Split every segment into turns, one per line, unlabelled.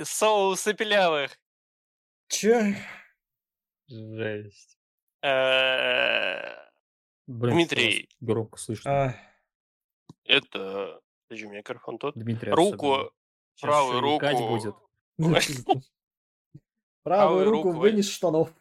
Соусы пилявых.
Чё?
Жесть.
Дмитрий.
Громко слышно.
Это... Подожди, у меня микрофон тот.
Дмитрий,
Руку, правую руку...
будет.
Правую руку вынес штанов.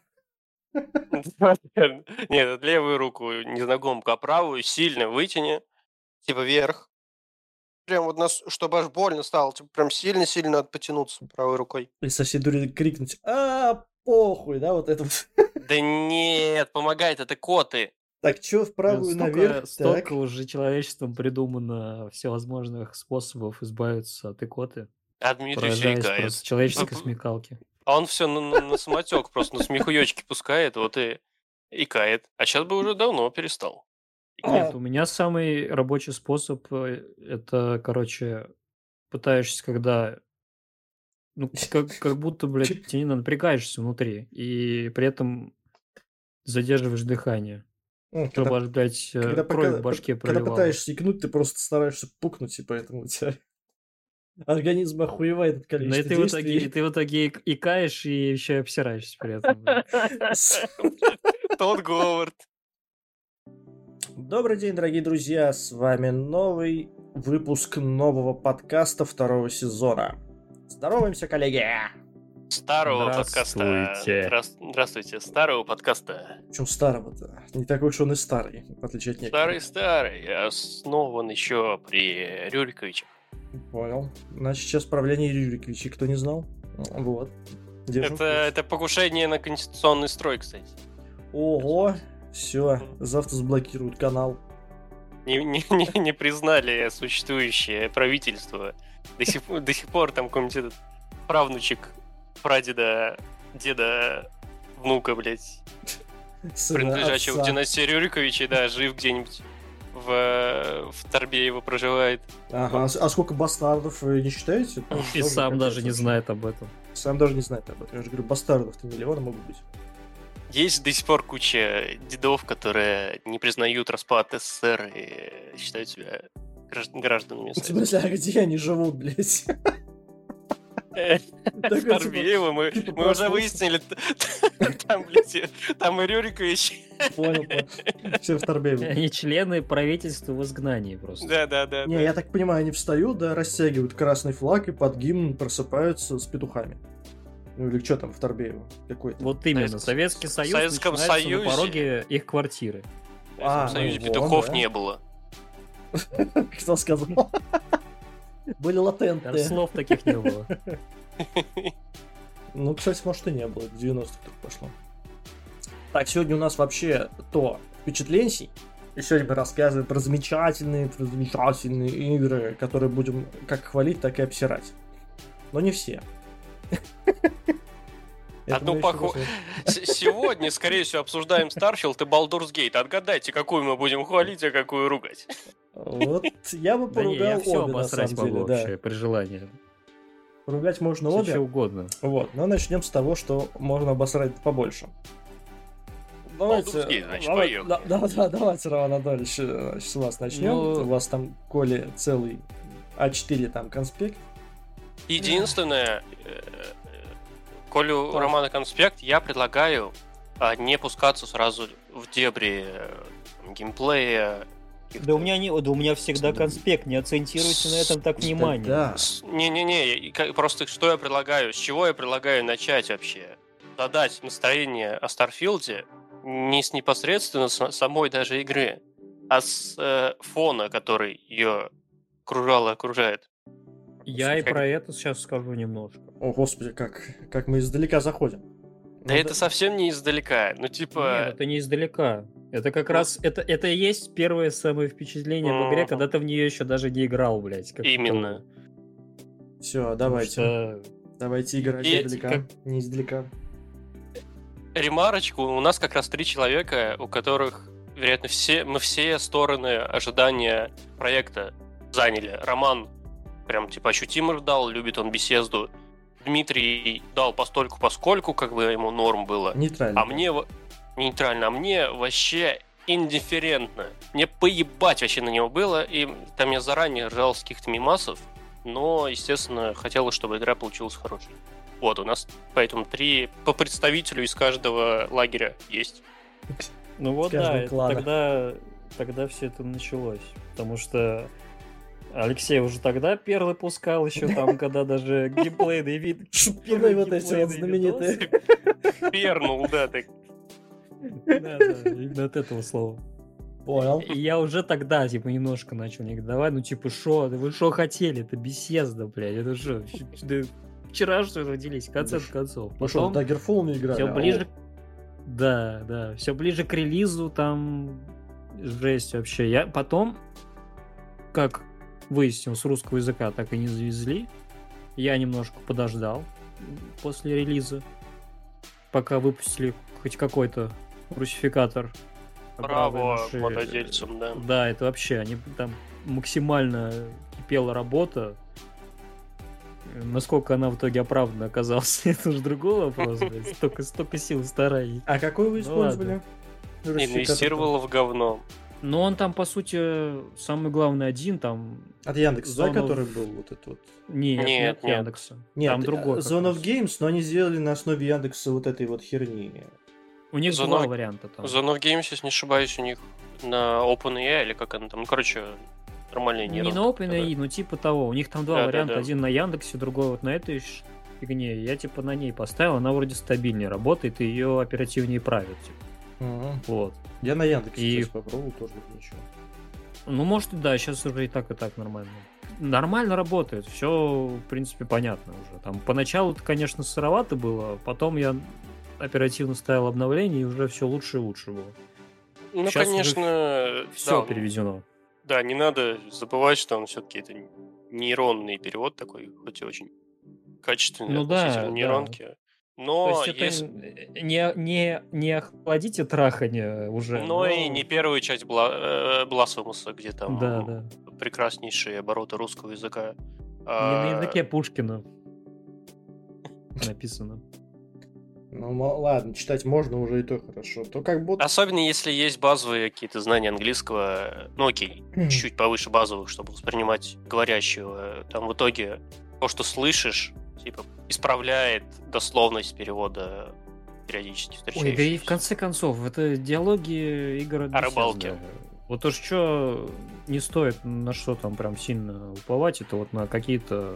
Нет, левую руку незнакомку, а правую сильно вытяни, типа вверх. Прям вот чтобы аж больно стало, типа прям сильно-сильно надо потянуться правой рукой.
И со всей дури крикнуть: похуй, да, вот это вот.
Да нет, помогает, это коты.
Так, чё в правую наверх?
Столько уже человечеством придумано всевозможных способов избавиться от икоты.
А Дмитрий все икает.
Просто человеческой смекалки.
А он все на самотек просто, на смехуёчки пускает, вот и икает. А сейчас бы уже давно перестал.
Нет, у меня самый рабочий способ, это, короче, пытаешься, когда, ну, как будто, блядь, ты напрягаешься внутри, и при этом задерживаешь дыхание. Чтобы аж, блядь, кровь в башке проливала.
Когда пытаешься икнуть, ты просто стараешься пукнуть, и поэтому у тебя организм охуевает от количества действий.
И ты в итоге икаешь и еще обсираешься при этом.
Тот Говард.
Добрый день, дорогие друзья, с вами новый выпуск нового подкаста второго сезона. Здороваемся, коллеги!
Старого подкаста. Здравствуйте, старого подкаста.
Причем старого-то? Не такой уж он и старый, в отличие от некоторых.
Старый, основан еще при Рюриковиче.
Понял. Значит, сейчас правление Рюриковича, кто не знал? Вот.
Это покушение на конституционный строй, кстати.
Ого! Все, завтра заблокируют канал.
Не признали существующее правительство. До сих пор там какой-нибудь этот правнучек прадеда, деда, внука, блядь, принадлежащего к династии Рюриковичей, да, жив где-нибудь в Торбеево проживает.
Ага, а сколько бастардов, вы не считаете?
И сам даже не знает об этом.
Сам даже не знает об этом. Я же говорю, бастардов-то миллионы могут быть.
Есть до сих пор куча дедов, которые не признают распад СССР и считают себя гражданами.
В смысле, а где они живут, блядь?
В Торбеево мы уже выяснили. Там, блядь, там и Рюрикович.
Понял. Все в Торбеево.
Они члены правительства в изгнании просто.
Да.
Не, я так понимаю, они встают, да, растягивают красный флаг и под гимн просыпаются с петухами. Ну или что там в Торбеево? Какой-то.
Вот именно, Советский Союз начинается на пороге их квартиры.
В Советском Союзе петухов не было.
Кто сказал? Были латентные.
Слов таких не было.
Ну, кстати, может и не было. В 90-х только пошло. Так, сегодня у нас вообще то впечатлений. И сегодня мы рассказываем про замечательные игры, которые будем как хвалить, так и обсирать. Но не все.
Сегодня, скорее всего, обсуждаем Starfield и Baldur's Gate. Отгадайте, какую мы будем хвалить, а какую ругать.
Вот я бы поругал обе, на самом деле, да.
При желании.
Поругать можно обе.
Что угодно.
Вот, но начнем с того, что можно обосрать побольше. Давайте, давайте, Роман Анатольевич, с вас начнем. У вас там, Коля, целый А4 там конспект.
Единственное, коли у Романа конспект, я предлагаю не пускаться сразу в дебри геймплея.
Да у меня всегда конспект, не акцентируйте на этом так внимание.
Да.
Не, просто что я предлагаю, с чего я предлагаю начать вообще? Задать настроение о Старфилде не с непосредственно самой даже игры, а с фона, который ее окружал и окружает.
Я и про это сейчас скажу немножко.
О, господи, как мы издалека заходим.
Да это совсем не издалека, ну типа...
Нет, это не издалека. Это как раз, это и есть первое самое впечатление в игре, когда ты в нее еще даже не играл, блядь.
Именно.
Все, давайте. Давайте играть издалека, не издалека.
Ремарочку, у нас как раз 3 человека, у которых, вероятно, мы все стороны ожидания проекта заняли. Роман прям типа ощутимо дал, любит он Bethesda. Дмитрий дал постольку-поскольку, как бы ему норм было.
Нейтрально.
А мне вообще индифферентно. Мне поебать вообще на него было, и там я заранее ржал с каких-то мемасов, но, естественно, хотелось, чтобы игра получилась хорошей. Вот, у нас поэтому 3 по представителю из каждого лагеря есть.
Ну вот
С каждого
да,
клана.
тогда все это началось. Потому что Алексей уже тогда первый пускал, еще там, когда даже геймплейный вид...
Шутаны вот эти вот знаменитые.
Пернул, да, так.
Да, именно от этого слова.
Понял.
И я уже тогда, типа, немножко начал негодовать, ну, типа, шо, вы шо хотели, это Bethesda, блядь, это шо, вчера что родились, в конце концов.
Ну что, в Daggerfall не играли?
Все ближе, да, все ближе к релизу, там, жесть вообще. Я потом, как выяснил, с русского языка так и не завезли, я немножко подождал после релиза, пока выпустили хоть какой-то русификатор.
Браво владельцам, да.
Да, это вообще, они там максимально кипела работа. Насколько она в итоге оправдана оказалась, это уже другой вопрос. Столько сил стараний.
А какой вы использовали?
Инвестировала в говно.
Ну, он там, по сути, самый главный один, там...
От Яндекса, да, который был вот этот вот?
Нет, от Яндекса.
Нет,
там другой.
Zone of Games, но они сделали на основе Яндекса вот этой вот херни.
У них два варианта там.
Zone of Games, если не ошибаюсь, у них на OpenAI, или как она там, ну, короче, нормальная нейронка.
Не на OpenAI, но типа того. У них там два варианта. Один на Яндексе, другой вот на этой фигне. Я типа на ней поставил, она вроде стабильнее работает, и ее оперативнее правят. Типа. Вот.
Я на Яндексе попробовал, тоже ничего.
Ну, может, да, сейчас уже и так нормально. Нормально работает, все, в принципе, понятно уже. Там поначалу это, конечно, сыровато было, потом я оперативно ставил обновление, и уже все лучше и лучше было.
Ну, сейчас конечно,
все переведено.
Да, не надо забывать, что он все-таки это нейронный перевод такой, хоть и очень качественный относительно нейронки.
Да.
Но
то есть это не охладите трахание уже.
Но и не первую часть Blasphemous, где там прекраснейшие обороты русского языка.
Не на языке Пушкина написано.
Ну ладно, читать можно уже и то хорошо. То как будто...
Особенно если есть базовые какие-то знания английского, ну окей, чуть-чуть повыше базовых, чтобы воспринимать говорящего. Там в итоге то, что слышишь, типа, исправляет дословность перевода периодически встречающихся.
Ой, да и в конце концов, это диалоги игр
о рыбалке.
Вот уж что не стоит на что там прям сильно уповать, это вот на какие-то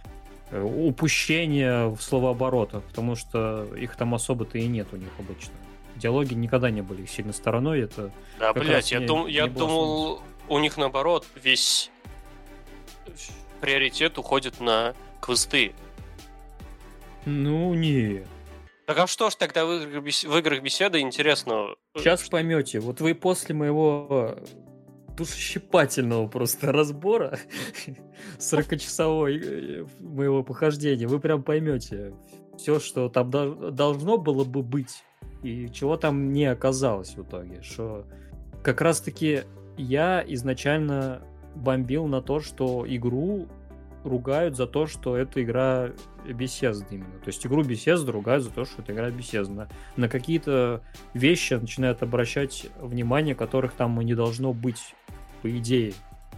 упущения в словооборотах, потому что их там особо-то и нет у них обычно. Диалоги никогда не были их сильно стороной, это...
Да, блядь, я думал, у них наоборот весь приоритет уходит на квесты.
Ну, не.
Так а что ж тогда в играх беседы интересно?
Сейчас поймете. Вот вы после моего душещипательного просто разбора 40-часовой моего похождения, вы прям поймете все, что там должно было бы быть и чего там не оказалось в итоге. Что как раз-таки я изначально бомбил на то, что игру ругают за то, что это игра Bethesda именно. То есть игру Bethesda ругают за то, что это игра Bethesda. На какие-то вещи начинают обращать внимание, которых там и не должно быть, по идее.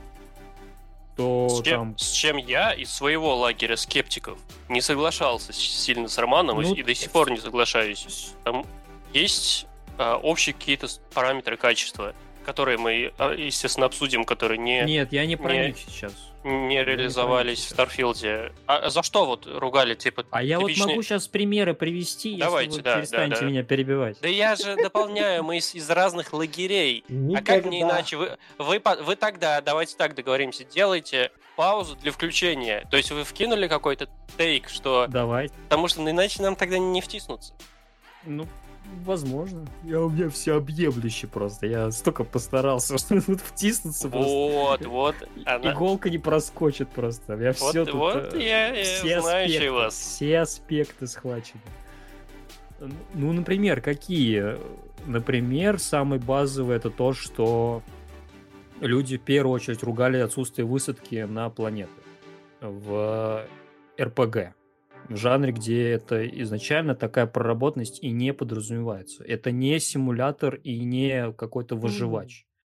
С чем я из своего лагеря скептиков не соглашался сильно с Романом и до сих пор не соглашаюсь. Там есть общие какие-то параметры качества, которые мы, естественно, обсудим, которые не...
Нет, я не про них сейчас.
Не реализовались в Старфилде. А за что вот ругали, типа...
А я вот могу сейчас примеры привести,
Давайте,
если вы перестанете меня перебивать.
Да я же дополняю, мы из разных лагерей. А как мне иначе? Вы тогда, давайте так договоримся, делайте паузу для включения. То есть вы вкинули какой-то тейк, что...
Давай.
Потому что иначе нам тогда не втиснуться.
Ну, возможно. У меня все объемлюще просто. Я столько постарался втиснуться.
Вот.
Иголка не проскочит просто. У меня все тут...
Вот я знаю вас.
Все аспекты схвачены. Ну, например, какие? Например, самый базовый это то, что люди в первую очередь ругали отсутствие высадки на планеты в РПГ. В жанре, где это изначально такая проработанность и не подразумевается. Это не симулятор и не какой-то выживач.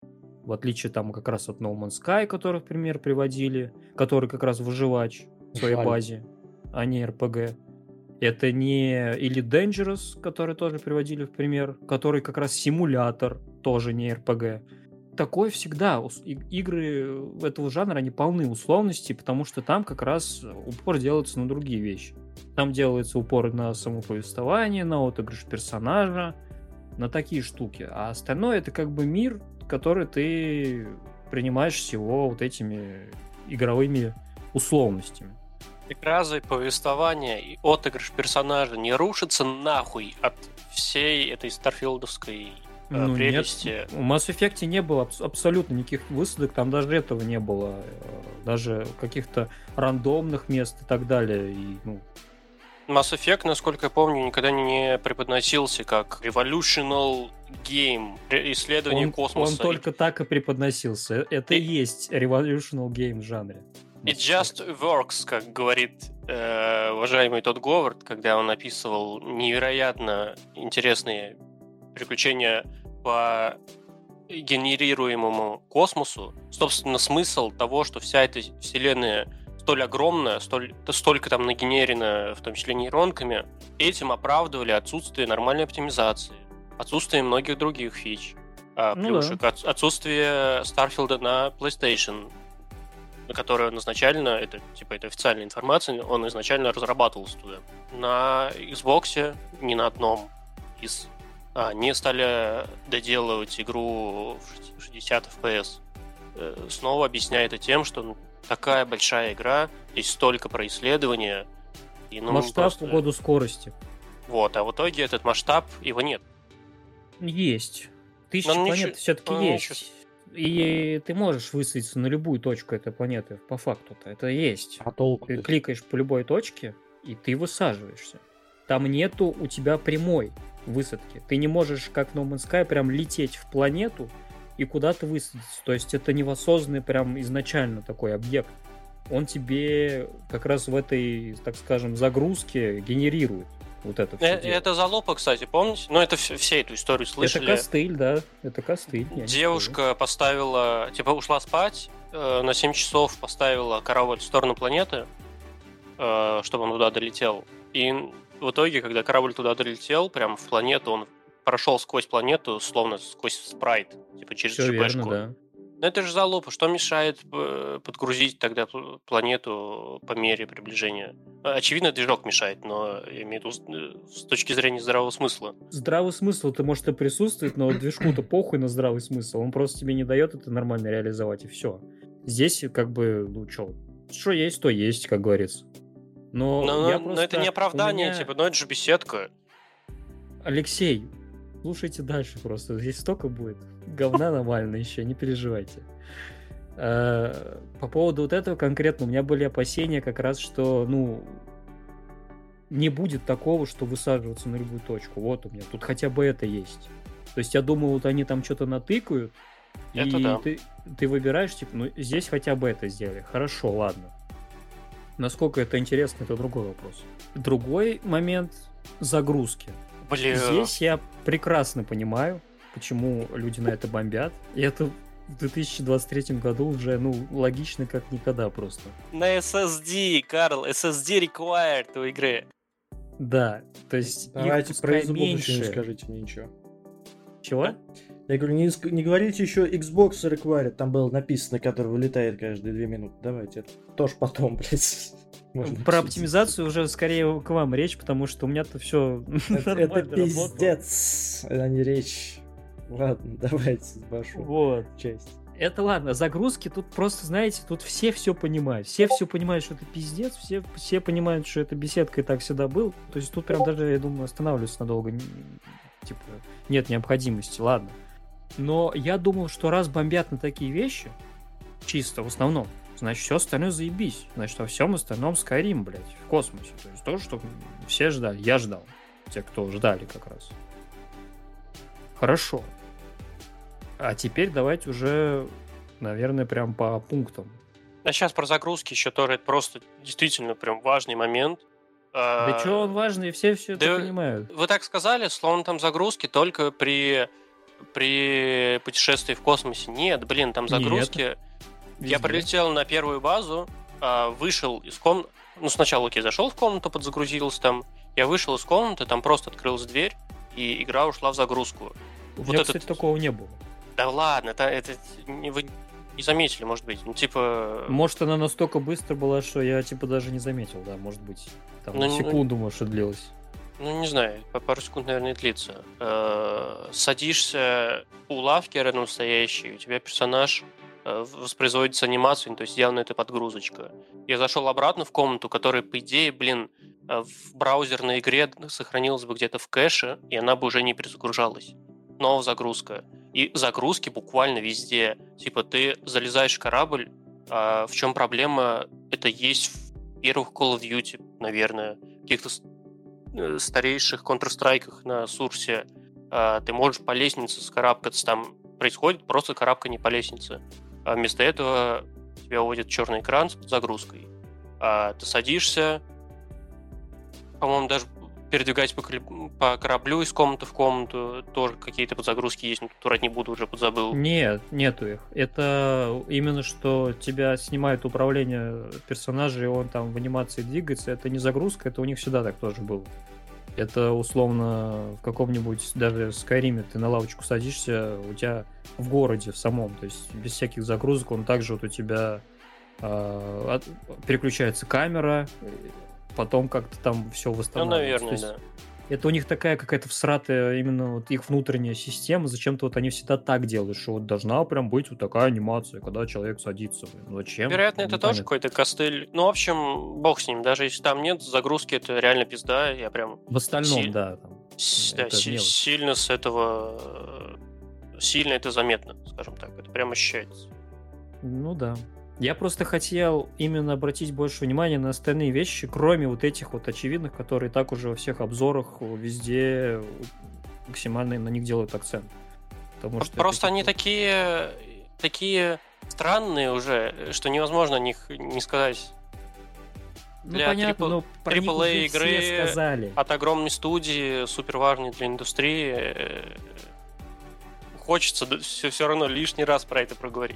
В отличие там как раз от No Man's Sky, который в пример приводили, который как раз выживач в своей базе, а не RPG. Это не или Dangerous, который тоже приводили в пример, который как раз симулятор, тоже не RPG. Такое всегда. Игры этого жанра, они полны условностей, потому что там как раз упор делается на другие вещи. Там делается упор на самоповествование, на отыгрыш персонажа, на такие штуки. А остальное это как бы мир, который ты принимаешь всего вот этими игровыми условностями.
Игразы, повествование и отыгрыш персонажа не рушится нахуй от всей этой старфилдовской прелести.
Нет. В Mass Effect не было абсолютно никаких высадок, там даже этого не было. Даже каких-то рандомных мест и так далее. И,
Mass Effect, насколько я помню, никогда не преподносился как revolutional game, исследование космоса.
Он только так и преподносился. Это и есть revolutional game в жанре.
It just works, как говорит уважаемый Тодд Говард, когда он описывал невероятно интересные приключения по генерируемому космосу. Собственно, смысл того, что вся эта вселенная столь огромная, столько там нагенерено, в том числе нейронками, этим оправдывали отсутствие нормальной оптимизации, отсутствие многих других фич, плюшек, отсутствие Старфилда на PlayStation, который он изначально, это официальная информация, он изначально разрабатывался туда. На Xbox ни на одном из не стали доделывать игру в 60 FPS. Снова объясняя это тем, что такая большая игра, здесь столько про исследования. И,
масштаб в угоду скорости.
Вот, а в итоге этот масштаб, его нет.
Есть. 1000 планет все-таки есть. И ты можешь высадиться на любую точку этой планеты, по факту-то. Это есть.
А толку?
Ты кликаешь по любой точке, и ты высаживаешься. Там нету у тебя прямой высадки. Ты не можешь, как No Man's Sky, прям лететь в планету и куда-то высадиться. То есть это невоссознанный прям изначально такой объект. Он тебе как раз в этой, так скажем, загрузке генерирует вот это все.
Это залупа, кстати, помните? Ну, это все эту историю слышали.
Это костыль, да. Это костыль.
Девушка поставила, ушла спать, на 7 часов поставила корабль в сторону планеты, чтобы он туда долетел. И в итоге, когда корабль туда долетел, прям в планету, он прошел сквозь планету, словно сквозь спрайт, через
Все
ЖПшку.
верно, да.
Но это же залупа. Что мешает подгрузить тогда планету по мере приближения? Очевидно, движок мешает, но я имею в виду с точки зрения здравого смысла.
Здравый смысл-то, может, и присутствует, но движку-то похуй на здравый смысл. Он просто тебе не дает это нормально реализовать, и все. Здесь как бы, что есть, то есть, как говорится. Но
это не оправдание, но это же беседка.
Алексей, слушайте дальше просто. Здесь столько будет говна навально еще, не переживайте. По поводу вот этого конкретно у меня были опасения как раз, что, не будет такого, что высаживаться на любую точку. Вот у меня тут хотя бы это есть. То есть я думал, вот они там что-то натыкают,
это
и
да.
ты выбираешь, здесь хотя бы это сделали. Хорошо, ладно. Насколько это интересно, это другой вопрос. Другой момент — загрузки. Здесь я прекрасно понимаю, почему люди на это бомбят. И это в 2023 году уже, логично как никогда просто.
На SSD, Карл, SSD required у игры.
Да, то есть
давайте
их
про Xbox
меньше.
еще не скажите мне ничего.
Чего?
Я говорю, не говорите еще Xbox required, там было написано, который вылетает каждые 2 минуты. Давайте, это тоже потом, блядь.
Про оптимизацию уже скорее к вам речь, потому что у меня-то все нормально
Это
работало.
пиздец, а не речь. Ладно, давайте вашу
Вот.
часть.
Это ладно, загрузки тут просто, знаете, тут все понимают. Все понимают, что это пиздец, все понимают, что это беседка и так всегда был. То есть тут прям даже, я думаю, останавливаться надолго. Нет необходимости, ладно. Но я думал, что раз бомбят на такие вещи, чисто в основном, значит, все остальное заебись. Значит, во всем остальном Skyrim, блядь, в космосе. То есть то, что все ждали. Я ждал. Те, кто ждали как раз. Хорошо. А теперь давайте уже, наверное, прям по пунктам.
А сейчас про загрузки еще тоже это просто действительно прям важный момент.
Да что он важный, все это понимают.
Вы так сказали, словно там загрузки только при при путешествии в космосе. Нет, блин, там загрузки. Я прилетел на первую базу, вышел из комнаты. Ну, сначала, окей, зашел в комнату, подзагрузился там. Я вышел из комнаты, там просто открылась дверь, и игра ушла в загрузку.
У меня, кстати, такого не было.
Да ладно, это вы не заметили, может быть. Ну, типа...
Может, она настолько быстро была, что я, типа, даже не заметил, да, может быть. Там секунду, может, длилось.
Ну, не знаю, пару секунд, наверное, длится. Садишься у лавки рядом стоящей, у тебя персонаж воспроизводится анимацией, то есть явно это подгрузочка. Я зашел обратно в комнату, которая, по идее, в браузерной игре сохранилась бы где-то в кэше, и она бы уже не перезагружалась. Снова загрузка. И загрузки буквально везде. Типа, ты залезаешь в корабль, в чем проблема? Это есть в первых Call of Duty, наверное, в каких-то старейших Counter-Strike'ах на Сурсе. Ты можешь по лестнице скарабкаться, там происходит просто карабкание по лестнице. А вместо этого тебя уводит черный экран с загрузкой. Ты садишься, по-моему, даже передвигать по кораблю из комнаты в комнату, тоже какие-то подзагрузки есть, но тут врать не буду, уже подзабыл.
Нет, нету их. Это именно что тебя снимает управление персонажей, и он там в анимации двигается. Это не загрузка, это у них всегда так тоже было. Это условно в каком-нибудь даже Скайриме ты на лавочку садишься, у тебя в городе в самом, то есть без всяких загрузок, он также вот у тебя переключается камера, потом как-то там все восстанавливается.
Ну, наверное, да.
Это у них такая какая-то всратая именно вот их внутренняя система. Зачем-то вот они всегда так делают, что вот должна прям быть вот такая анимация, когда человек садится. Зачем?
Вероятно, это тоже какой-то костыль. Ну, в общем, бог с ним. Даже если там нет загрузки, это реально пизда. Я прям...
В остальном, да. Там,
сильно с этого... Сильно это заметно, скажем так. Это прям ощущается.
Ну да. Я просто хотел именно обратить больше внимания на остальные вещи, кроме вот этих вот очевидных, которые так уже во всех обзорах везде максимально на них делают акцент.
Потому что просто они такие странные уже, что невозможно о них не сказать.
Для понятно,
AAA игры от огромной студии, супер важной для индустрии, хочется все равно лишний раз про это проговорить.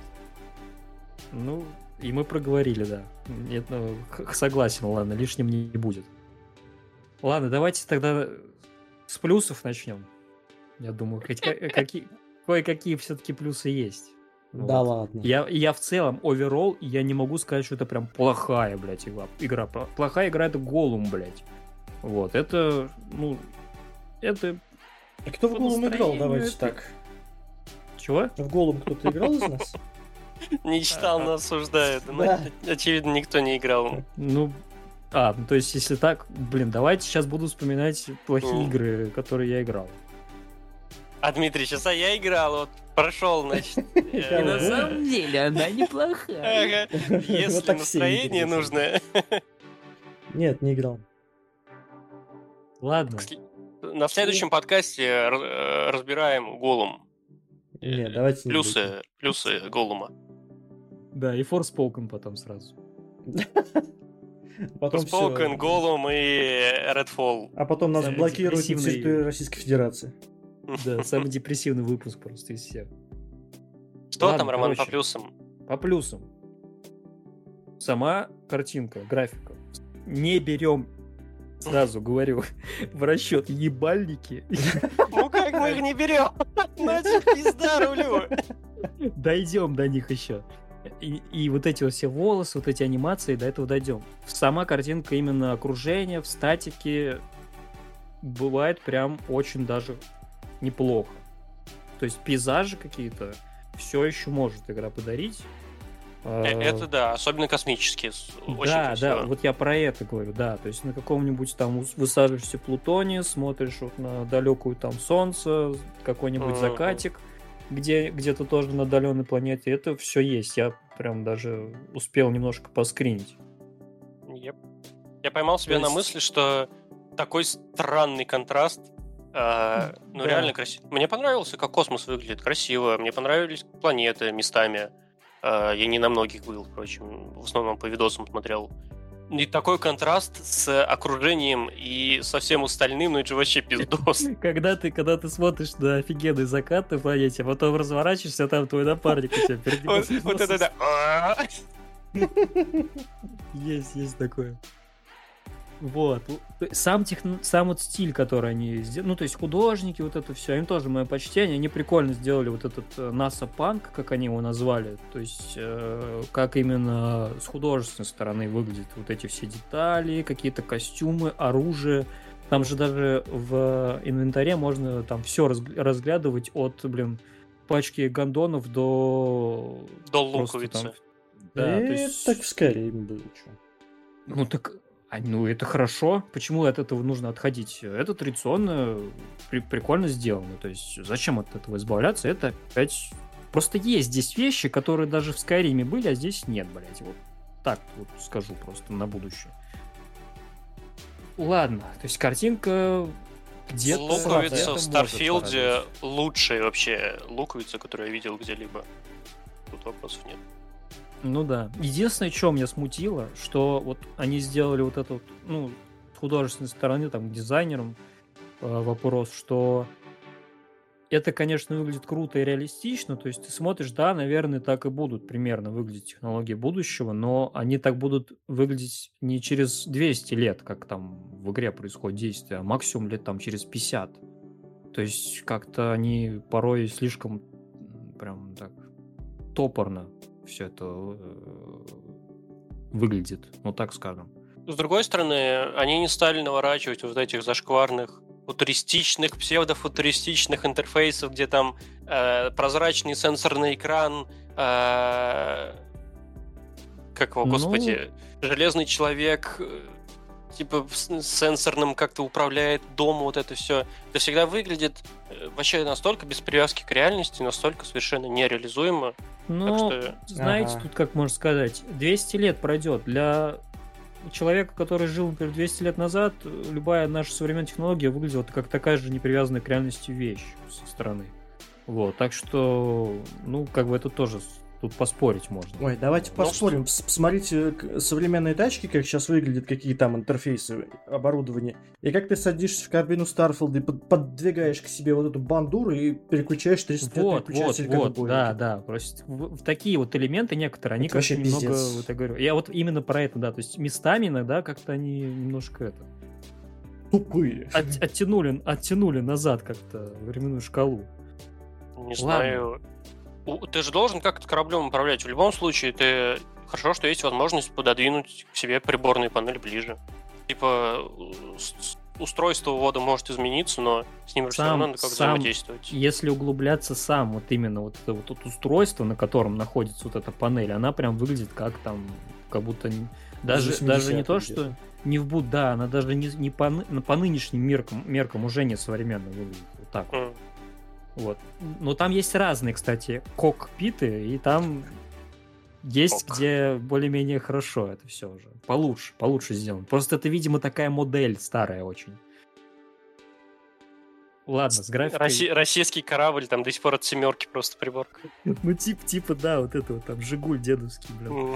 Ну, и мы проговорили, да. Нет, ну, согласен, ладно, лишним не будет. Ладно, давайте тогда с плюсов начнем. Я думаю, кое-какие все-таки плюсы есть.
Да ладно.
Я в целом, оверолл, я не могу сказать, что это прям плохая, блядь, игра. Плохая игра — это Голум, блядь. Вот, это, ну, это...
А кто в Голум играл, давайте так?
Чего?
В Голум кто-то играл из нас?
Не читал, но осуждают. Да. Очевидно, никто не играл.
Ну, то есть, если так, блин, давайте сейчас буду вспоминать плохие игры, которые я играл.
Дмитрий, сейчас я играл, вот прошел, значит.
И на самом деле она неплохая.
Если настроение нужное.
Нет, не играл.
Ладно.
На следующем подкасте разбираем Голум.
Нет, давайте
плюсы Голума.
Да, и Forspoken потом сразу.
Forspoken, Голум и Redfall.
А потом нас блокируют на территории Российской Федерации.
Да, самый депрессивный выпуск просто из всех.
Что там, Роман, по плюсам?
По плюсам. Сама картинка, графика. Не берем, сразу говорю, в расчет ебальники.
Ну как мы их не берем? Значит, пизда рулю.
Дойдем до них еще. И вот эти вот все волосы, вот эти анимации, до этого дойдем. Сама картинка именно окружения в статике бывает прям очень даже неплохо. То есть пейзажи какие-то все еще может игра подарить.
Это да, особенно космические.
Да, вот я про это говорю, да. То есть на каком-нибудь там высаживаешься Плутоне, смотришь вот на далекую там Солнце, какой-нибудь закатик, где-то тоже на отдаленной планете. Это все есть. Я прям даже успел немножко поскринить.
Я поймал себя на мысли, что такой странный контраст. Реально красиво. Мне понравился, как космос выглядит красиво. Мне понравились планеты местами. Я не на многих был, впрочем. В основном по видосам смотрел. не такой контраст с окружением и со всем остальным, ну это же вообще пиздос.
Когда ты смотришь на офигенный закат на планете, а потом разворачиваешься, а там твой напарник у тебя перед ним.
Вот это да.
Есть такое. Вот. Сам вот стиль, который они сделали, ну, то есть художники, вот это все, им тоже мое почтение, они прикольно сделали вот этот NASA Punk, как они его назвали, то есть как именно с художественной стороны выглядят вот эти все детали, какие-то костюмы, оружие. Там же даже в инвентаре можно там все разглядывать от, пачки гондонов до...
До луковицы.
Там, да, то есть...
Так скорее было, что.
Ну так... Ну, это хорошо. Почему от этого нужно отходить? Это традиционно прикольно сделано. То есть, зачем от этого избавляться? Это опять... Просто есть здесь вещи, которые даже в Скайриме были, а здесь нет, блядь. Вот так вот скажу просто на будущее. Ладно, то есть картинка где-то...
Луковица в Старфилде лучшая вообще луковица, которую я видел где-либо. Тут вопросов нет.
Ну да. Единственное, что меня смутило, что вот они сделали вот это вот, ну, с художественной стороны, там, к дизайнерам вопрос, что это, конечно, выглядит круто и реалистично, то есть ты смотришь, да, наверное, так и будут примерно выглядеть технологии будущего, но они так будут выглядеть не через 200 лет, как там в игре происходит действие, а максимум лет там через 50. То есть как-то они порой слишком прям так топорно все это выглядит, ну так скажем.
С другой стороны, они не стали наворачивать вот этих зашкварных футуристичных, псевдофутуристичных интерфейсов, где там прозрачный сенсорный экран, как его, господи, железный человек, типа с сенсорным как-то управляет домом, вот это все. Это всегда выглядит вообще настолько без привязки к реальности, настолько совершенно нереализуемо.
Ну,
что...
знаете, тут как можно сказать, 200 лет пройдет. Для человека, который жил, например, 200 лет назад, любая наша современная технология выглядела как такая же непривязанная к реальности вещь со стороны. Вот, так что, ну, как бы это тоже тут поспорить можно.
Ой, давайте поспорим. Посмотрите современные тачки, как сейчас выглядят, какие там интерфейсы, оборудование. И как ты садишься в кабину Старфилда и подвигаешь к себе вот эту бандуру и переключаешь 305 переключатель.
Вот, да. Просто в такие вот элементы некоторые, они как-то немного, вот я говорю. Я вот именно про это, да, то есть местами иногда как-то они немножко это...
Тупые.
Оттянули назад как-то временную шкалу.
Не знаю... Ты же должен как-то кораблем управлять. В любом случае, ты хорошо, что есть возможность пододвинуть к себе приборную панель ближе. Типа, устройство ввода может измениться, но с ним все равно надо как взаимодействовать.
Если углубляться сам, вот именно вот это вот устройство, на котором находится вот эта панель, она прям выглядит как там, как будто даже не то, что не в буд, да, она даже не по нынешним меркам уже не современно выглядит. Вот так вот. Вот. Но там есть разные, кстати, кокпиты, и там есть, где более-менее хорошо это все уже. Получше сделано. Просто это, видимо, такая модель старая очень. Ладно, с графикой...
Российский корабль, там до сих пор от семерки просто приборка.
Ну, типа, да, вот это вот там Жигуль дедовский, блин.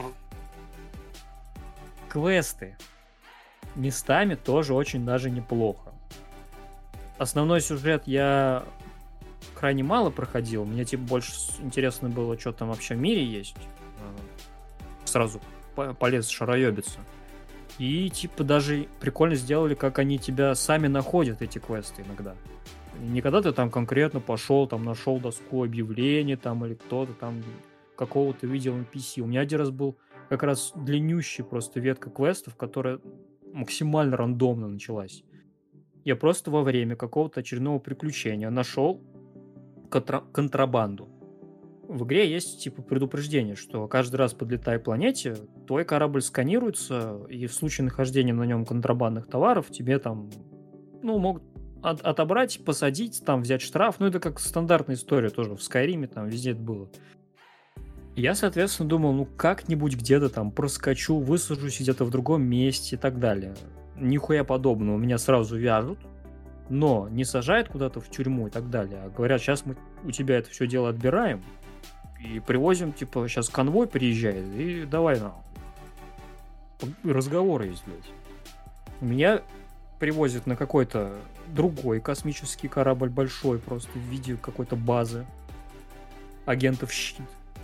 Квесты. Местами тоже очень даже неплохо. Основной сюжет я... крайне мало проходил. Мне типа больше интересно было, что там вообще в мире есть. Сразу полез шароебиться. И типа даже прикольно сделали, как они тебя сами находят, эти квесты иногда. Не когда ты там конкретно пошел, там нашел доску объявлений, там, или кто-то там какого-то видел NPC. У меня один раз был как раз длиннющий просто ветка квестов, которая максимально рандомно началась. Я просто во время какого-то очередного приключения нашел контрабанду. В игре есть типа предупреждение, что каждый раз подлетая к планете, твой корабль сканируется, и в случае нахождения на нем контрабандных товаров тебе там, ну, могут отобрать, посадить, там взять штраф. Ну, это как стандартная история тоже в Скайриме, там везде это было. Я, соответственно, думал, ну, как-нибудь где-то там проскочу, высажусь где-то в другом месте и так далее. Нихуя подобного. Меня сразу вяжут, но не сажают куда-то в тюрьму и так далее, а говорят, сейчас мы у тебя это все дело отбираем и привозим, типа, сейчас конвой приезжает, и давай нам. разговор есть, блядь. Меня привозят на какой-то другой космический корабль большой, просто в виде какой-то базы агентов щит.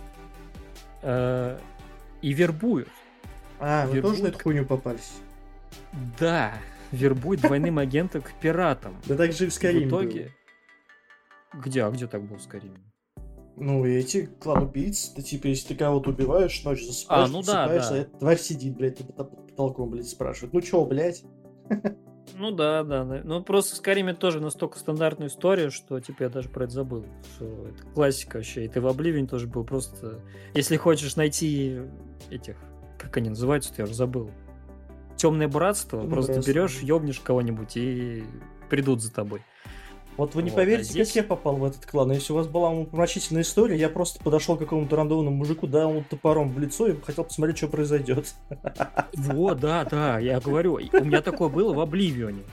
И вербуют.
Вы тоже на эту хуйню попались?
Да, вербует двойным агентом к пиратам.
Да так же и в Скайриме
В итоге... Где? А где так было в Скайриме?
Ну, эти клан убийц, ты типа, если ты кого-то убиваешь, ночью засыпаешь, просыпаешься,
да.
эта тварь сидит, блядь, под потолком, блядь, спрашивает. Ну чё, блядь?
Ну да. Ну просто в Скайриме тоже настолько стандартная история, что типа я даже про это забыл. Что это классика вообще. И ты в Обливине тоже был просто... Если хочешь найти этих... Как они называются, я уже забыл. Темное братство, просто берешь, ёбнешь кого-нибудь и придут за тобой.
Вот вы не поверите, как я попал в этот клан. Если у вас была умопомрачительная история, я просто подошел к какому-то рандомному мужику, дал ему топором в лицо и хотел посмотреть, что произойдет.
Вот, да, я говорю, у меня такое было в Обливионе.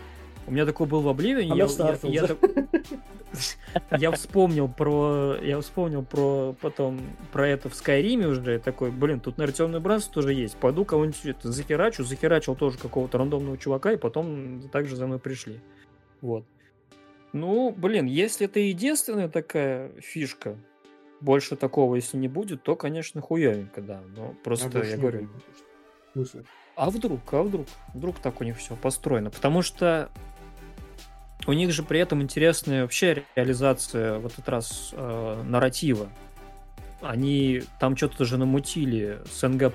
Я вспомнил про потом про это в Скайриме уже. Такой, блин, тут, наверное, Темное братство тоже есть. Пойду кого-нибудь захерачил тоже какого-то рандомного чувака, и потом также за мной пришли. Вот. Ну, блин, если это единственная такая фишка, больше такого, если не будет, то, конечно, хуевенько, да. Но просто я говорю... А вдруг так у них все построено? Потому что у них же при этом интересная вообще реализация в этот раз нарратива. Они там что-то же намутили с НГ+.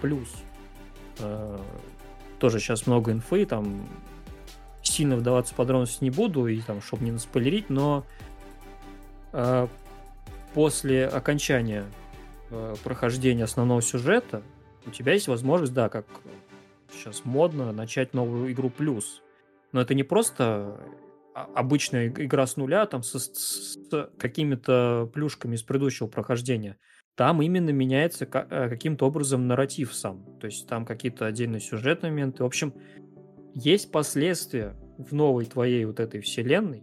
Тоже сейчас много инфы, там сильно вдаваться в подробности не буду, и там, чтобы не наспойлерить, но после окончания прохождения основного сюжета у тебя есть возможность, да, как сейчас модно, начать новую игру плюс. Но это не просто обычная игра с нуля, там с какими-то плюшками из предыдущего прохождения. Там именно меняется каким-то образом нарратив сам. То есть там какие-то отдельные сюжетные моменты. В общем, есть последствия в новой твоей вот этой вселенной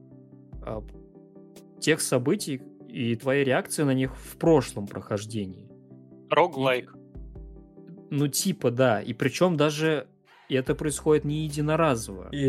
тех событий и твоей реакции на них в прошлом прохождении.
Роглайк.
Ну, типа, да. И причем даже это происходит не единоразово.
И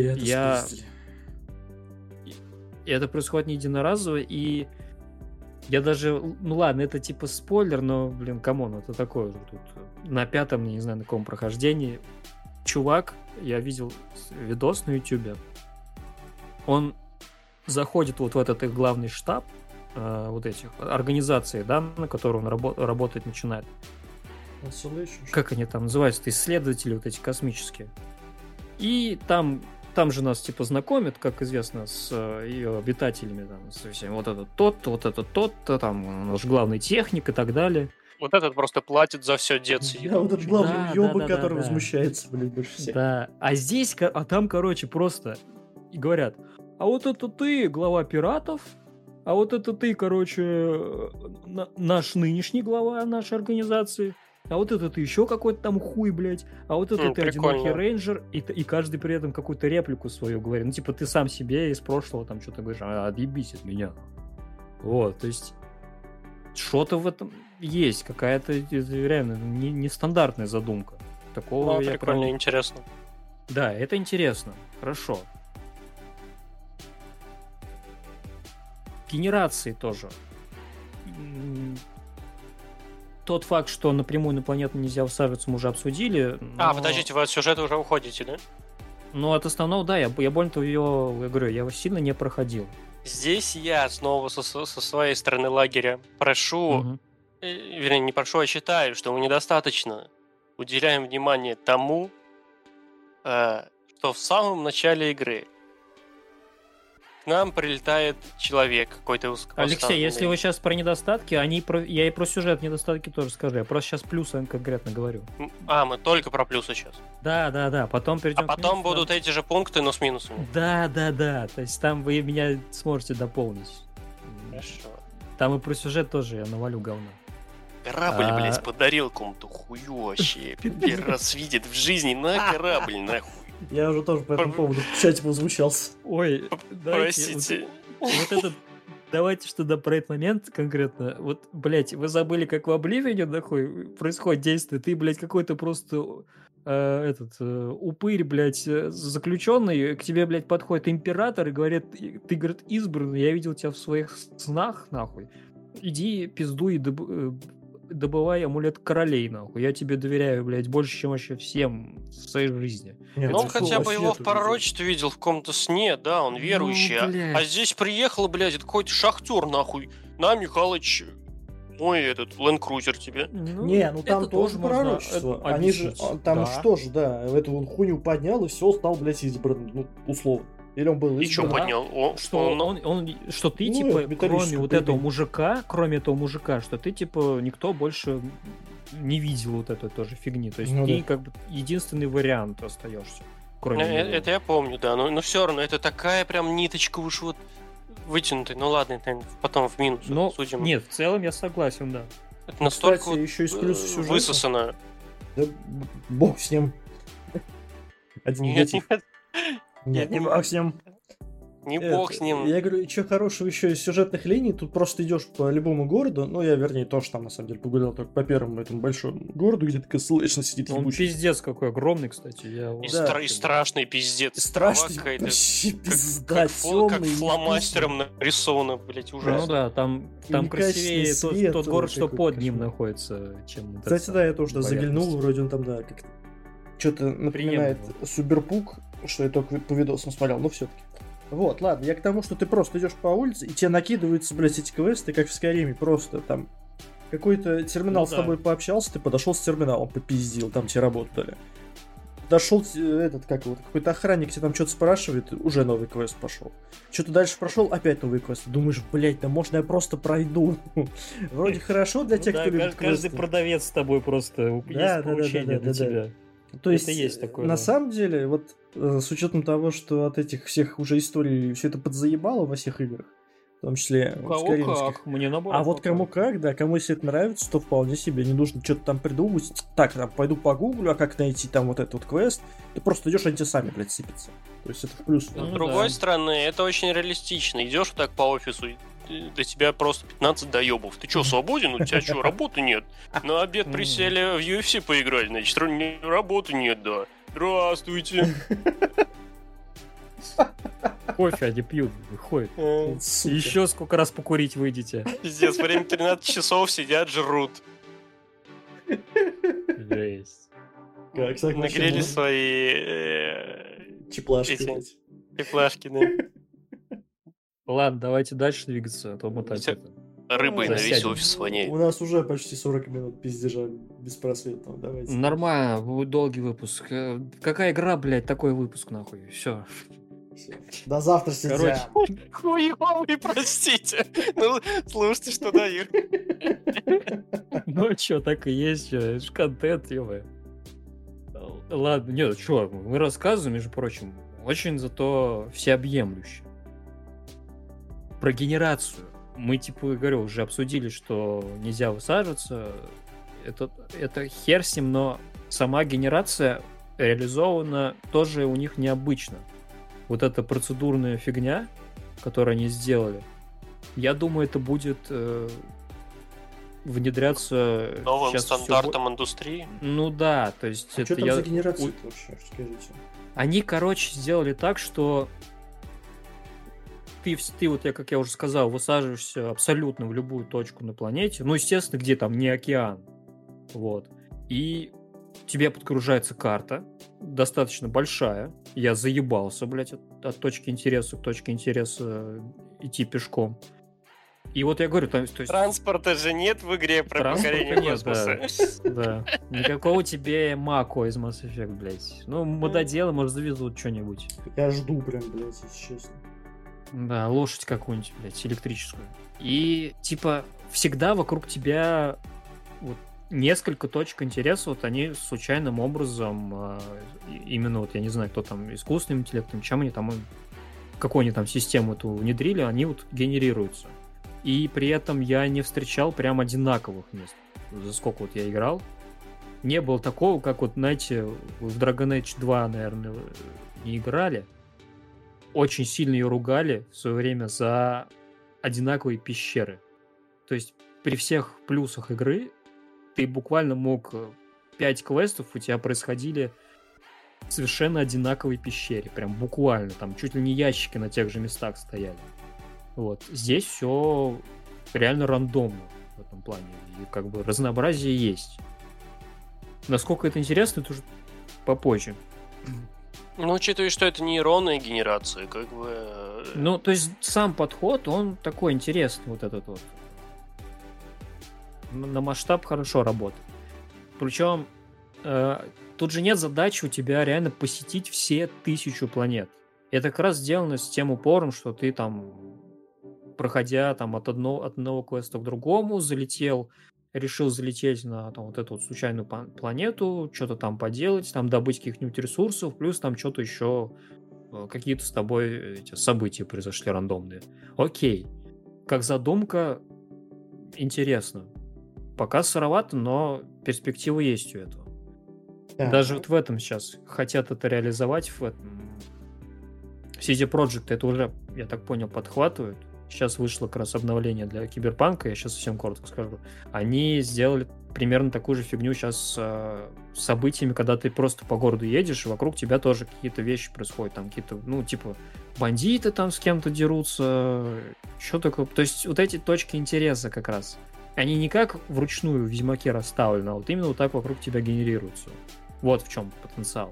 это происходит не единоразово, и я даже... Ну ладно, это типа спойлер, но, блин, камон, это такое же тут. На 5-м, не знаю, на каком прохождении, чувак, я видел видос на ютубе, он заходит вот в этот их главный штаб, вот этих организаций, да, на которой он работать начинает. Как они там называются? Исследователи вот эти космические. И там же нас типа знакомят, как известно, с ее обитателями, там, со всеми. Вот это тот-то, там наш главный техник и так далее.
Вот этот просто платит за все, дед сидит.
Да, вот этот главный ёбок, который возмущается, блин, больше всех.
Да, а там, короче, просто и говорят, а вот это ты, глава пиратов, а вот это ты, короче, наш нынешний глава нашей организации, а вот это ты еще какой-то там хуй, блядь, а вот это ты одинокий рейнджер, и каждый при этом какую-то реплику свою говорит. Ну, типа, ты сам себе из прошлого там что-то говоришь, отъебись от меня. Вот, то есть, что-то в этом есть, какая-то реально нестандартная задумка. Такого я
прикольно, интересно.
Да, это интересно, хорошо. Генерации тоже. Тот факт, что напрямую на планету нельзя всаживаться, мы уже обсудили.
Но... подождите, вы от сюжета уже уходите, да?
Ну, от основного, да, я больно-то ее, я говорю, я его сильно не проходил.
Здесь я снова со своей стороны лагеря прошу, вернее, не прошу, а считаю, что мы недостаточно уделяем внимание тому, что в самом начале игры к нам прилетает человек какой-то высокопоставленный.
Алексей, если вы сейчас про недостатки, я и про сюжет недостатки тоже скажу. Я просто сейчас плюсы конкретно говорю.
Мы только про плюсы сейчас.
Да. Потом перейдем
к потом будут эти же пункты, но с минусами.
Да. То есть там вы меня сможете дополнить.
Хорошо.
Там и про сюжет тоже я навалю говна.
Корабль, блядь, подарил кому-то хую вообще. Первый раз видит в жизни на корабль, нахуй.
Я уже тоже по этому поводу в чате возмущался.
Ой,
простите.
Вот этот... Давайте что-то про этот момент конкретно. Вот, блядь, вы забыли, как в Обливионе нахуй происходит действие. Ты, блядь, какой-то просто упырь, блядь, заключенный, к тебе, блядь, подходит император и говорит, ты, говорит, избранный, я видел тебя в своих снах, нахуй. Иди пизду и добывай амулет королей, нахуй. Я тебе доверяю, блядь, больше, чем вообще всем в своей жизни.
Нет,
Ну, он
это
хотя бы
вообще
его в
это
пророчестве видел в каком-то сне, да, он верующий.
блядь.
А здесь приехал, блядь, это какой-то шахтер, нахуй. На, Михалыч, мой этот ленд-крузер тебе.
Не, ну там
это
тоже
можно
пророчество. Они же,
объяснить,
там
да.
что же, да, эту он хуйню поднял и все, стал, блядь, избранным, ну, условно. Или он был
И что
избранным.
поднял?
Что ты,
Ну,
типа,
это металлическое
кроме вот этого
появление.
мужика, что ты, типа, никто больше не видел вот этой тоже фигни. То есть
Ну
ты
да.
как бы единственный вариант остаешься. Кроме него.
Это я помню, да, но все равно это такая прям ниточка уж вот вытянутая. Ну ладно, это потом в минус
Но,
судим.
нет, в целом я согласен, да.
Это настолько
Кстати, еще из плюсов сюжета.
высосано.
Да бог с ним. Один
Нет,
негатив.
нет,
Нет, не
нет,
бог с ним.
не бог с ним.
Я говорю, что хорошего еще из сюжетных линий, тут просто идешь по любому городу, ну, я, вернее, тоже там, на самом деле, погулял только по первому этому большому городу, где такая слышно сидит
Он
ебучий.
пиздец какой огромный, кстати. Я его-
И,
Да.
и страшный пиздец.
Страшный,
Трава какая-то,
вообще
как,
пизда,
как
темный.
фломастером нарисовано, блять,
Ну
ужасно.
да, там
Некачественный
красивее
свет,
тот город, что
какой-то
под ним
кошмар.
находится, чем... вот
Кстати,
это
да, я тоже туда
поверхность.
заглянул, вроде он там, да, как-то что-то напоминает
Приемлемо.
Суперпук, что я только по видосам смотрел, но все-таки. Вот, ладно, я к тому, что ты просто идешь по улице, и тебе накидываются, блядь, эти квесты, как в Скайриме, просто там какой-то терминал
Ну
с
да.
тобой пообщался, ты подошел с терминалом, попиздил, там тебе работу дали. Дошел какой-то охранник тебя там что-то спрашивает, уже новый квест пошел. Что-то дальше прошел, опять новый квест. Думаешь, блядь, да можно я просто пройду. Вроде хорошо для
Ну
тех,
да,
кто любит
каждый
квесты.
продавец с тобой просто есть поручение для тебя.
То есть,
Это есть такое,
на
да.
самом деле, вот с учетом того, что от этих всех уже историй все это подзаебало во всех играх, в том числе
У
в
кого
скайримских.
как, мне наоборот.
А вот кому как, да, кому если это нравится, то вполне себе, не нужно что-то там придумать. Так, там, пойду погуглю, а как найти там вот этот вот квест. Ты просто идешь, они тебе сами, блядь, сыпятся. То есть это в плюс.
Ну
С другой
да.
стороны, это очень реалистично. Идешь вот так по офису, для тебя просто 15 доебов. Ты что, свободен? У тебя что, работы нет? На обед присели в UFC поиграть, значит, работы нет, да. Здравствуйте.
Кофе они пьют, выходит.
Сука.
Еще сколько раз покурить выйдете.
Пиздец, время 13 часов сидят, жрут.
Жесть.
Как, кстати,
Нагрели
машина.
свои
Чеплашки,
эти-
блядь.
теплашки, да.
Ладно, давайте дальше двигаться, а то мы так
Всё.
это...
Рыбой на весь
Засядем.
офис воняет.
У нас уже почти 40 минут пиздежа беспросветного. Давайте.
Нормально, будет долгий выпуск. Какая игра, блядь, такой выпуск, нахуй. Все.
Всё. До завтра,
Короче.
сидя.
Хуёвый, простите. Ну, слушайте, что дают.
Ну чё, так и есть, чё, это ж контент, ё-моё. Ладно, нет, чё, мы рассказываем, между прочим, очень зато всеобъемлюще. Про генерацию. Мы, типа, говорю, уже обсудили, что нельзя высаживаться. Это хер с ним, но сама генерация реализована тоже у них необычно. Вот эта процедурная фигня, которую они сделали, я думаю, это будет внедряться
Новым
щас всё
стандартом индустрии.
Ну да, то есть
А
это
что там
я...
за генерация вообще, скажите?
Они, короче, сделали так, что ты вот, как я уже сказал, высаживаешься абсолютно в любую точку на планете, ну, естественно, где там не океан, вот, и тебе подгружается карта, достаточно большая, я заебался, блядь, от точки интереса к точке интереса идти пешком. И вот я говорю, то есть
Транспорта же нет в игре про
Транспорта
покорение
нет,
космоса.
да. Никакого тебе Мако из Mass Effect, блядь. Ну, мододелы, может, завезут что-нибудь.
Я жду прям, блядь, если честно.
Да, лошадь какую-нибудь, блядь, электрическую. И, типа, всегда вокруг тебя вот несколько точек интереса, вот они случайным образом, именно вот, я не знаю, кто там, искусственным интеллектом, чем они там, какую они там систему эту внедрили, они вот генерируются. И при этом я не встречал прям одинаковых мест. За сколько вот я играл. Не было такого, как вот, знаете, в Dragon Age 2, наверное, не играли. Очень сильно ее ругали в свое время за одинаковые пещеры. То есть при всех плюсах игры ты буквально мог 5 квестов у тебя происходили в совершенно одинаковой пещере. Прям буквально. Там чуть ли не ящики на тех же местах стояли. Вот. Здесь все реально рандомно в этом плане. И как бы разнообразие есть. Насколько это интересно, это уже попозже.
Ну, учитывая, что это нейронная генерация, как бы...
Ну, то есть сам подход, он такой интересный, вот этот вот. На масштаб хорошо работает. Причем тут же нет задачи у тебя реально посетить все 1000 планет. Это как раз сделано с тем упором, что ты там, проходя там от одного квеста к другому, решил залететь на там, вот эту вот случайную планету, что-то там поделать, там добыть каких-нибудь ресурсов, плюс там что-то еще, какие-то с тобой эти события произошли рандомные. Окей. Как задумка интересно. Пока сыровато, но перспективы есть у этого.
Да.
Даже вот в этом сейчас хотят это реализовать. В этом CD Projekt это уже, я так понял, подхватывают. Сейчас вышло как раз обновление для Киберпанка, я сейчас совсем коротко скажу. Они сделали примерно такую же фигню сейчас с событиями, когда ты просто по городу едешь, и вокруг тебя тоже какие-то вещи происходят. Там какие-то, ну, типа, бандиты там с кем-то дерутся. Что такое? То есть вот эти точки интереса как раз. Они не как вручную в Ведьмаке расставлены, а вот именно вот так вокруг тебя генерируются. Вот в чем потенциал.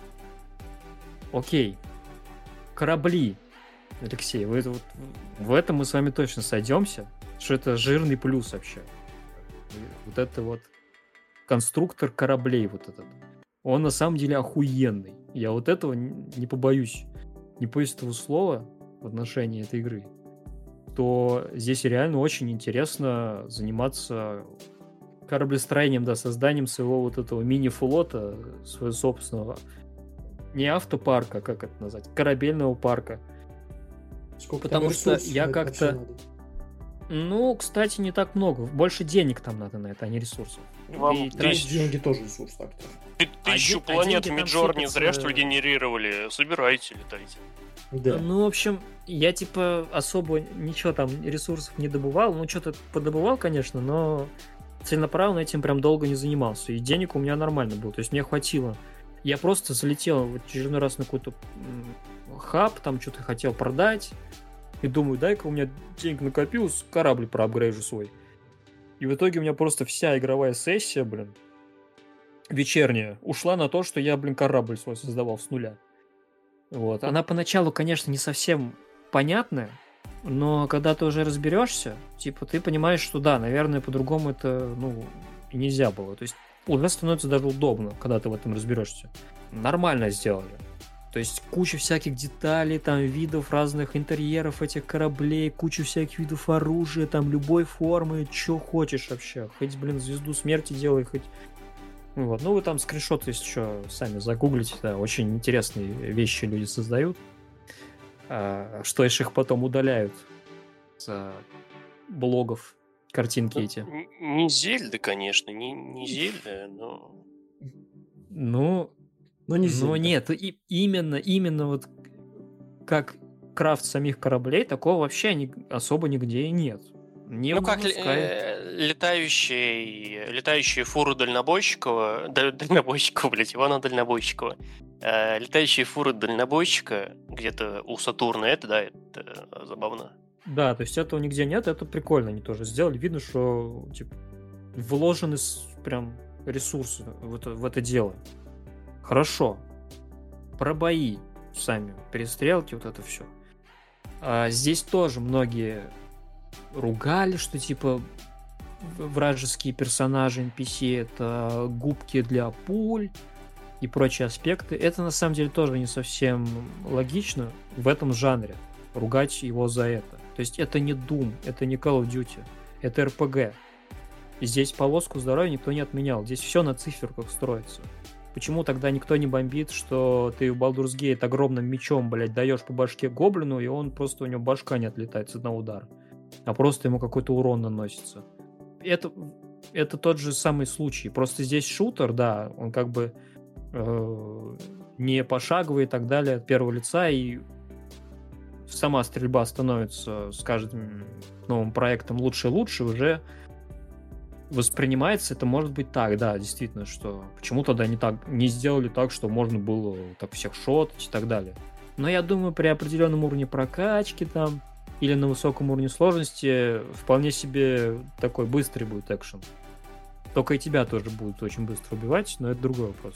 Окей. Корабли. Алексей, в этом мы с вами точно сойдемся, что это жирный плюс вообще. Вот это вот конструктор кораблей вот этот. Он на самом деле охуенный. Я вот этого не побоюсь. Не боюсь этого слова в отношении этой игры. То здесь реально очень интересно заниматься кораблестроением, да, созданием своего вот этого мини-флота, своего собственного, не автопарка, как это назвать, корабельного парка.
Сколько
Потому что я
надо,
как-то...
надо?
Ну, кстати, не так много. Больше денег там надо на это, а не ресурсов.
Вам
И
тысяч-
Деньги тоже ресурс так-то.
1000
а
планет
деньги там
Миджорни
сыпятся.
зря, что ли, генерировали. Собирайте, летайте.
Да.
Ну, в общем, я типа особо ничего там, ресурсов не добывал. Ну, что-то подобывал, конечно, но целенаправленно этим прям долго не занимался. И денег у меня нормально было. То есть мне хватило. Я просто залетел в очередной раз на какой-то хаб, там что-то хотел продать. И думаю, дай-ка у меня денег накопилось, корабль проапгрейжу свой. И в итоге у меня просто вся игровая сессия, блин, вечерняя, ушла на то, что я, блин, корабль свой создавал с нуля. Вот. Она поначалу, конечно, не совсем понятная, но когда ты уже разберешься, типа, ты понимаешь, что да, наверное, по-другому это, ну, и нельзя было. То есть уже становится даже удобно, когда ты в этом разберешься. Нормально сделали. То есть куча всяких деталей, там, видов разных интерьеров этих кораблей, куча всяких видов оружия, там, любой формы, что хочешь вообще. Хоть, блин, звезду смерти делай, хоть... Вот. Ну, вы там скриншоты, если что, сами загуглите, да, очень интересные вещи люди создают. Что еще их потом удаляют с блогов, картинки эти.
Не Зельда, конечно, не Зельда, но...
Ну...
Но не
Ну
Зельда.
нет, именно вот как крафт самих кораблей, такого вообще особо нигде и нет. Не
Ну как
выпускают.
летающие фуры дальнобойщикова, блядь, Ивана Дальнобойщикова. Летающие фуры дальнобойщика где-то у Сатурна, это забавно.
Да, то есть этого нигде нет, это прикольно они тоже сделали. Видно, что типа, вложены прям ресурсы в это дело. Хорошо. Про бои сами, перестрелки, вот это все. Здесь тоже многие ругали, что типа вражеские персонажи NPC это губки для пуль и прочие аспекты. Это на самом деле тоже не совсем логично в этом жанре. Ругать его за это. То есть это не Doom, это не Call of Duty, это RPG. И здесь полоску здоровья никто не отменял. Здесь все на циферках строится. Почему тогда никто не бомбит, что ты в Baldur's Gate огромным мечом, блядь, даешь по башке гоблину, и он просто, у него башка не отлетает с одного удара, а просто ему какой-то урон наносится. Это тот же самый случай. Просто здесь шутер, да, он как бы не пошаговый и так далее от первого лица, и сама стрельба становится с каждым новым проектом лучше и лучше, уже воспринимается, это может быть так, да, действительно, что почему тогда не сделали так, что можно было так всех шотать и так далее. Но я думаю, при определенном уровне прокачки там или на высоком уровне сложности вполне себе такой быстрый будет экшен. Только и тебя тоже будут очень быстро убивать, но это другой вопрос.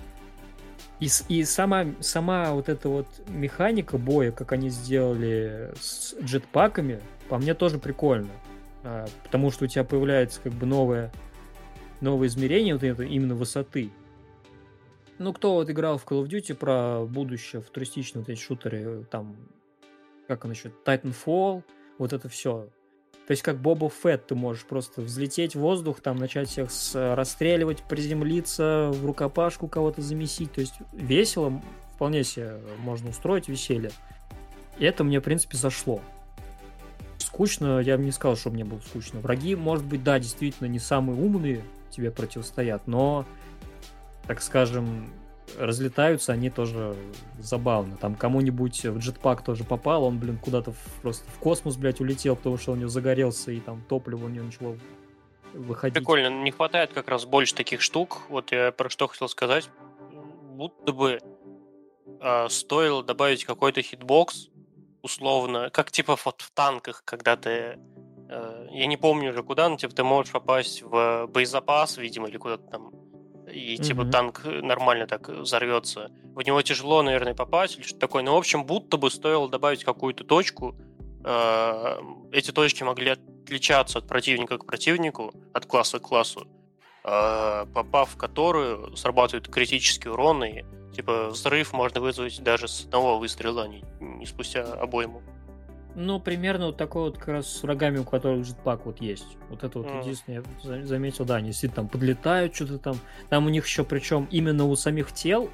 И сама вот эта вот механика боя, как они сделали с джетпаками, по мне тоже прикольно. Потому что у тебя появляется как бы новое измерение вот это, именно высоты. Ну, кто вот играл в Call of Duty про будущее, футуристичные вот эти шутеры, там, как он еще, Titanfall, вот это все. То есть как Боба Фетт ты можешь просто взлететь в воздух, там начать всех расстреливать, приземлиться, в рукопашку кого-то замесить. То есть весело, вполне себе можно устроить веселье. И это мне, в принципе, зашло. Скучно, я бы не сказал, что мне было скучно. Враги, может быть, да, действительно не самые умные тебе противостоят, но, так скажем, разлетаются они тоже забавно. Там кому-нибудь в джетпак тоже попал, он, блин, куда-то просто в космос, блядь, улетел, потому что у него загорелся, и там топливо у него начало выходить.
Прикольно, не хватает как раз больше таких штук. Вот я про что хотел сказать. Будто бы стоило добавить какой-то хитбокс, условно, как типа вот в танках, когда ты... я не помню уже куда, но типа ты можешь попасть в боезапас, видимо, или куда-то там, и типа танк нормально так взорвется. В него тяжело, наверное, попасть или что-то такое. Но, в общем, будто бы стоило добавить какую-то точку. Эти точки могли отличаться от противника к противнику, от класса к классу, попав в которую срабатывает критический урон, и типа взрыв можно вызвать даже с одного выстрела, не спустя обойму.
Ну, примерно вот такой вот как раз с врагами, у которых джетпак вот есть. Вот это вот единственное, я заметил, да, они действительно там подлетают, что-то там. Там у них еще, причем именно у самих тел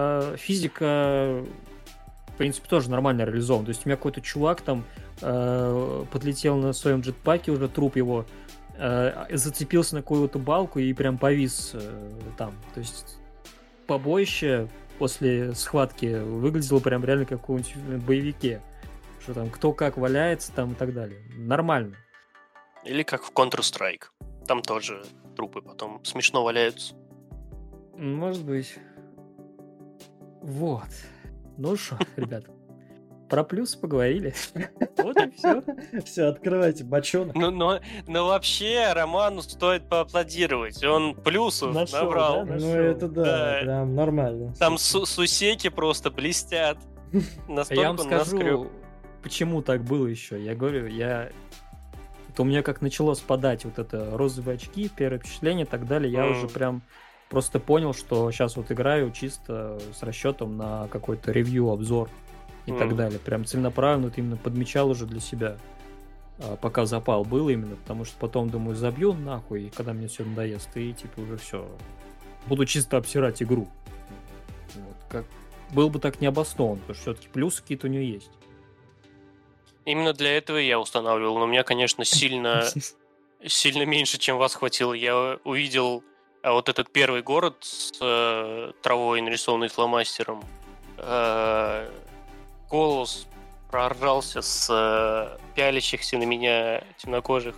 физика, в принципе, тоже нормально реализована. То есть у меня какой-то чувак там подлетел на своем джетпаке, уже труп его, зацепился на какую-то балку и прям повис там. То есть побоище после схватки выглядело прям реально как в каком-нибудь боевике. Что там, кто как валяется там и так далее. Нормально.
Или как в Counter-Strike. Там тоже трупы потом смешно валяются.
Может быть. Вот. Ну что, ребят, про плюсы поговорили. Вот и все.
Все, открывайте бочонок.
Но вообще Роману стоит поаплодировать. Он плюсов набрал.
Да? Ну это да, прям нормально.
Там сусеки просто блестят.
Я вам скажу, почему так было еще. Я говорю, это у меня как начало спадать вот это розовые очки, первое впечатление и так далее. Я уже прям просто понял, что сейчас вот играю чисто с расчетом на какой-то ревью, обзор и так далее. Прям целенаправленно вот именно подмечал уже для себя, пока запал был именно, потому что потом, думаю, забью нахуй, и когда мне все надоест, и типа уже все. Буду чисто обсирать игру. Вот. Как... Был бы так необоснован, потому что все-таки плюсы какие-то у нее есть.
Именно для этого я устанавливал, но у меня, конечно, сильно меньше, чем вас хватило. Я увидел вот этот первый город с травой, нарисованный фломастером. Голос проржался с пялящихся на меня темнокожих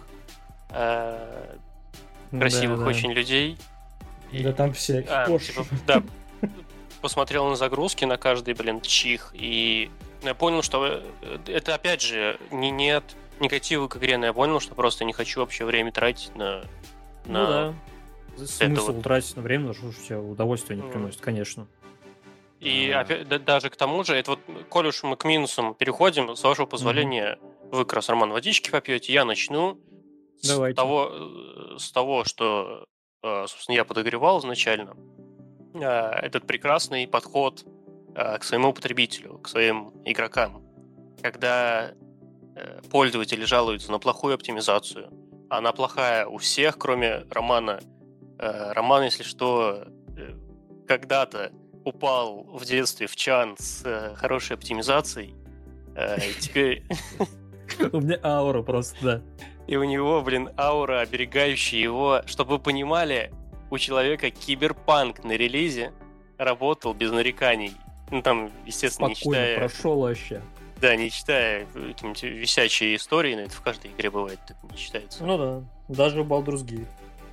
красивых очень людей.
Да там все.
Да, посмотрел на загрузки на каждый, чих, и я понял, что это, опять же, нет негатива к игре, но я понял, что просто не хочу вообще время тратить на
ну да. Смысл тратить на время, потому что у тебя удовольствие не приносит, конечно.
И опять, даже к тому же, это вот, коль уж мы к минусам переходим, с вашего позволения, вы как раз, Роман, водички попьете, я начну с того, что, собственно, я подогревал изначально. Этот прекрасный подход к своему потребителю, к своим игрокам. Когда пользователи жалуются на плохую оптимизацию, она плохая у всех, кроме Романа. Роман, если что, когда-то упал в детстве в чан с хорошей оптимизацией. И теперь...
У меня аура просто, да.
И у него, аура, оберегающая его. Чтобы вы понимали, у человека киберпанк на релизе работал без нареканий. Ну, там, естественно,
спокойно
не читая...
прошел вообще.
Да, не читая какие-нибудь висячие истории, но это в каждой игре бывает, это не считается.
Ну да, даже в Baldur's Gate.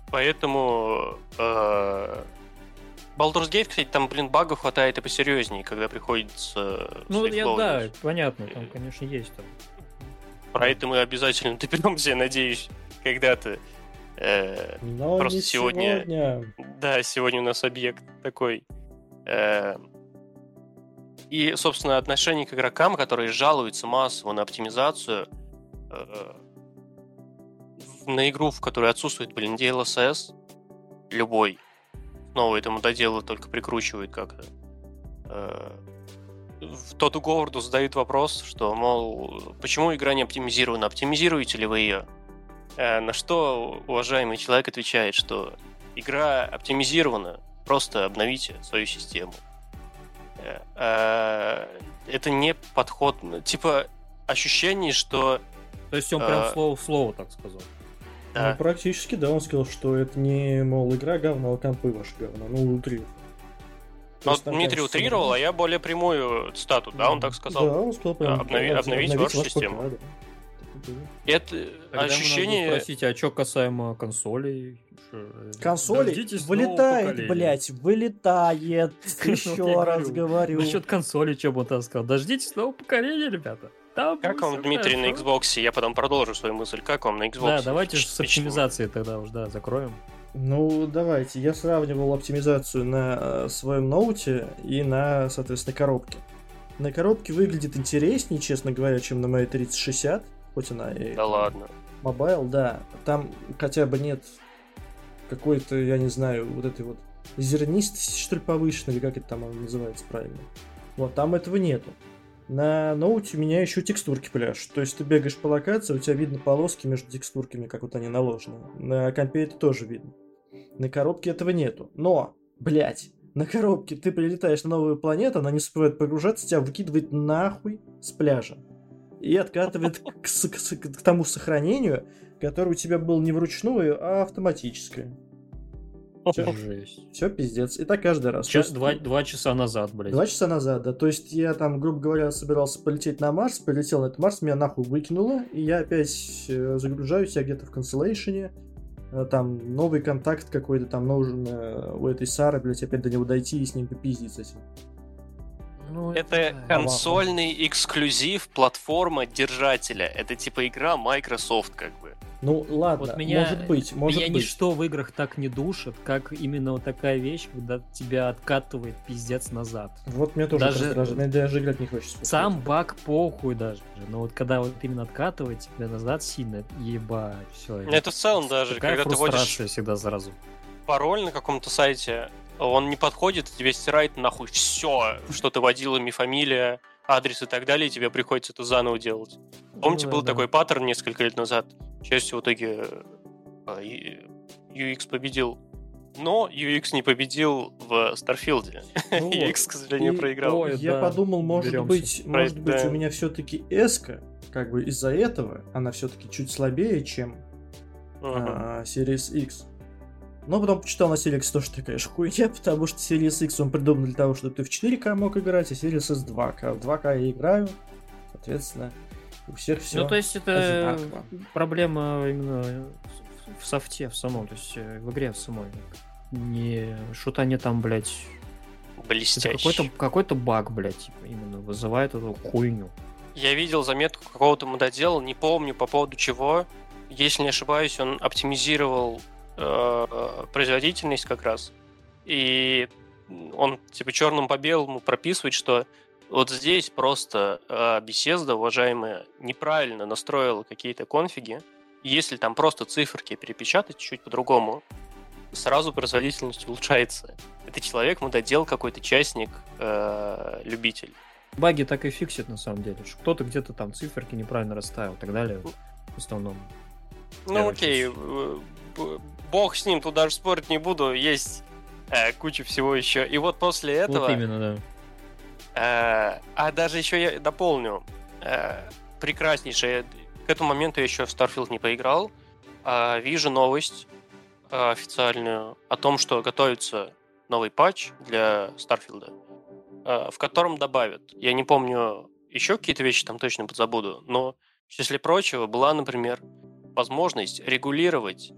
Поэтому Baldur's Gate, кстати, там, багов хватает и посерьезнее, когда приходится...
да, понятно, там, конечно, есть там.
Про это мы обязательно доберемся, я надеюсь, когда-то.
Но
просто
не сегодня.
Да, сегодня у нас объект такой. И, собственно, отношение к игрокам, которые жалуются массово на оптимизацию, на игру, в которой отсутствует, DLSS, любой, снова этому доделу только прикручивает как-то. В Тодду Говарду задают вопрос, что, мол, почему игра не оптимизирована? Оптимизируете ли вы ее? На что уважаемый человек отвечает, что игра оптимизирована, просто обновите свою систему. Это не подход, типа ощущение, что...
То есть он прям слово в слово так сказал.
Да. Ну, практически, да, он сказал, что это не, мол, игра говно, а компы ваши говно. Ну, утрировал.
Дмитрий утрировал, а я более прямую цитату, да, он так сказал.
Да, он сказал прям,
обновите вашу систему.
ПК, да.
Это
тогда
ощущение...
Спросите, а что касаемо консолей?
Консоли вылетает, блять, вылетает. Еще раз говорю.
Насчет консоли, что бы он там сказал? Дождитесь нового поколения, ребята.
Как вам, Дмитрий, на Xbox? Я потом продолжу свою мысль. Как вам на Xbox?
Да, давайте с оптимизацией тогда уж, да, закроем.
Ну, давайте. Я сравнивал оптимизацию на своем ноуте и на, соответственно, коробке. На коробке выглядит интереснее, честно говоря, чем на моей 3060. Хоть она и...
Да ладно.
Мобайл, да. Там хотя бы нет какой-то, я не знаю, вот этой вот зернистости, что ли, повышенной, или как это там называется правильно. Вот, там этого нету. На ноуте у меня еще текстурки пляшут. То есть ты бегаешь по локации, у тебя видно полоски между текстурками, как вот они наложены. На компе это тоже видно. На коробке этого нету. Но, блять, на коробке ты прилетаешь на новую планету, она не успевает погружаться, тебя выкидывает нахуй с пляжа. И откатывает к тому сохранению, которое у тебя было не вручную, а автоматическое.
Жесть.
Все пиздец. И так каждый раз.
Два часа назад, блядь.
2 часа назад, да. То есть я там, грубо говоря, собирался полететь на Марс, полетел на этот Марс, меня нахуй выкинуло, и я опять загружаюсь, я где-то в Constellation, там новый контакт какой-то там нужен у этой Сары, блядь, опять до него дойти и с ним попиздить этим.
Ну, это консольный эксклюзив, платформа держателя. Это типа игра Microsoft, как бы.
Ну ладно,
вот
может быть.
Меня ничто в играх так не душит, как именно вот такая вещь, когда тебя откатывает пиздец назад.
Вот мне тоже раздражает, даже играть не хочется.
Сам баг похуй даже, но вот когда вот именно откатывает тебя назад сильно, ебать, все.
Это в целом даже,
когда
ты вводишь
всегда сразу.
Пароль на каком-то сайте, он не подходит, тебе стирает нахуй все, что ты вводил, имя, фамилия, адрес и так далее, и тебе приходится это заново делать. Помните, был такой паттерн несколько лет назад? К счастью, в итоге UX победил. Но UX не победил в Старфилде. UX, к сожалению, проиграл.
Я подумал, может быть, у меня все-таки эска, как бы из-за этого, она все-таки чуть слабее, чем Series X. Но потом почитал на Series X тоже такая же хуйня, потому что Series X он придуман для того, чтобы ты в 4К мог играть, а Series S 2К. В 2К я играю, соответственно, у всех все.
Ну, то есть это одинаково. Проблема именно в софте, в самом, то есть в игре в самой. Не что-то они там, блядь...
Блестяще.
Какой-то баг, блядь, именно вызывает эту хуйню.
Я видел заметку какого-то мододела, не помню по поводу чего. Если не ошибаюсь, он оптимизировал производительность как раз. И он типа черным по белому прописывает, что вот здесь просто Bethesda, уважаемая, неправильно настроила какие-то конфиги. И если там просто циферки перепечатать чуть по-другому, сразу производительность улучшается. Это человек, мододел какой-то, частник, любитель.
Баги так и фиксит на самом деле. Кто-то где-то там циферки неправильно расставил и так далее. В основном.
Ну окей, бог с ним, тут даже спорить не буду. Есть куча всего еще. И вот после этого...
Вот именно,
да. А даже еще я дополню. Прекраснейшее. К этому моменту я еще в Starfield не поиграл. Вижу новость официальную о том, что готовится новый патч для Starfield, в котором добавят, я не помню, еще какие-то вещи там точно подзабуду, но в числе прочего была, например, возможность регулировать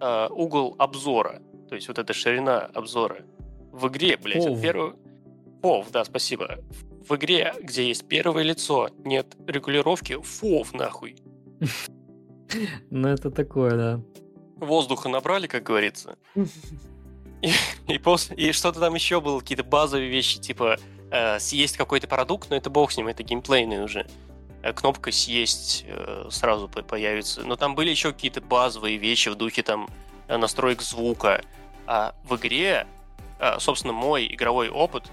угол обзора. То есть вот эта ширина обзора. В игре, блядь,
Пов.
Пов, да, спасибо. В игре, где есть первое лицо, нет регулировки, фов нахуй.
Ну, это такое, да.
Воздуха набрали, как говорится. И что-то там еще было, какие-то базовые вещи, типа съесть какой-то продукт, но это бог с ним, это геймплейный уже. Кнопка «Съесть» сразу появится. Но там были еще какие-то базовые вещи в духе там настроек звука. А в игре, собственно, мой игровой опыт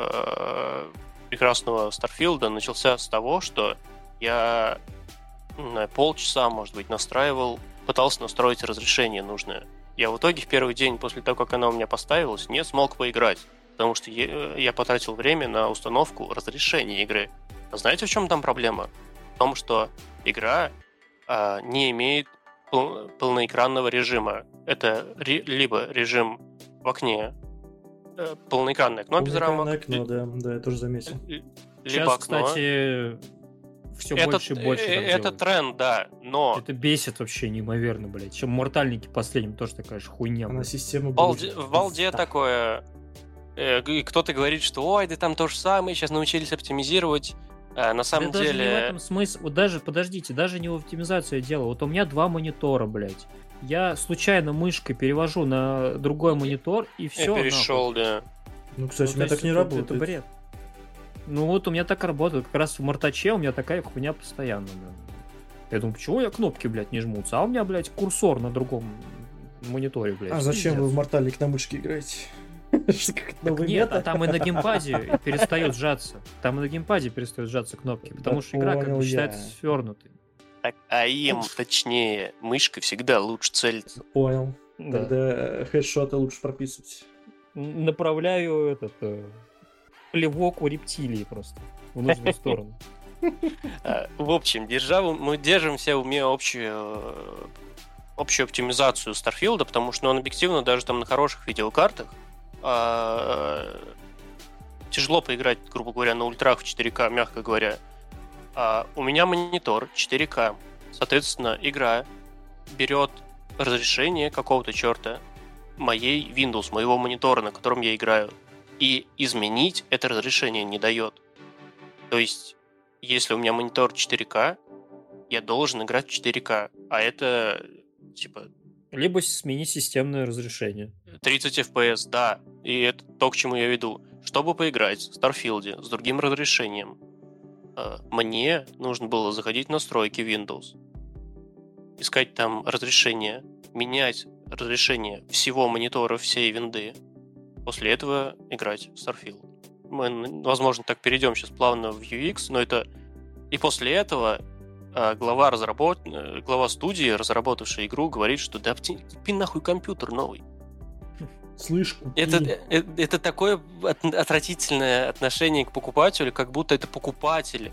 прекрасного Старфилда начался с того, что я полчаса, может быть, пытался настроить разрешение нужное. Я в итоге в первый день после того, как она у меня поставилась, не смог поиграть, потому что я потратил время на установку разрешения игры. А знаете, в чем там проблема? В том, что игра не имеет полноэкранного режима. Это либо режим в окне, полноэкранное окно без рамок.
Полноэкранное окно, да, я тоже заметил.
Либо
Сейчас,
окно.
кстати, все больше и больше так
Это
делают.
тренд, да, но...
Это бесит вообще неимоверно, блядь. Чем мортальники последним тоже такая же хуйня,
Она
блядь.
система...
В балде такое... И кто-то говорит, что ой, да там то же самое, сейчас научились оптимизировать. На самом
Да даже не в
деле...
этом смысл. Вот даже, подождите, даже не в оптимизацию я делал. Вот у меня 2 монитора, блядь. Я случайно мышкой перевожу на другой монитор, и все.
Я перешел, да.
Ну, кстати,
Ну,
у меня
то
так не
есть
работает.
Это бред. Ну вот у меня так работает. Как раз в Мортаче у меня такая хуйня постоянно, блин. Я думаю, почему я кнопки, блядь, не жмутся? А у меня, блядь, курсор на другом мониторе, блядь.
А зачем
Пиздец.
вы в Мортальник на мышке играете?
Так нет, а там и на геймпаде перестает сжаться. Там и на геймпаде перестают сжаться кнопки, потому что игра как
понял
бы
я.
считается свернутой.
А им, точнее, мышкой всегда лучше целиться.
Понял.
Да.
Тогда хедшоты лучше прописывать.
Направляю плевок у рептилии просто в нужную сторону.
В общем, мы держим все в уме общую оптимизацию Старфилда, потому что он объективно даже там на хороших видеокартах тяжело поиграть, грубо говоря, на ультрах в 4К, мягко говоря. У меня монитор 4К. Соответственно, игра берет разрешение какого-то черта моего монитора, на котором я играю, и изменить это разрешение не дает. То есть, если у меня монитор 4К, я должен играть в 4К, а это, типа...
Либо смени системное разрешение.
30 FPS, да. И это то, к чему я веду. Чтобы поиграть в Старфилде с другим разрешением, мне нужно было заходить в настройки Windows, искать там разрешение, менять разрешение всего монитора, всей винды. После этого играть в Starfield. Мы, возможно, так перейдем сейчас плавно в UX, но это... И после этого глава студии, разработавшей игру, говорит, что да купи нахуй компьютер новый.
Слышь, купи.
Это такое отвратительное отношение к покупателю, как будто это покупатель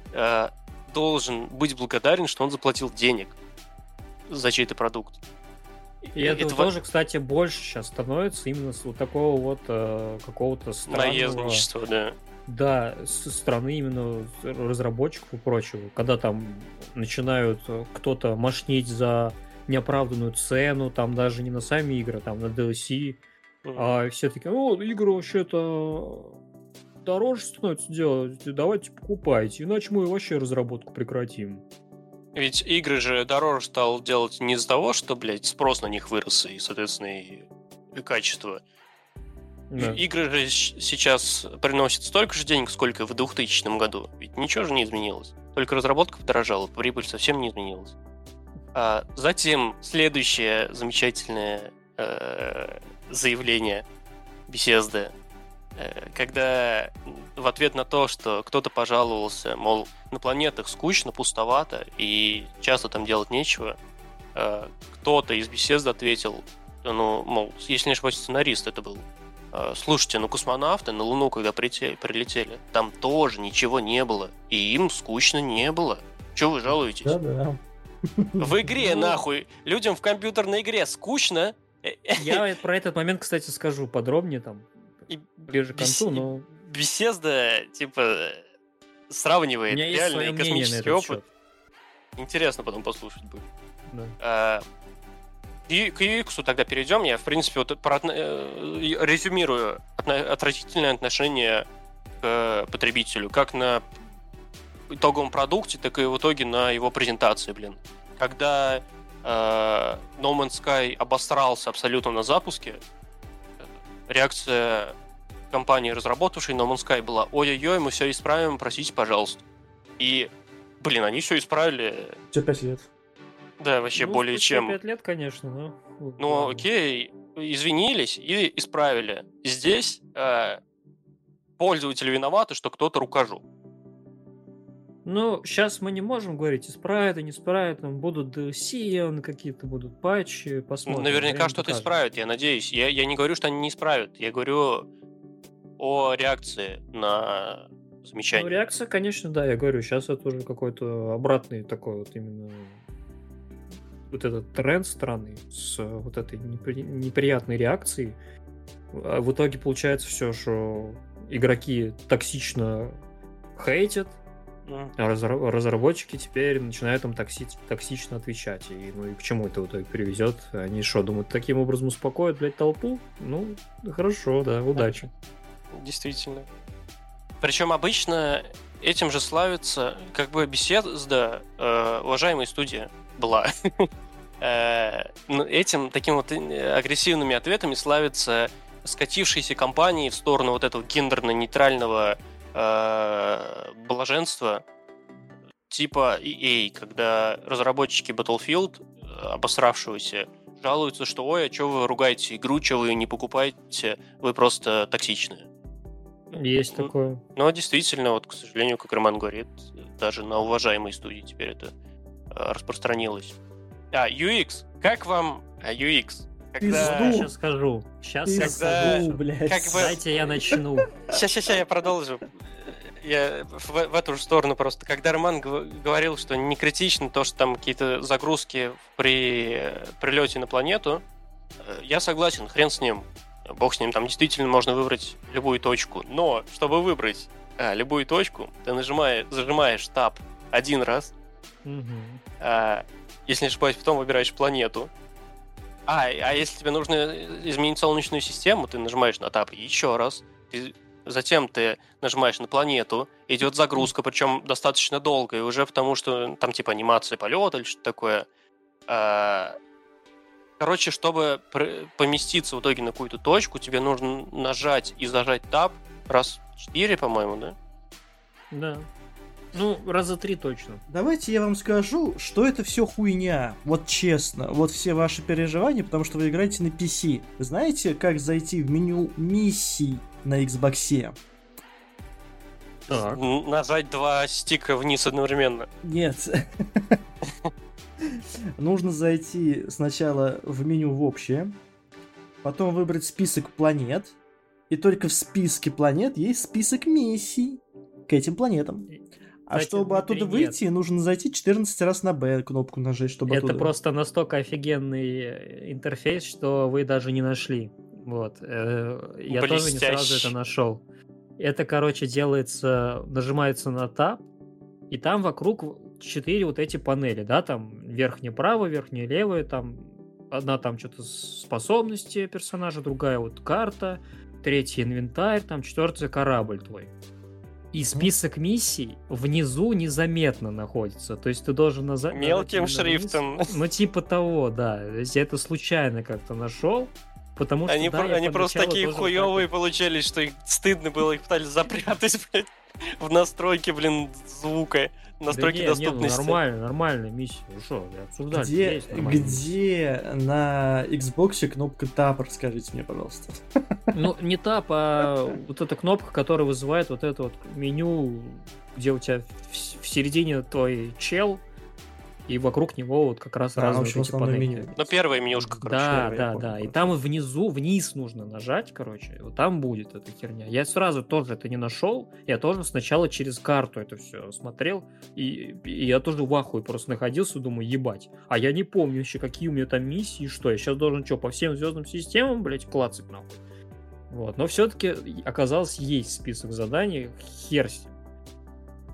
должен быть благодарен, что он заплатил денег за чей-то продукт.
И это тоже, кстати, больше сейчас становится именно с вот такого вот какого-то странного...
Наездничества, да.
Да, со стороны именно разработчиков и прочего. Когда там начинают кто-то мошнить за неоправданную цену, там даже не на сами игры, там на DLC, а все такие, игры вообще-то дороже становится делать, давайте покупайте, иначе мы вообще разработку прекратим.
Ведь игры же дороже стал делать не из-за того, что, блядь, спрос на них вырос и, соответственно, и качество. Да. Игры же сейчас приносят столько же денег, сколько в 2000 году. Ведь ничего же не изменилось. Только разработка подорожала, прибыль совсем не изменилась. А затем следующее замечательное заявление Bethesda, когда в ответ на то, что кто-то пожаловался, мол, на планетах скучно, пустовато и часто там делать нечего, кто-то из Bethesda ответил, мол, если не ошибаюсь, сценарист это был, слушайте, космонавты на Луну, когда прилетели, там тоже ничего не было, и им скучно не было. Чего вы жалуетесь?
Да-да.
В игре, нахуй, людям в компьютерной игре скучно.
Я про этот момент, кстати, скажу подробнее там, ближе к концу, но...
Bethesda, типа, сравнивает реальный космический опыт. Интересно потом послушать будет.
Да.
К UX тогда перейдем. Я, в принципе, вот резюмирую отвратительное отношение к потребителю, как на итоговом продукте, так и в итоге на его презентации, Когда No Man's Sky обосрался абсолютно на запуске, реакция компании, разработавшей No Man's Sky, была: ой-ой-ой, мы все исправим, простите, пожалуйста. И, они все исправили.
Все 5 лет.
Да, вообще более чем.
5 лет, конечно, но...
Ну, окей, извинились и исправили. Здесь пользователи виноваты, что кто-то рукожоп.
Ну, сейчас мы не можем говорить, исправят и не исправят, там будут DLC, какие-то будут патчи, посмотрим.
Наверняка что-то исправят, я надеюсь. Я не говорю, что они не исправят, я говорю о реакции на замечание.
Ну, реакция, конечно, да, я говорю, сейчас это уже какой-то обратный такой вот именно вот этот тренд странный с вот этой неприятной реакцией. А в итоге получается все, что игроки токсично хейтят, а разработчики теперь начинают им токсично отвечать. И к чему это в итоге приведет? Они что, думают, таким образом успокоят, толпу? Ну, хорошо, да, удачи.
Действительно. Причем обычно этим же славится, Bethesda, уважаемая студия, была. Этим таким вот агрессивными ответами славятся скатившиеся компании в сторону вот этого гендерно-нейтрального блаженства типа EA, когда разработчики Battlefield, обосравшегося, жалуются, что ой, а что вы ругаете игру, что вы ее не покупаете, вы просто токсичные.
Есть такое.
Но действительно, вот, к сожалению, как Роман говорит, даже на уважаемой студии теперь это распространилось. UX. Как вам UX?
Я сейчас скажу.
блядь.
Дайте я начну.
Сейчас я продолжу. Я в эту же сторону просто. Когда Роман говорил, что не критично то, что там какие-то загрузки при прилете на планету, я согласен, хрен с ним. Бог с ним, там действительно можно выбрать любую точку. Но, чтобы выбрать любую точку, ты зажимаешь Tab один раз. Если не ошибаюсь, потом выбираешь планету. А если тебе нужно изменить Солнечную систему, ты нажимаешь на Tab еще раз. Затем ты нажимаешь на планету, идет загрузка, причем достаточно долго, и уже потому что там типа анимация полета или что-то такое. Короче, чтобы поместиться в итоге на какую-то точку, тебе нужно нажать и зажать Tab раз 4, по-моему, да?
Да. Ну, раза 3 точно.
Давайте я вам скажу, что это все хуйня. Вот честно. Вот все ваши переживания, потому что вы играете на PC. Вы знаете, как зайти в меню миссий на Xbox?
Нажать 2 стика вниз одновременно.
Нет. Нужно зайти сначала в меню в общее, потом выбрать список планет, и только в списке планет есть список миссий к этим планетам. А чтобы оттуда выйти, нужно зайти 14 раз на B кнопку нажать, чтобы
это
оттуда...
просто настолько офигенный интерфейс, что вы даже не нашли. Вот. Я тоже не сразу это нашел. Это, короче, делается, нажимается на Tab, и там вокруг 4 вот эти панели, да, там верхняя правая, верхняя левая, там одна там что-то способности персонажа, другая вот карта, третья инвентарь, там четвертая корабль твой. И список миссий внизу незаметно находится. То есть ты должен
мелким шрифтом.
Ну, типа того, да. То есть я это случайно как-то нашел. Потому что
они просто такие хуёвые получались, что их стыдно было, их пытались запрятать, блядь, в настройки, звука. Настройки доступности.
Нормальная миссия. Ну что, обсуждали.
Где на Xbox кнопка Tab, расскажите мне, пожалуйста.
Ну, не Tab, а вот эта кнопка, которая вызывает вот это вот меню, где у тебя в середине твой чел, и вокруг него вот как раз разные эти панели.
Ну, первое менюшка, короче.
Да. И там внизу, вниз нужно нажать, короче. Вот там будет эта херня. Я сразу тоже это не нашел. Я тоже сначала через карту это все смотрел. И я тоже в ахуе просто находился, думаю, ебать. А я не помню еще, какие у меня там миссии, что. Я сейчас должен что, по всем звездным системам, блять, клацать нахуй. Вот. Но все-таки оказалось, есть список заданий. Хер с ним.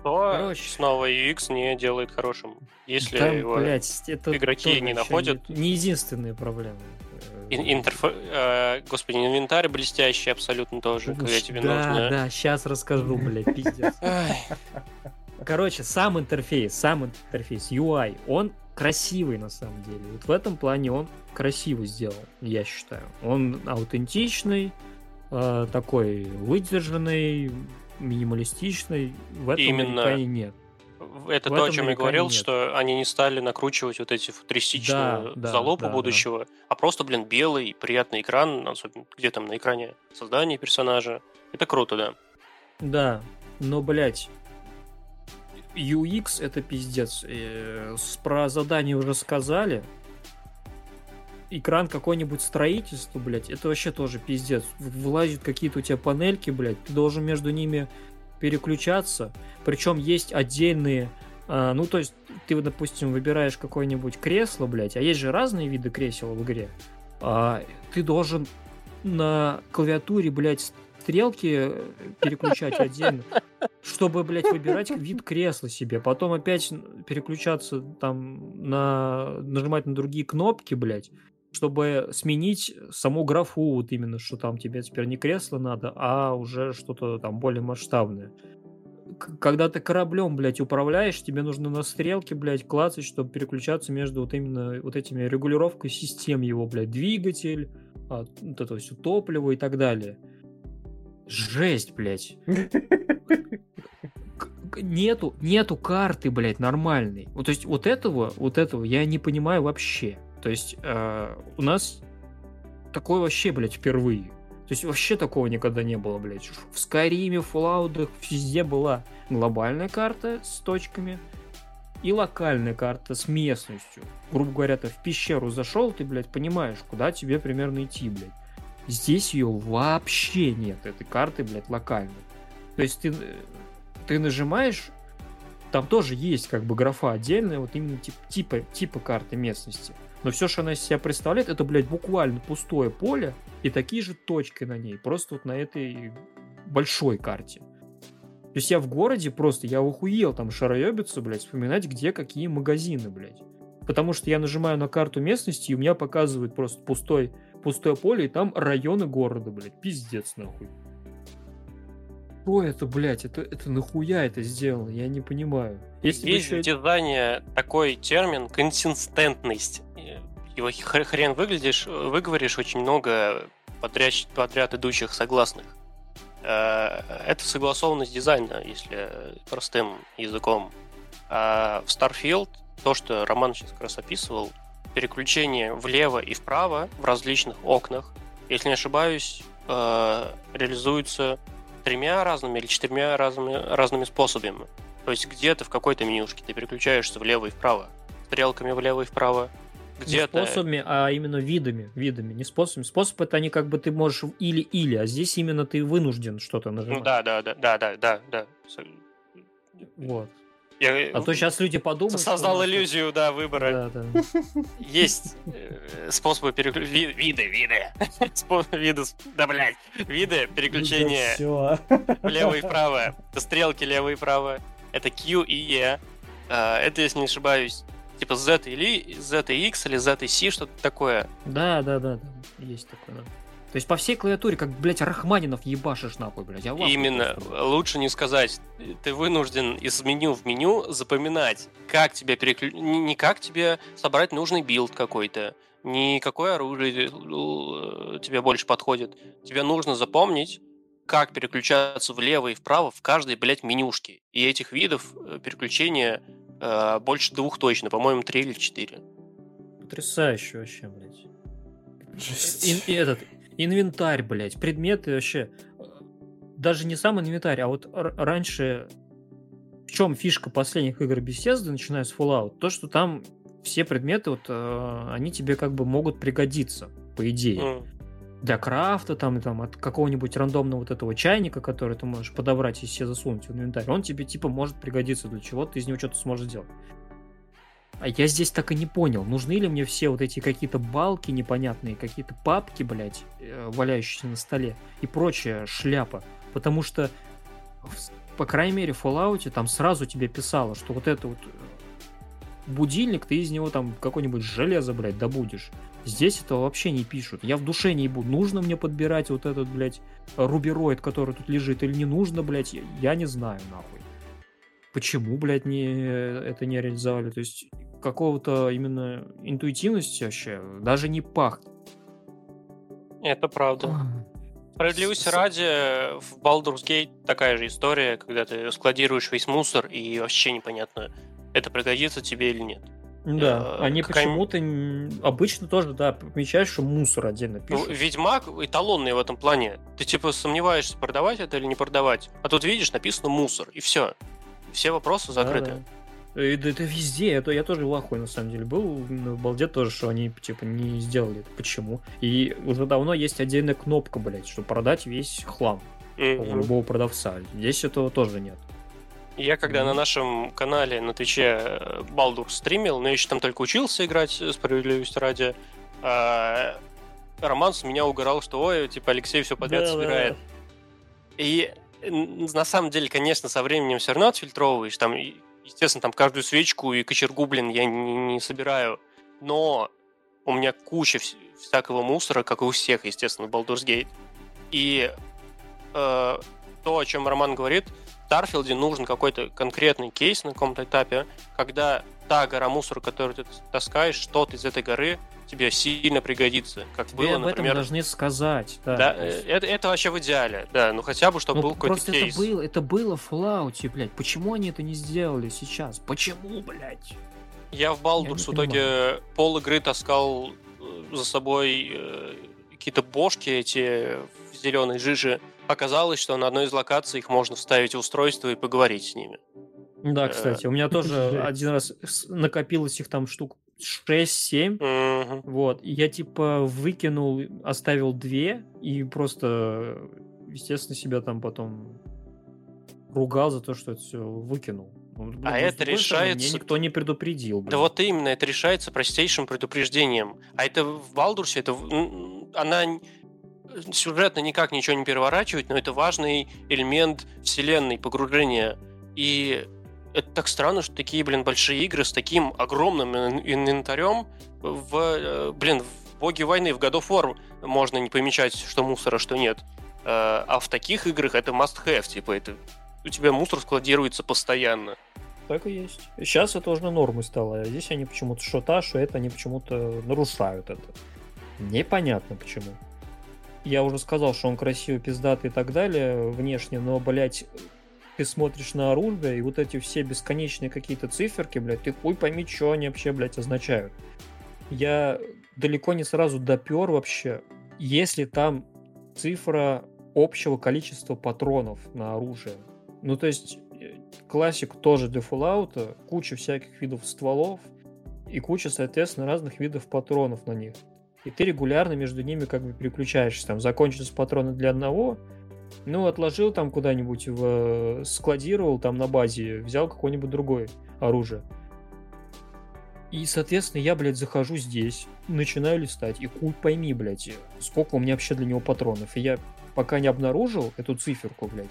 Короче.
снова UX не делает хорошим. Если
Там,
его
блядь, это
игроки
тоже
не
ещё
находят...
Не единственные проблемы.
Господи, инвентарь блестящий абсолютно тоже, когда тебе нужно...
Да, сейчас расскажу, блядь, пиздец.
Ай,
Короче, сам интерфейс, UI, он красивый на самом деле. Вот в этом плане он красиво сделал, я считаю. Он аутентичный, такой выдержанный, минималистичный. В этом
Именно.
нареканий нет.
Это
В
то, о
этом
чем я
нареканий
говорил,
нет.
что они не стали накручивать вот эти футуристичную
Да,
залупу
да.
будущего, а просто, блин, белый, приятный экран, особенно где там на экране создание персонажа. Это круто, да.
Да, но, блядь, UX это пиздец. Про задание уже сказали. Экран какое-нибудь строительство, блядь, это вообще тоже пиздец. Влазят какие-то у тебя панельки, блядь, ты должен между ними переключаться. Причем есть отдельные... ну, то есть, ты, допустим, выбираешь какое-нибудь кресло, блядь, а есть же разные виды кресел в игре. Ты должен на клавиатуре, блядь, стрелки переключать отдельно, чтобы, блядь, выбирать вид кресла себе. Потом опять переключаться там нажимать на другие кнопки, блядь, чтобы сменить саму графу, вот именно, что там тебе теперь не кресло надо, а уже что-то там более масштабное. Когда ты кораблем, блядь, управляешь, тебе нужно на стрелке, блядь, клацать, чтобы переключаться между вот именно вот этими регулировкой систем его, блядь, двигатель, вот это все топливо и так далее. Жесть, блядь. Нету карты, блядь, нормальной. Вот, то есть вот этого я не понимаю вообще. То есть у нас такое вообще, блядь, впервые. То есть вообще такого никогда не было, блядь. В Скайриме, в Fallout везде была глобальная карта с точками и локальная карта с местностью. Грубо говоря, ты в пещеру зашел, ты, блядь, понимаешь, куда тебе примерно идти, блядь. Здесь ее вообще нет, этой карты, блядь, локальной. То есть ты нажимаешь, там тоже есть как бы графа отдельная, вот именно типа карты местности. Но все, что она из себя представляет, это, блядь, буквально пустое поле и такие же точки на ней, просто вот на этой большой карте. То есть я в городе просто, я охуел там шароебиться, блядь, вспоминать, где какие магазины, блядь. Потому что я нажимаю на карту местности, и у меня показывает просто пустое поле, и там районы города, блядь. Пиздец, нахуй. Что это, блядь? Это нахуя это сделано? Я не понимаю.
Если есть в дизайне такой термин консистентность. Его хрен выговоришь очень много подряд идущих согласных. Это согласованность дизайна, если простым языком. А в Starfield то, что Роман сейчас как раз описывал, переключение влево и вправо в различных окнах, если не ошибаюсь, реализуется 3 разными или 4 разными способами. То есть где-то в какой-то менюшке ты переключаешься влево и вправо, стрелками влево и вправо. Где-то...
Не способами, а именно видами, не способами. Способ это они как бы ты можешь или, а здесь именно ты вынужден что-то нажимать.
Да.
Вот. А то сейчас люди подумают...
Создал иллюзию, да, выбора.
Да.
Есть способы переключения... Виды переключения влево и вправо. Это стрелки лево и право. Это Q и E. Это, если не ошибаюсь, типа Z и X или Z и C, что-то такое.
Да. Есть такое, да. То есть по всей клавиатуре, как, блядь, Рахманинов ебашишь нахуй, блядь.
Именно. Лучше не сказать. Ты вынужден из меню в меню запоминать, как тебе не как тебе собрать нужный билд какой-то, не какое оружие тебе больше подходит. Тебе нужно запомнить, как переключаться влево и вправо в каждой, блядь, менюшке. И этих видов переключения больше 2 точно. По-моему, 3 или 4.
Потрясающе вообще, блядь. И этот... Инвентарь, блядь, предметы вообще. Даже не сам инвентарь, а вот раньше... В чем фишка последних игр Bethesda, начиная с Fallout? То, что там все предметы, вот, они тебе как бы могут пригодиться, по идее. Для крафта, там от какого-нибудь рандомного вот этого чайника, который ты можешь подобрать и себе засунуть в инвентарь, он тебе типа может пригодиться для чего-то, ты из него что-то сможешь сделать. А я здесь так и не понял, нужны ли мне все вот эти какие-то балки непонятные, какие-то папки, блядь, валяющиеся на столе и прочая шляпа. Потому что по крайней мере, в Fallout там сразу тебе писало, что вот это вот будильник, ты из него там какое-нибудь железо, блядь, добудешь. Здесь этого вообще не пишут. Я в душе не ебу. Нужно мне подбирать вот этот, блядь, рубероид, который тут лежит, или не нужно, блядь, я не знаю, нахуй. Почему, блядь, это не реализовали? То есть какого-то именно интуитивности вообще даже не пахнет.
Это правда. Справедливости ради, в Baldur's Gate такая же история, когда ты складируешь весь мусор, и вообще непонятно, это пригодится тебе или нет.
Да, они почему-то обычно тоже, да, помечаешь, что мусор отдельно пишут.
Ведьмак эталонный в этом плане. Ты типа сомневаешься, продавать это или не продавать. А тут видишь, написано мусор, и все. Все вопросы закрыты.
Да. Это везде. Я тоже в ахуе, на самом деле, был. В балде тоже, что они типа не сделали это. Почему? И уже давно есть отдельная кнопка, блядь, чтобы продать весь хлам у любого продавца. Здесь этого тоже нет.
Я когда на нашем канале на Твиче Балдур стримил, но я еще там только учился играть, справедливости ради, Роман с меня угорал, что ой, типа Алексей все подряд собирает. И на самом деле, конечно, со временем все равно отфильтровываешь. Там, естественно, там каждую свечку и кочергу, блин, я не собираю. Но у меня куча всякого мусора, как и у всех, естественно, в Baldur's Gate. И то, о чем Роман говорит, в Старфилде нужен какой-то конкретный кейс на каком-то этапе, когда та гора мусора, которую ты таскаешь, что-то из этой горы тебе сильно пригодится. Как
тебе
было,
об
например,
этом должны сказать.
Да, это вообще в идеале. Да, ну хотя бы, чтобы был какой-то кейс.
Это было в Fallout, блядь. Почему они это не сделали сейчас? Почему, блядь?
Я в Baldur's в итоге пол игры таскал за собой какие-то бошки эти в зеленой жиже. Оказалось, что на одной из локаций их можно вставить в устройство и поговорить с ними.
Да, кстати, у меня тоже один раз накопилось их там штук 6-7. Вот. И я типа выкинул, оставил 2 и просто, естественно, себя там потом ругал за то, что это все выкинул.
А это решается...
Мне никто не предупредил.
Да вот именно, это решается простейшим предупреждением. А это в Балдурсе, она сюжетно никак ничего не переворачивает, но это важный элемент вселенной, погружения. И это так странно, что такие, большие игры с таким огромным инвентарем в Боги войны, в God of War можно не помечать, что мусора, что нет. А в таких играх это must-have, типа это у тебя мусор складируется постоянно.
Так и есть. Сейчас это уже нормой стало, а здесь они почему-то что это, они почему-то нарушают это. Непонятно почему. Я уже сказал, что он красивый, пиздатый и так далее внешне, но, блядь, ты смотришь на оружие, и вот эти все бесконечные какие-то циферки, блядь, ты хуй пойми, что они вообще, блядь, означают. Я далеко не сразу допер вообще, если там цифра общего количества патронов на оружие. Ну, то есть, классик тоже для Fallout, куча всяких видов стволов и куча, соответственно, разных видов патронов на них. И ты регулярно между ними как бы переключаешься. Там закончились патроны для одного, ну, отложил там куда-нибудь, складировал там на базе, взял какое-нибудь другое оружие. И, соответственно, я, блядь, захожу здесь, начинаю листать, и хуй пойми, блядь, сколько у меня вообще для него патронов. И я пока не обнаружил эту циферку, блядь,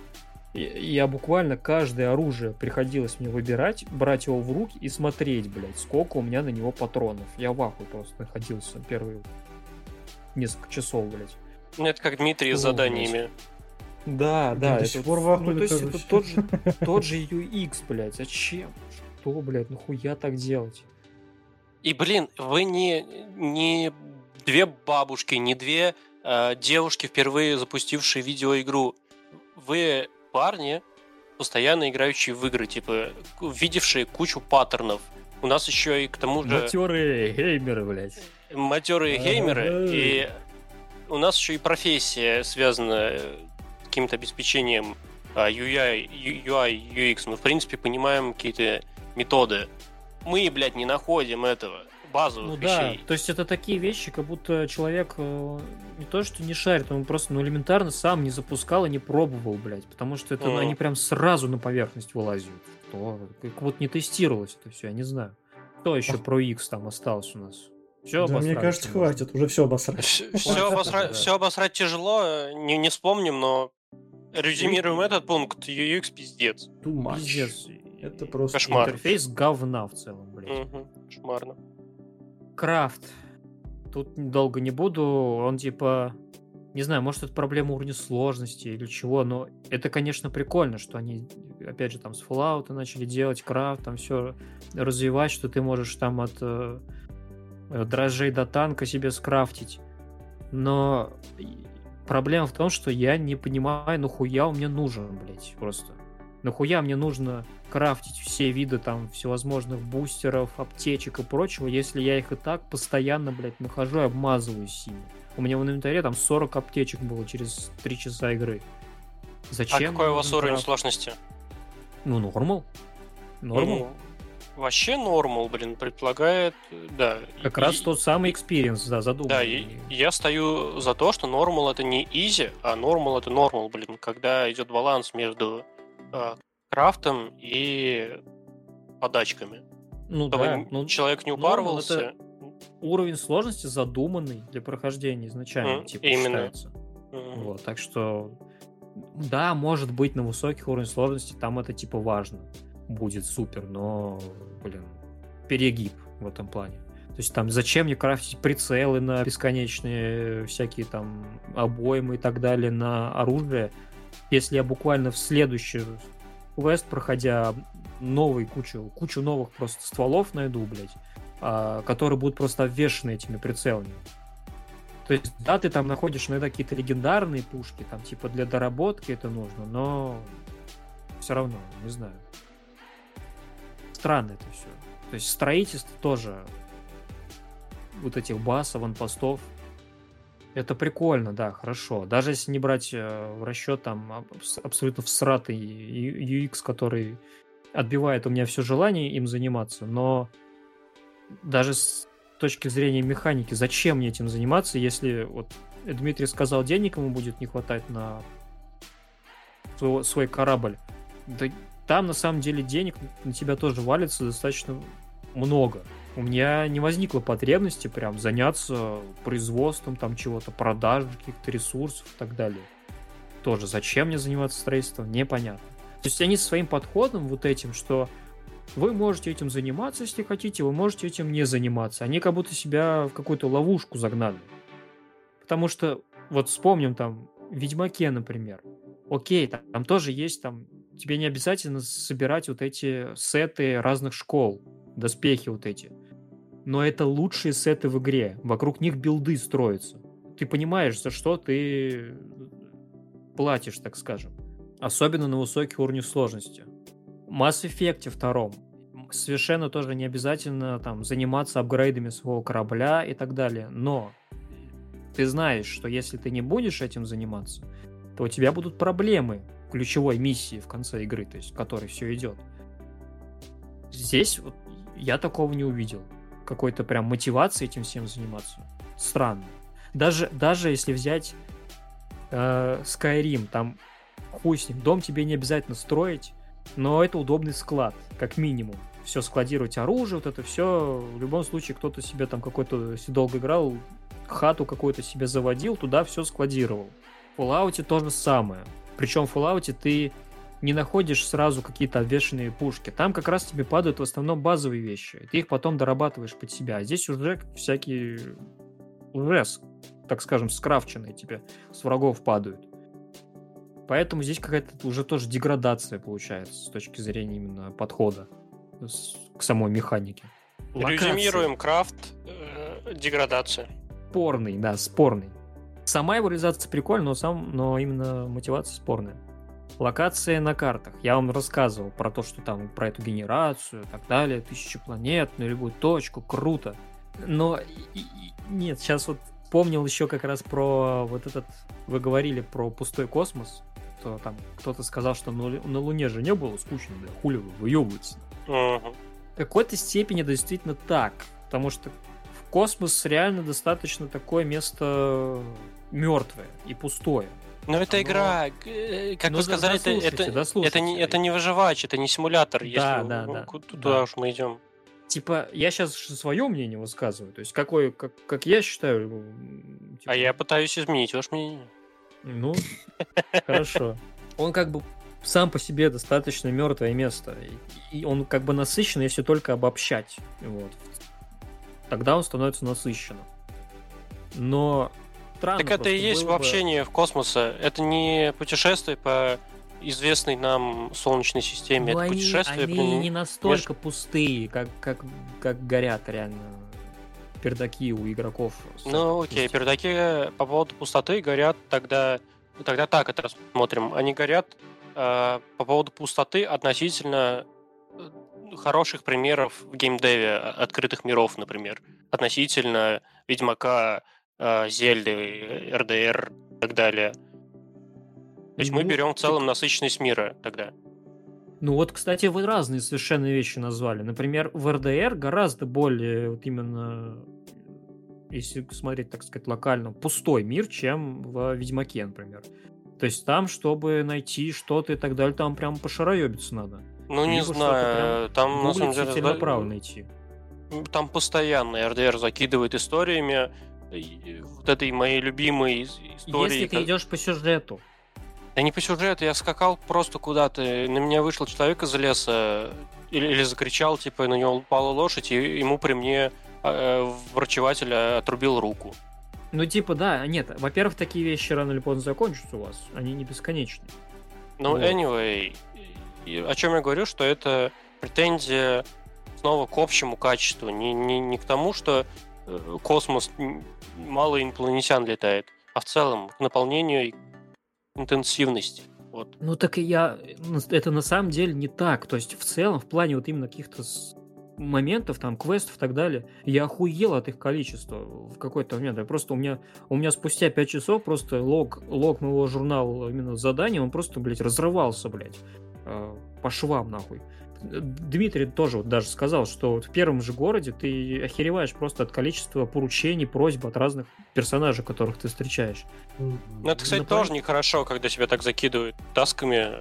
я буквально каждое оружие приходилось мне выбирать, брать его в руки и смотреть, блядь, сколько у меня на него патронов. Я в ахуе просто находился первые несколько часов, блядь.
Ну, это как Дмитрий с заданиями.
Да,
да.
До сих пор в ахуе. Ну, то есть это тот же UX, блядь. Зачем? Что, блядь, нахуя так делать?
И, вы не две бабушки, не две девушки, впервые запустившие видеоигру. Вы парни, постоянно играющие в игры, типа, видевшие кучу паттернов. У нас еще и к тому же...
Матерые геймеры, блядь.
Матерые геймеры, и у нас еще и профессия связана с каким-то обеспечением UI, UX. Мы, в принципе, понимаем какие-то методы. Мы, блядь, не находим этого. Базовых вещей.
Да, то есть это такие вещи, как будто человек не то что не шарит, он просто элементарно сам не запускал и не пробовал, блядь, потому что это они прям сразу на поверхность вылазят. Как будто не тестировалось это все, я не знаю. Кто еще про X там остался у нас?
Все да, мне кажется, хватит, уже все обосрать.
Все обосрать тяжело, не вспомним, но Резюмируем этот пункт. UX пиздец.
Too much.
Пиздец.
Это просто...
Кошмар.
Интерфейс говна в целом, блядь.
Кошмарно.
Крафт. Тут долго не буду. Он типа... Не знаю, может, это проблема уровня сложности или чего, но это, конечно, прикольно, что они, опять же, там с Fallout начали делать крафт, там все развивать, что ты можешь там от дрожжей до танка себе скрафтить. Но проблема в том, что я не понимаю, нахуя он мне нужен, блядь, просто. Нахуя мне нужно крафтить все виды там всевозможных бустеров, аптечек и прочего, если я их и так постоянно, блядь, нахожу и обмазываюсь ими. У меня в инвентаре там 40 аптечек было через 3 часа игры. Зачем?
А какой у вас уровень сложности?
Ну, нормал. Нормал.
Вообще нормал, блин, предполагает, да.
Как раз тот самый экспириенс, да, задуманный.
Да, я стою за то, что нормал это не изи, а нормал это нормал, блин, когда идет баланс между крафтом и подачками.
Ну
чтобы
да.
человек не упарывался.
Это уровень сложности задуманный для прохождения изначально, типа,
именно.
считается. Вот, так что, да, может быть, на высоких уровнях сложности там это, типа, важно. Будет супер, но, блин, перегиб в этом плане. То есть там зачем мне крафтить прицелы на бесконечные всякие там обоймы и так далее на оружие, если я буквально в следующий квест, проходя кучу новых просто стволов найду, блядь, которые будут просто обвешаны этими прицелами. То есть, да, ты там находишь иногда какие-то легендарные пушки, там типа для доработки это нужно, но все равно, не знаю. Странно это все. То есть строительство тоже вот этих баз, аванпостов, это прикольно, да, хорошо. Даже если не брать в расчет там абсолютно всратый UX, который отбивает у меня все желание им заниматься, но даже с точки зрения механики, зачем мне этим заниматься, если вот Дмитрий сказал, денег ему будет не хватать на свой корабль. Да, там на самом деле денег на тебя тоже валится достаточно много. У меня не возникло потребности прям заняться производством там чего-то, продажей каких-то ресурсов и так далее. Тоже зачем мне заниматься строительством, непонятно. То есть они со своим подходом вот этим, что вы можете этим заниматься, если хотите, вы можете этим не заниматься. Они как будто себя в какую-то ловушку загнали. Потому что, вот вспомним там, в Ведьмаке, например. Окей, там тоже есть, там, тебе не обязательно собирать вот эти сеты разных школ, доспехи вот эти. Но это лучшие сеты в игре. Вокруг них билды строятся. Ты понимаешь, за что ты платишь, так скажем. Особенно на высоких уровнях сложности. В Mass Effect 2 совершенно тоже не обязательно там заниматься апгрейдами своего корабля и так далее. Но ты знаешь, что если ты не будешь этим заниматься, то у тебя будут проблемы в ключевой миссии в конце игры, то есть в которой все идет. Здесь вот я такого не увидел. Какой-то прям мотивации этим всем заниматься. Странно. Даже если взять Skyrim, там хуй с ним, дом тебе не обязательно строить, но это удобный склад, как минимум. Все складировать оружие, вот это все. В любом случае, кто-то себе там какой-то, если долго играл, хату какую-то себе заводил, туда все складировал. В Fallout то же самое. Причем в Fallout ты не находишь сразу какие-то обвешанные пушки. Там как раз тебе падают в основном базовые вещи. И ты их потом дорабатываешь под себя. А здесь уже всякие уже, так скажем, скрафченные тебе с врагов падают. Поэтому здесь какая-то уже тоже деградация получается с точки зрения именно подхода к самой механике.
Резюмируем крафт, деградация.
Спорный, да, спорный. Сама его реализация прикольная, но именно мотивация спорная. Локации на картах. Я вам рассказывал про то, что там про эту генерацию и так далее, 1000 планет, на любую точку, круто. Но нет, сейчас вот помнил еще как раз про вот этот, вы говорили про пустой космос, то там кто-то сказал, что на Луне же не было скучно, да, хули вы выебываетесь. В какой-то степени это действительно так, потому что в космос реально достаточно такое место мертвое и пустое.
Но это игра, как вы сказали, это не выживач, это не симулятор, если туда уж мы идем.
Типа, я сейчас свое мнение высказываю, то есть как я считаю. Типа...
А я пытаюсь изменить ваше мнение.
Ну, хорошо. он как бы сам по себе достаточно мертвое место. И он как бы насыщен, если только обобщать. Вот. Тогда он становится насыщенным. Но странно.
Так это и есть обобщение в космосе. Это не путешествие по известной нам Солнечной системе.
Но
это путешествие...
они не настолько пустые, как горят реально пердаки у игроков.
Ну окей, пердаки по поводу пустоты горят тогда так это рассмотрим. Они горят по поводу пустоты относительно хороших примеров в геймдеве открытых миров, например. Относительно Ведьмака, Зельды, РДР и так далее. То есть мы берем в целом насыщенность мира тогда.
Ну вот, кстати, вы разные совершенно вещи назвали. Например, в РДР гораздо более вот именно, если смотреть, так сказать, локально, пустой мир, чем в Ведьмаке, например. То есть там, чтобы найти что-то и так далее, там прям пошароебиться надо.
Ну, не знаю, там на самом деле...
целенаправленно идти.
Там постоянно РДР закидывает историями вот этой моей любимой истории.
Если ты идешь по сюжету.
Да не по сюжету, я скакал просто куда-то, на меня вышел человек из леса, или закричал, типа, на него упала лошадь, и ему при мне врачеватель отрубил руку.
Ну, типа, да, нет, во-первых, такие вещи рано или поздно закончатся у вас, они не бесконечны.
Ну, вот. Anyway, о чем я говорю, что это претензия снова к общему качеству, не к тому, что космос мало инопланетян летает, а в целом к наполнению и интенсивности. Вот.
Ну так и это на самом деле не так. То есть в целом, в плане вот именно каких-то моментов, там, квестов и так далее, я охуел от их количества в какой-то момент. У меня спустя 5 часов просто лог моего журнала именно задания, он просто, блядь, разрывался, блядь, по швам, нахуй. Дмитрий тоже вот даже сказал, что вот в первом же городе ты охереваешь просто от количества поручений, просьб от разных персонажей, которых ты встречаешь.
Ну, это, кстати, тоже нехорошо, когда тебя так закидывают тасками.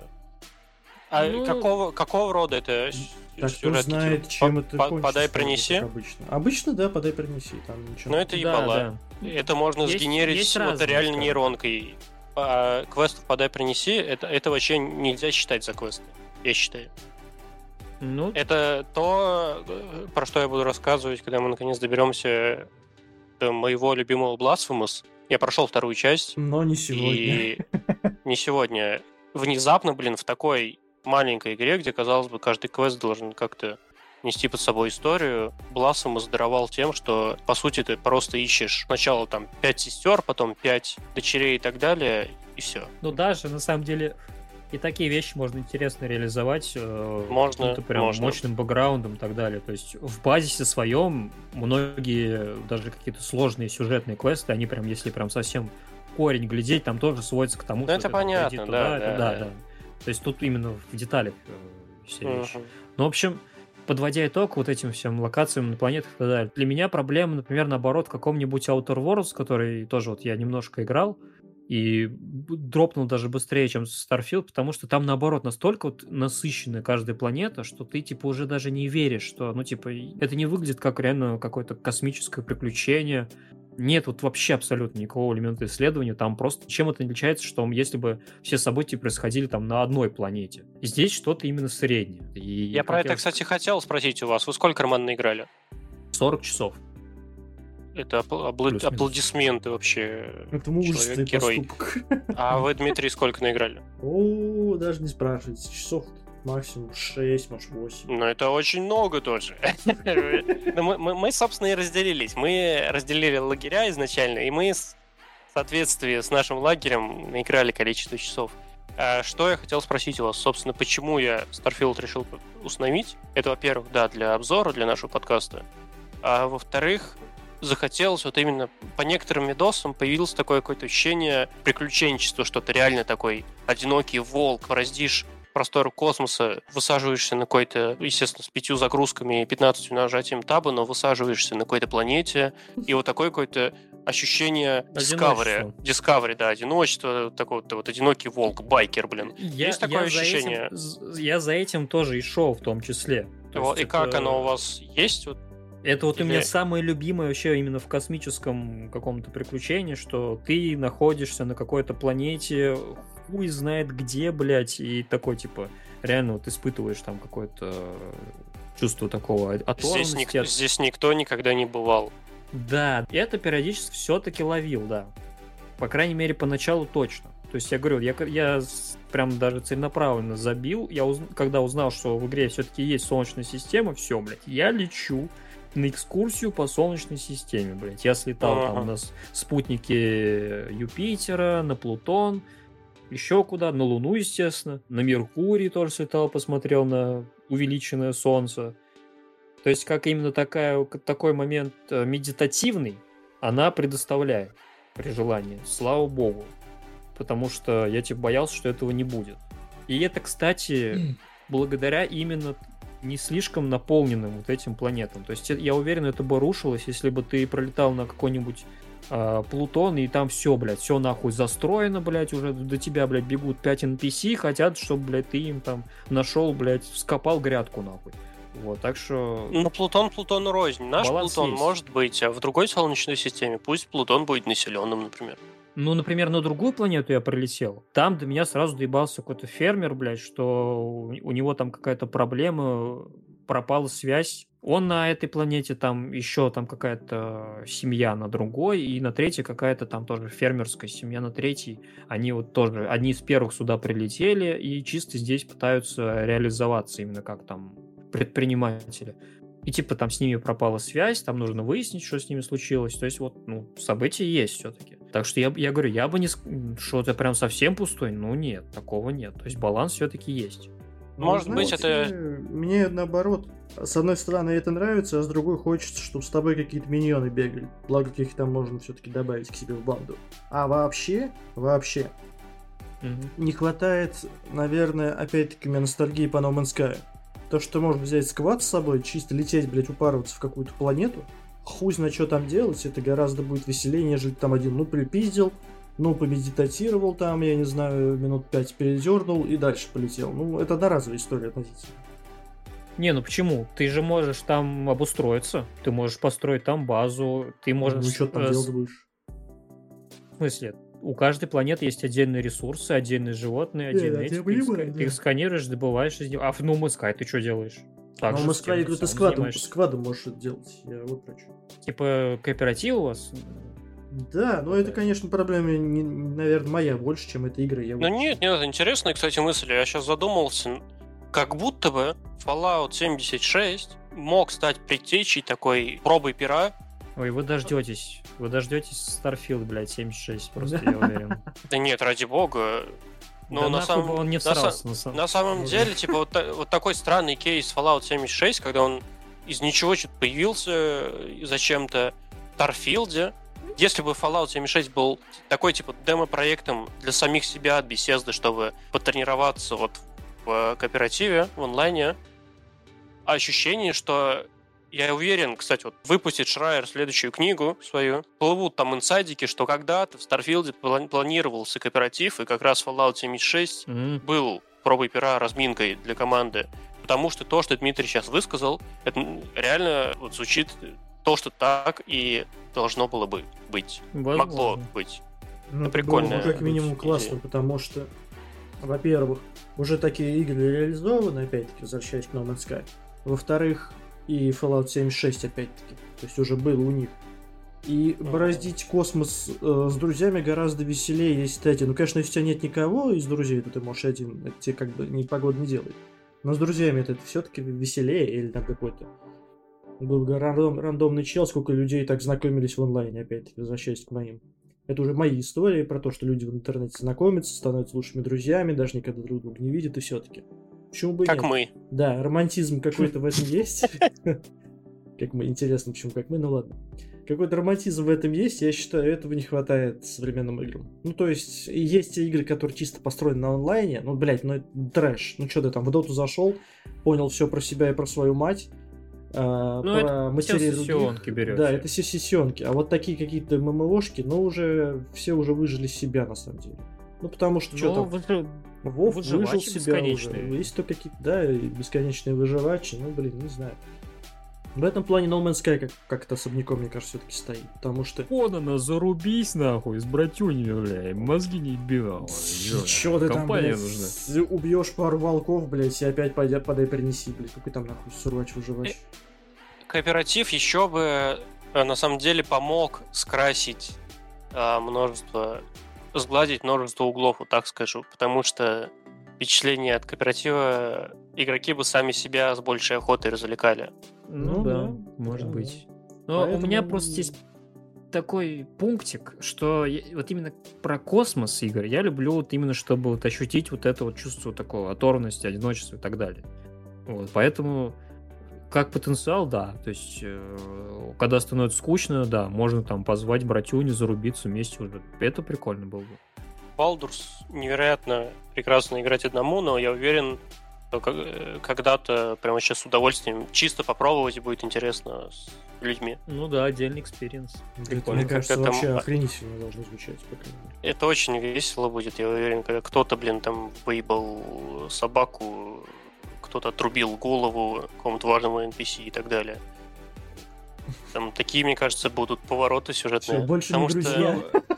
А какого рода это
сюжет? Знает, чем это кончится.
Подай, принеси?
Обычно, да, подай, принеси. Там ничего.
Ну, это ебало. Да. Это можно сгенерить вот реально нейронкой. А квестов подай, принеси, это вообще нельзя считать за квесты, я считаю.
Ну,
это то, про что я буду рассказывать, когда мы наконец доберемся до моего любимого Blasphemous. Я прошел вторую часть.
Но не сегодня.
И не сегодня. Внезапно, в такой маленькой игре, где, казалось бы, каждый квест должен как-то нести под собой историю, Blasphemous даровал тем, что, по сути, ты просто ищешь сначала там 5 сестер, потом 5 дочерей и так далее, и все.
Ну, даже, на самом деле... И такие вещи можно интересно реализовать
можно
мощным бэкграундом и так далее. То есть в базисе своем многие, даже какие-то сложные сюжетные квесты, они прям, если прям совсем корень глядеть, там тоже сводятся к тому,
что это понятно,
да. То есть тут именно в деталях все вещи. Ну, в общем, подводя итог вот этим всем локациям на планетах и так далее, для меня проблема, например, наоборот, в каком-нибудь Outer Worlds, который тоже вот я немножко играл, и дропнул даже быстрее, чем Starfield, потому что там, наоборот, настолько вот насыщенная каждая планета, что ты, типа, уже даже не веришь, что, ну, типа, это не выглядит как реально какое-то космическое приключение. Нет вот вообще абсолютно никакого элемента исследования, там просто чем это отличается, что если бы все события происходили там на одной планете. И здесь что-то именно среднее. И
я про это, кстати, хотел спросить у вас. Вы сколько, Роман, наиграли?
40 часов.
Это аплодисменты вообще.
Это мужественный поступок.
А вы, Дмитрий, сколько наиграли?
О, даже не спрашивайте. Часов максимум 6, может 8.
Ну, это очень много тоже. Мы, собственно, и разделились. Мы разделили лагеря изначально, и мы в соответствии с нашим лагерем наиграли количество часов. Что я хотел спросить у вас, собственно, почему я Starfield решил установить? Это, во-первых, да, для обзора, для нашего подкаста. А во-вторых, захотелось вот именно по некоторым видосам появилось такое какое-то ощущение приключенчества, что ты реально такой одинокий волк, бороздишь просторы космоса, высаживаешься на какой-то, естественно, с 5 загрузками и 15 нажатием таба, но высаживаешься на какой-то планете, и вот такое какое-то ощущение Discovery, да, одиночество, такой вот одинокий волк, байкер, Есть такое ощущение?
Я за этим тоже и шел в том числе.
И как оно у вас есть?
Это вот у меня самое любимое вообще именно в космическом каком-то приключении, что ты находишься на какой-то планете, хуй знает где, блядь, и такой, типа, реально вот испытываешь там какое-то чувство такого оторванности.
Здесь никто никогда не бывал.
Да, это периодически все-таки ловил, да. По крайней мере, поначалу точно. То есть я говорю, я прям даже целенаправленно забил. Когда узнал, что в игре все-таки есть Солнечная система, все, блядь, я лечу на экскурсию по Солнечной системе, блядь. Я слетал там на спутники Юпитера, на Плутон, еще куда, на Луну, естественно. На Меркурий тоже слетал, посмотрел на увеличенное Солнце. То есть как именно такой момент медитативный она предоставляет при желании. Слава богу. Потому что я типа боялся, что этого не будет. И это, кстати, благодаря именно не слишком наполненным вот этим планетам. То есть я уверен, это бы рушилось, если бы ты пролетал на какой-нибудь Плутон, и там все, блядь, все нахуй застроено, блядь, уже до тебя, блядь, бегут 5 NPC, хотят, чтобы, блядь, ты им там нашел, блядь, вскопал грядку, нахуй. Вот, так что...
Ну, Плутон рознь. Наш Плутон
есть.
может быть, а в другой Солнечной системе пусть Плутон будет населенным, например.
Ну, например, на другую планету я прилетел. Там до меня сразу доебался какой-то фермер, блядь, что у него там какая-то проблема, пропала связь. Он на этой планете, там еще там какая-то семья на другой, и на третьей какая-то там тоже фермерская семья на третьей. Они вот тоже одни из первых сюда прилетели и чисто здесь пытаются реализоваться именно как там предприниматели. И типа там с ними пропала связь, там нужно выяснить, что с ними случилось. То есть вот, ну, события есть все-таки. Так что я говорю, я бы не... Что-то прям совсем пустой? Ну нет, такого нет. То есть баланс все-таки есть.
Может быть, это...
Мне наоборот, с одной стороны это нравится, а с другой хочется, чтобы с тобой какие-то миньоны бегали. Благо, каких там можно все-таки добавить к себе в банду. А вообще, не хватает, наверное, опять-таки у меня ностальгии по No Man's Sky. То, что ты можешь взять сквад с собой, чисто лететь, блядь, упарываться в какую-то планету, хуй знает, что там делать, это гораздо будет веселее, нежели там один, ну, припиздил, ну, помедитатировал там, я не знаю, минут 5 передернул и дальше полетел. Ну, это одноразовая история относительно.
Не, ну почему? Ты же можешь там обустроиться, ты можешь построить там базу, ты можешь...
Ну, что там делать будешь?
В смысле? У каждой планеты есть отдельные ресурсы, отдельные животные, отдельные эти. Ты их сканируешь, добываешь из них. А в No Man's Sky ты что делаешь?
Так No Man's Sky ты сквадом можешь это делать. Я вот про что.
Типа кооператив у вас?
Да, но это, конечно, проблема, наверное, моя больше, чем эта игра.
Ну нет, интересная, кстати, мысль. Я сейчас задумался. Как будто бы Fallout 76 мог стать предтечей такой пробой пера.
Ой, вы дождетесь Starfield, блядь, 76, просто я уверен.
Да нет, ради бога.
Ну, на
самом деле, типа, вот такой странный кейс Fallout 76, когда он из ничего что-то появился зачем-то в Starfield. Если бы Fallout 76 был такой, типа, демо-проектом для самих себя от Bethesda, чтобы потренироваться вот в кооперативе, в онлайне, ощущение, что... Я уверен, кстати, вот выпустит Шрайер следующую книгу свою. Плывут там инсайдики, что когда-то в Старфилде планировался кооператив, и как раз Fallout 76 был пробой пера, разминкой для команды. Потому что то, что Дмитрий сейчас высказал, это реально вот звучит то, что так и должно было бы быть.
Возможно.
Могло быть.
Ну, это
прикольно.
Было как минимум классно, потому что, во-первых, уже такие игры реализованы, опять-таки, возвращаясь к No Man's Sky. Во-вторых, и Fallout 76 опять-таки, то есть уже было у них. И бороздить космос с друзьями гораздо веселее, если ты один. Ну, конечно, если у тебя нет никого из друзей, то ты можешь один, это тебе как бы непогода не делает. Но с друзьями это все-таки веселее, или там какой-то рандомный чел, сколько людей так знакомились в онлайне, опять-таки, возвращаясь к моим. Это уже мои истории про то, что люди в интернете знакомятся, становятся лучшими друзьями, даже никогда друг друга не видят, и все-таки. Почему бы и
как
нет?
Мы.
Да, романтизм какой-то в этом есть. Как мы, интересно, почему как мы, ну ладно. Какой-то романтизм в этом есть, я считаю, этого не хватает современным играм. Ну, то есть, есть те игры, которые чисто построены на онлайне, ну, блядь, ну, это трэш. Ну, что ты там, в доту зашел, понял все про себя и про свою мать, про матерей других.
Берете.
Да, это все сессионки. А вот такие какие-то ММОшки, ну, уже все уже выжили себя, на самом деле. Ну, потому что, что там... Вов выжил себя уже. Есть то какие-то, да, бесконечные выживачи, ну, блин, не знаю. В этом плане No Man's Sky как-то особняком, мне кажется, все-таки стоит. Потому что...
Конана, зарубись нахуй с братюнями, бля, мозги не бивал.
Чё ты там, блядь, убьешь пару волков, блядь, и опять подай принеси, блядь, какой там нахуй сурвач выживач.
Кооператив еще бы на самом деле помог скрасить сгладить множество углов, вот так скажу, потому что впечатление от кооператива игроки бы сами себя с большей охотой развлекали.
Ну да, может быть. Но у меня просто есть такой пунктик, что вот именно про космос игр я люблю вот именно, чтобы вот ощутить вот это вот чувство такого оторванности, одиночества и так далее. Вот, поэтому как потенциал, да. То есть, когда становится скучно, да, можно там позвать братюню, зарубиться вместе уже. Это прикольно было бы.
Baldur's невероятно прекрасно играть одному, но я уверен, что когда-то прямо сейчас с удовольствием чисто попробовать будет интересно с людьми.
Ну да, отдельный экспириенс.
Прикольно. Мне кажется, это вообще охренительно должно звучать.
Это очень весело будет, я уверен, когда кто-то, там выебал собаку, кто-то отрубил голову какому-то важному NPC и так далее. Там такие, мне кажется, будут повороты сюжетные.
Все, больше не друзья.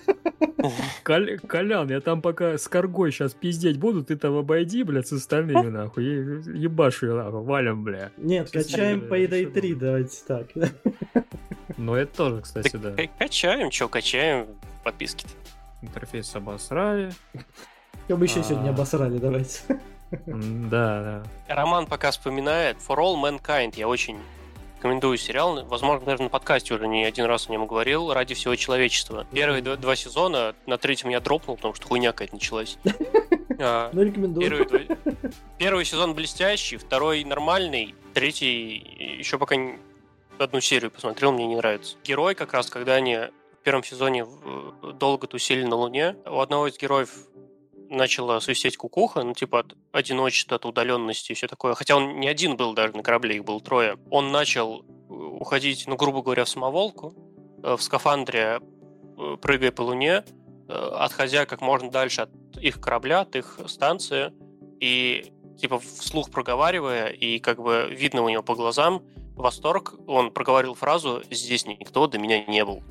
Колян, я там пока с Каргой сейчас пиздеть буду, ты там обойди, блядь, с остальными, нахуй. Ебашу я, нахуй, валим, бля.
Нет, качаем Payday 3, давайте так.
Ну, это тоже, кстати, да.
Качаем подписки-то.
Интерфейс обосрали.
Как бы еще сегодня обосрали, давайте.
Да.
Роман пока вспоминает For All Mankind. Я очень рекомендую сериал. Возможно, даже на подкасте уже не один раз о нем говорил. Ради всего человечества. Первые два сезона, на третьем я дропнул, потому что хуйня какая-то началась.
Ну, рекомендую.
Первый сезон блестящий, второй нормальный, третий еще пока одну серию посмотрел, мне не нравится. Герой как раз, когда они в первом сезоне долго тусили на Луне, у одного из героев начала свистеть кукуха, от одиночества, от удаленности и все такое. Хотя он не один был даже на корабле, их было трое. Он начал уходить, грубо говоря, в самоволку, в скафандре, прыгая по Луне, отходя как можно дальше от их корабля, от их станции, и вслух проговаривая, и видно у него по глазам восторг, он проговорил фразу «Здесь никто до меня не был».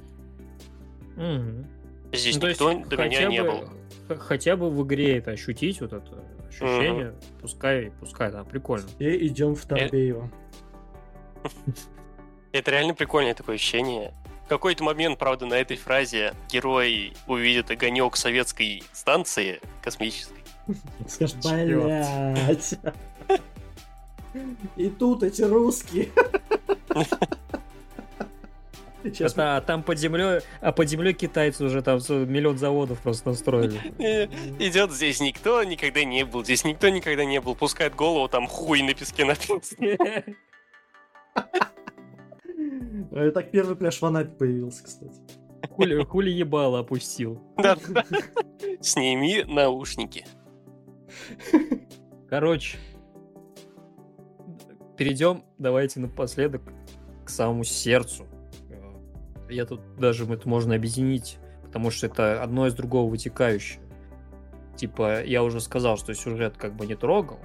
Здесь никто до меня не был.
Хотя бы в игре это ощутить, вот это ощущение, пускай, да, прикольно.
И идем в Торбеево.
Это реально прикольное такое ощущение. В какой-то момент, правда, на этой фразе герой увидит огонек советской станции космической.
Скажет, блядь. И тут эти русские.
Сейчас... там под землей китайцы уже там миллион заводов просто настроили.
Идет, здесь никто никогда не был, здесь никто никогда не был. Пускает голову, там хуй на песке написано.
Так первый пляж в Анапе появился, кстати.
Хули ебало опустил.
Да. Сними наушники.
Короче, перейдем, давайте напоследок к самому сердцу. Я тут даже это можно объединить, потому что это одно из другого вытекающее. Я уже сказал, что сюжет не трогал,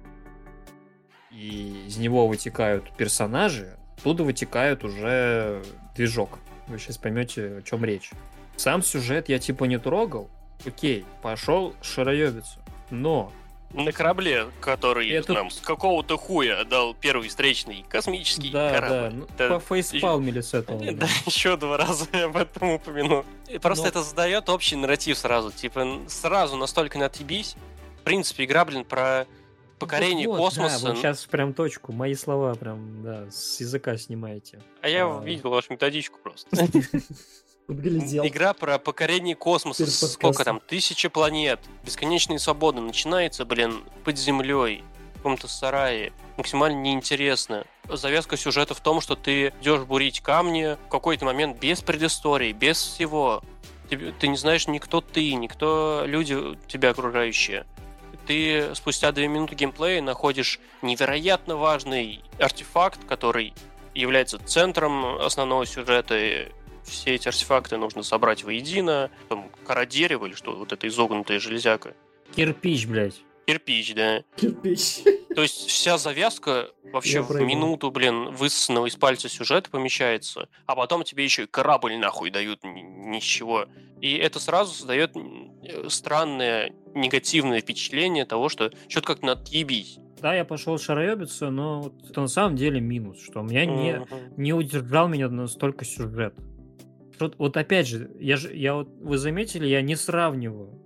и из него вытекают персонажи, оттуда вытекает уже движок. Вы сейчас поймете, о чем речь. Сам сюжет я не трогал, окей, пошел шароебиться, но...
На корабле, который нам с какого-то хуя дал первый встречный космический корабль.
Да, пофейспалмили с этого.
Да, еще 2 раза я об этом упомяну. Просто это задает общий нарратив сразу. Сразу настолько не отъебись. В принципе, игра, про покорение космоса.
Да, вы сейчас прям точку, мои слова прям, да, с языка снимаете.
А я видел вашу методичку просто.
Подглядел.
Игра про покорение космоса. Сколько там? 1000 планет. Бесконечные свободы. Начинается, под землей. В каком-то сарае. Максимально неинтересно. Завязка сюжета в том, что ты идешь бурить камни в какой-то момент без предыстории, без всего. Ты не знаешь никто люди тебя окружающие. Ты спустя 2 минуты геймплея находишь невероятно важный артефакт, который является центром основного сюжета. Все эти артефакты нужно собрать воедино. Там кора дерева или что, вот эта изогнутая железяка.
Кирпич, блядь.
Кирпич, да.
Кирпич.
То есть вся завязка вообще
Я
в
проиграл.
минуту, высосанного из пальца сюжета помещается, а потом тебе еще и корабль нахуй дают ни с чего. И это сразу создает странное негативное впечатление того, что что-то как-то надо ебись.
Да, я пошел шароебиться, но вот это на самом деле минус, что у меня не удержал меня настолько сюжет. Вот опять же, вы заметили, я не сравниваю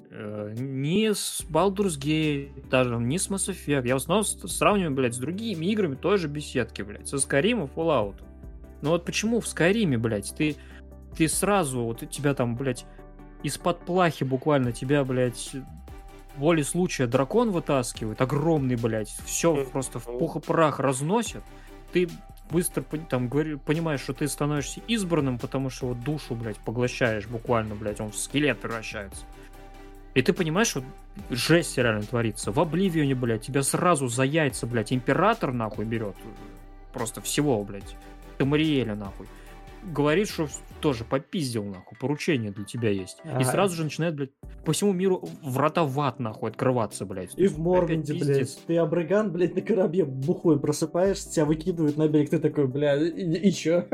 ни с Baldur's Gate, даже ни с Mass Effect. Я в основном сравниваю, блядь, с другими играми той же беседки, блядь, со Skyrim и Fallout. Но вот почему в Skyrim, блядь, ты сразу, вот у тебя там, блядь, из-под плахи буквально тебя, блядь, волей случая дракон вытаскивает, огромный, блядь, все просто в пух и прах разносит. Ты быстро там понимаешь, что ты становишься избранным, потому что вот душу, блядь, поглощаешь буквально, блядь, он в скелет превращается. И ты понимаешь, что жесть реально творится. В Обливионе, блядь, тебя сразу за яйца, блядь, император, нахуй, берет. Просто всего, блядь. Тамариэля, нахуй. Говорит, что тоже попиздил, нахуй, поручение для тебя есть. И сразу же начинает, блядь, по всему миру врата в ад, нахуй, открываться, блядь.
И в Морвинде, блядь, ты абриган, блядь, на корабле бухой просыпаешься, тебя выкидывают на берег, ты такой, бля, и чё?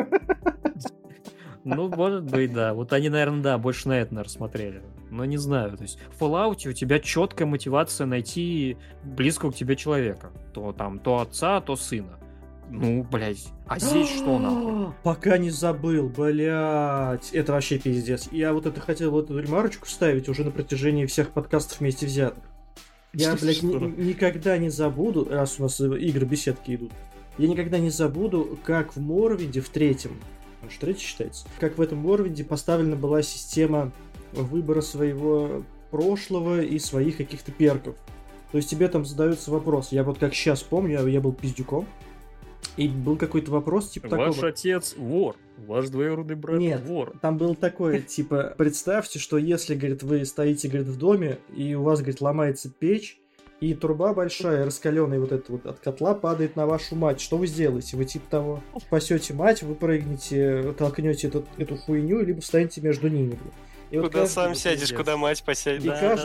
Ну, может быть, да. Вот они, наверное, да, больше на это, наверное, смотрели. Но не знаю. То есть в Fallout у тебя четкая мотивация найти близкого к тебе человека. То отца, то сына. Ну, блядь. А здесь что, нахуй?
Пока не забыл, блядь. Это вообще пиздец. Я вот это хотел эту ремарочку вставить уже на протяжении всех подкастов вместе взятых. Я, блядь, никогда не забуду, раз у нас игры беседки идут, я никогда не забуду, как в Морвинде в третьем, что третий считается, как в этом Морвинде поставлена была система выбора своего прошлого и своих каких-то перков. То есть тебе там задается вопрос. Я вот как сейчас помню, я был пиздюком, и был какой-то вопрос типа такого.
Ваш отец вор, ваш двоюродный брат вор.
Там было такое, типа, представьте, что если, говорит, вы стоите, говорит, в доме, и у вас, говорит, ломается печь, и труба большая, раскаленная вот эта вот от котла падает на вашу мать. Что вы сделаете? Вы типа того спасете мать, вы прыгнете, толкнете эту хуйню, либо встанете между ними.
И куда вот сам сядешь, куда мать посядет.
И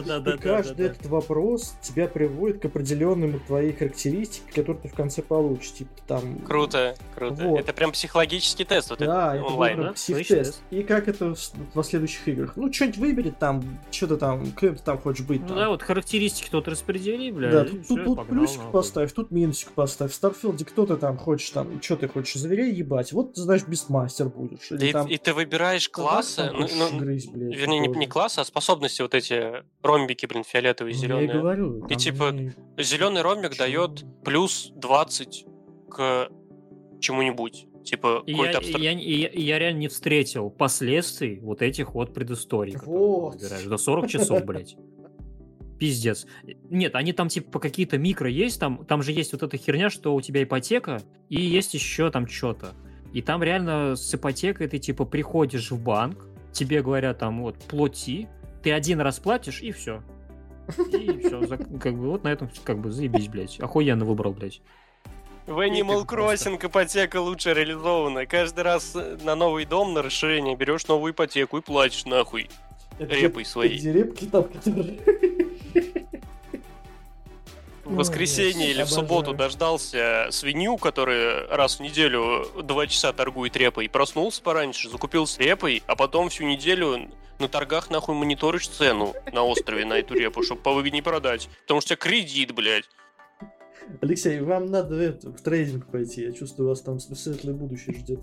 каждый этот вопрос тебя приводит к определенным твоей характеристике, которую ты в конце получишь. Типа там...
Круто. Вот. Это прям психологический тест, вот
да,
это онлайн, да?
Психтест. И как это в следующих играх? Ну, что-нибудь выберет там, что-то там, кем ты там хочешь быть.
Ну
там.
Да, вот характеристики тут распредели, блядь.
Да, тут плюсик поставь, тут минусик поставь. В Старфилде кто ты там хочешь, там, что ты хочешь, зверей ебать? Вот ты, знаешь, бестмастер будешь.
И ты выбираешь классы, вернее, не классы, а способности вот эти ромбики, блин, фиолетовые, зеленые.
Я и говорю.
И типа зеленый ромбик дает плюс 20 к чему-нибудь. Типа какой-то
я реально не встретил последствий вот этих вот предысторий, которые
вот.
ты выбираешь. До 40 часов, блядь. Пиздец. Нет, они там типа какие-то микро есть, там же есть вот эта херня, что у тебя ипотека, и есть еще там что-то. И там реально с ипотекой ты типа приходишь в банк, тебе говорят там вот плати, ты один раз платишь и все. И все, как бы вот на этом как бы заебись, блядь. Охуенно выбрал, блядь.
В Animal Crossing ипотека лучше реализована. Каждый раз на новый дом, на расширение берешь новую ипотеку и платишь нахуй репой своей.
Эти репки там, которые...
В воскресенье или в субботу дождался свинью, которая раз в неделю 2 часа торгует репой, проснулся пораньше, закупился репой, а потом всю неделю на торгах нахуй мониторишь цену на острове на эту репу, чтобы повыгоднее продать. Потому что у тебя кредит, блядь.
Алексей, вам надо в трейдинг пойти. Я чувствую, вас там светлое будущее ждет.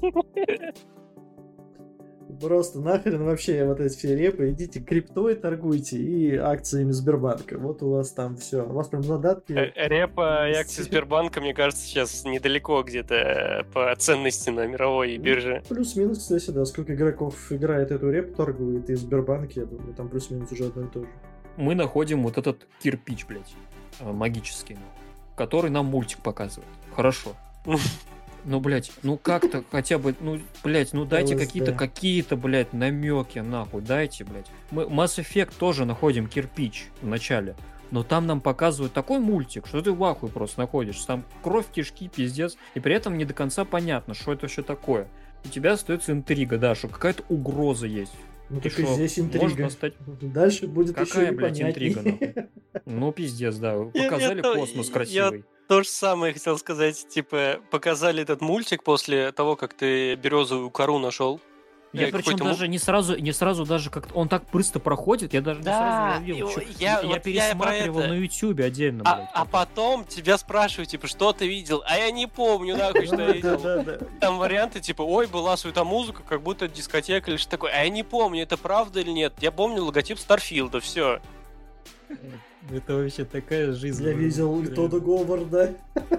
Просто нахрен вообще вот эти все репы. Идите криптой торгуйте и акциями Сбербанка. Вот у вас там все. У вас прям задатки.
Репа и акции Сбербанка, мне кажется, сейчас недалеко где-то по ценности на мировой бирже.
Плюс-минус, кстати, да. Сколько игроков играет эту репу, торгует, и Сбербанк, я думаю, там плюс-минус уже одно и то же.
Мы находим вот этот кирпич, блядь, магический, который нам мультик показывает. Хорошо. Ну, блядь, ну как-то хотя бы, ну, блядь, ну дайте какие-то, блядь, намеки, нахуй, дайте, блядь. Мы Mass Effect тоже находим кирпич в начале, но там нам показывают такой мультик, что ты в ахуе просто находишься. Там кровь, кишки, пиздец, и при этом не до конца понятно, что это вообще такое. У тебя остается интрига, да, что какая-то угроза есть
Ну
Ты
так и
шо,
здесь
можно
интрига.
достать?
Дальше будет еще
Какая, блядь, интрига,
непонятней.
нахуй? Ну, пиздец, да.
Я-
Показали
то-
космос
я
красивый.
То же самое хотел сказать. Типа, показали этот мультик после того, как ты березовую кору нашел.
Я причем даже не сразу даже как-то... Он так быстро проходит, я даже не сразу
Да,
ловил. Чё-
я
Я
про
пересматривал
это.
на Ютубе отдельно,
А
блядь.
потом тебя спрашивают, типа, что ты видел? А я не помню, нахуй, что я видел.
Да.
Там варианты, типа, ой, была суета-музыка, как будто дискотека или что такое. А я не помню, это правда или нет. Я помню логотип Старфилда, все.
Это вообще такая жизнь.
Я видел Тодда Говарда.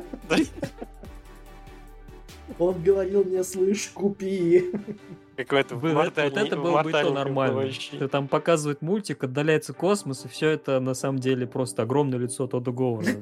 Он говорил мне, слышь, купи.
Какой-то
Вот это было бы то нормально. Что там показывает мультик, отдаляется космос, и все это на самом деле просто огромное лицо Тодда Говарда.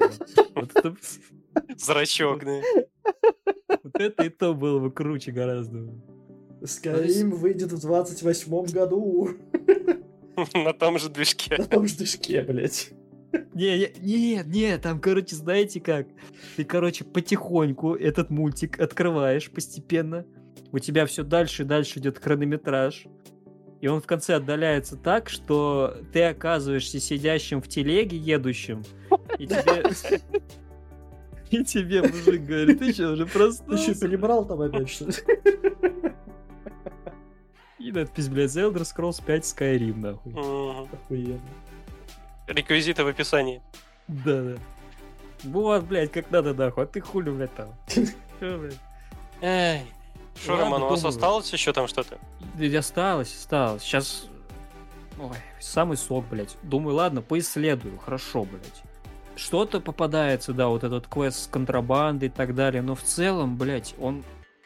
Зрачок, да.
Вот это и то было бы круче гораздо.
Skyrim выйдет в 28-м году.
На том же движке.
На том же движке, блядь.
Не, там, короче, знаете как? Ты, короче, потихоньку этот мультик открываешь постепенно. У тебя все дальше и дальше идет хронометраж. И он в конце отдаляется так, что ты оказываешься сидящим в телеге, едущим, и тебе... И тебе мужик говорит, ты что, уже
Ты
проснулся?
что, перебрал там опять, что ли?
И надпись, блядь, The Elder Scrolls 5 Skyrim, нахуй.
Охуенно.
Реквизиты в описании.
Да. Вот, блядь, как надо, нахуй. А ты хули, блядь, там? Чё, блядь?
Эй. Что,
Ладно,
Роман, у вас
думаю.
осталось еще там что-то?
Да, осталось. Сейчас... Ой, самый сок, блядь. Думаю, ладно, поисследую. Хорошо, блядь. Что-то попадается, да, вот этот квест с контрабандой и так далее, но в целом, блядь, он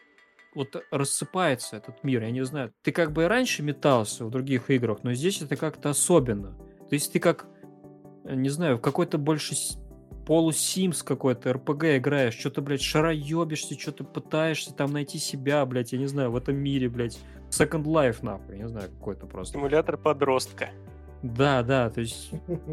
вот рассыпается, этот мир, я не знаю. Ты как бы и раньше метался в других играх, но здесь это как-то особенно. То есть ты как, не знаю, в какой-то больше полу-симс какой-то РПГ играешь, что-то, блядь, шароебишься, что-то пытаешься там найти себя, блядь, я не знаю, в этом мире, блядь. Second Life, нахуй, я не знаю, какой-то просто.
Симулятор подростка.
Да, то есть...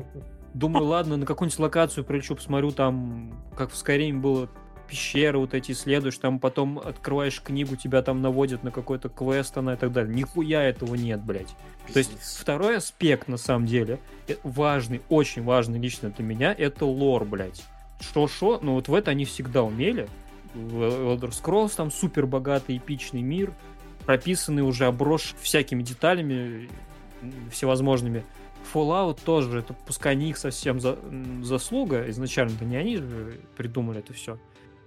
Думаю, ладно, на какую-нибудь локацию прилечу, посмотрю, там, как в Skyrim было, пещеры вот эти исследуешь, там потом открываешь книгу, тебя там наводят на какой-то квест, она и так далее. Нихуя этого нет, блядь. То есть второй аспект, на самом деле, важный, очень важный лично для меня, это лор, блядь. Шо-шо, но вот в это они всегда умели. В Elder Scrolls там супер богатый, эпичный мир, прописанный уже, оброс всякими деталями всевозможными. Fallout тоже, это пускай не их совсем заслуга, изначально-то не они же придумали это все,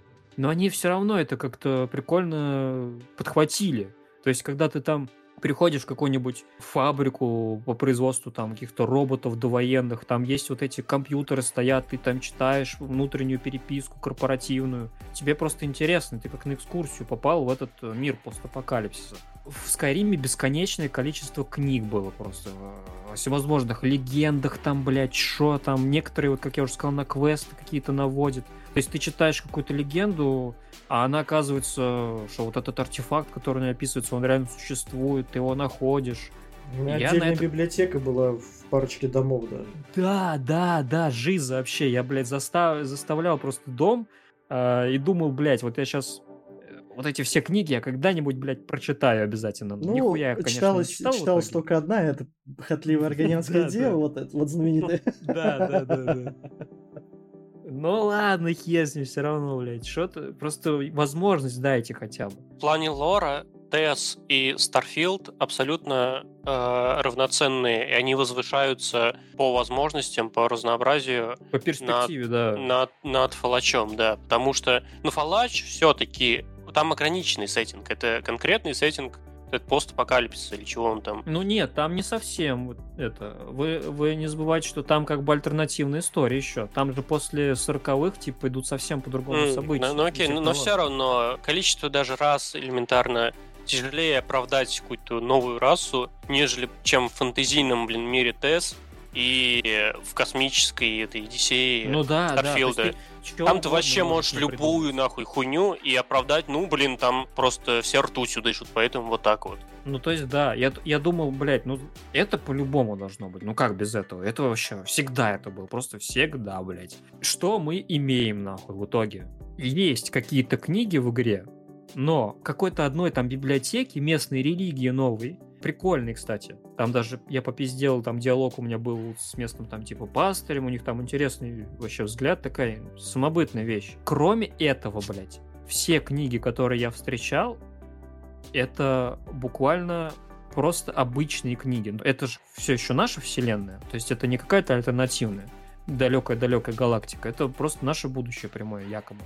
но они все равно это как-то прикольно подхватили. То есть, когда ты там приходишь в какую-нибудь фабрику по производству там каких-то роботов довоенных, там есть вот эти компьютеры стоят, ты там читаешь внутреннюю переписку корпоративную, тебе просто интересно, ты как на экскурсию попал в этот мир постапокалипсиса. В Скайриме бесконечное количество книг было просто о всевозможных легендах там, блядь, шо там, некоторые, вот как я уже сказал, на квесты какие-то наводят. То есть ты читаешь какую-то легенду, а она оказывается, что вот этот артефакт, который не описывается, он реально существует, ты его находишь.
У меня
Я
отдельная
на это-
библиотека была в парочке домов даже.
Да, жизнь вообще. Я, блядь, заставлял просто дом и думал, блядь, вот я сейчас вот эти все книги я когда-нибудь, блядь, прочитаю обязательно.
Ну,
Нихуя я, конечно, не читал. в
читалась
итоге.
только одна, это «Похотливое аргонянское
Да,
дело»,
да.
вот это вот знаменитое.
Да. Ну ладно, хер с ним, все равно, блядь. Что-то, просто возможность дайте хотя бы.
В плане лора TES и Starfield абсолютно равноценные, и они возвышаются по возможностям, по разнообразию
По перспективе, да.
над Фалачом, да. Потому что, Фалач все-таки там ограниченный сеттинг. Это конкретный сеттинг, это постапокалипсис или чего он там.
Ну нет, там не совсем вот это. Вы не забывайте, что там как бы альтернативная история еще. Там же после 40-х, типа, идут совсем по-другому события.
Ну окей, но все равно количество даже рас элементарно тяжелее оправдать какую-то новую расу, нежели чем в фэнтезийном, мире TES и в космической этой Одиссее
Ну да,
Старфилда. Там ты вообще можешь любую нахуй хуйню и оправдать, там просто все ртутью дышат, поэтому вот так вот.
Ну то есть да, я думал, блядь, это по-любому должно быть. Ну как без этого? Это вообще всегда это было, просто всегда, блядь. Что мы имеем нахуй в итоге? Есть какие-то книги в игре, но какой-то одной там библиотеки, местной религии новой, прикольной, кстати, Там даже я попиздел, там диалог у меня был с местным там типа пастырем, у них там интересный вообще взгляд, такая самобытная вещь. Кроме этого, блядь, все книги, которые я встречал, это буквально просто обычные книги. Это же все еще наша вселенная, то есть это не какая-то альтернативная, далекая-далекая галактика, это просто наше будущее прямое, якобы.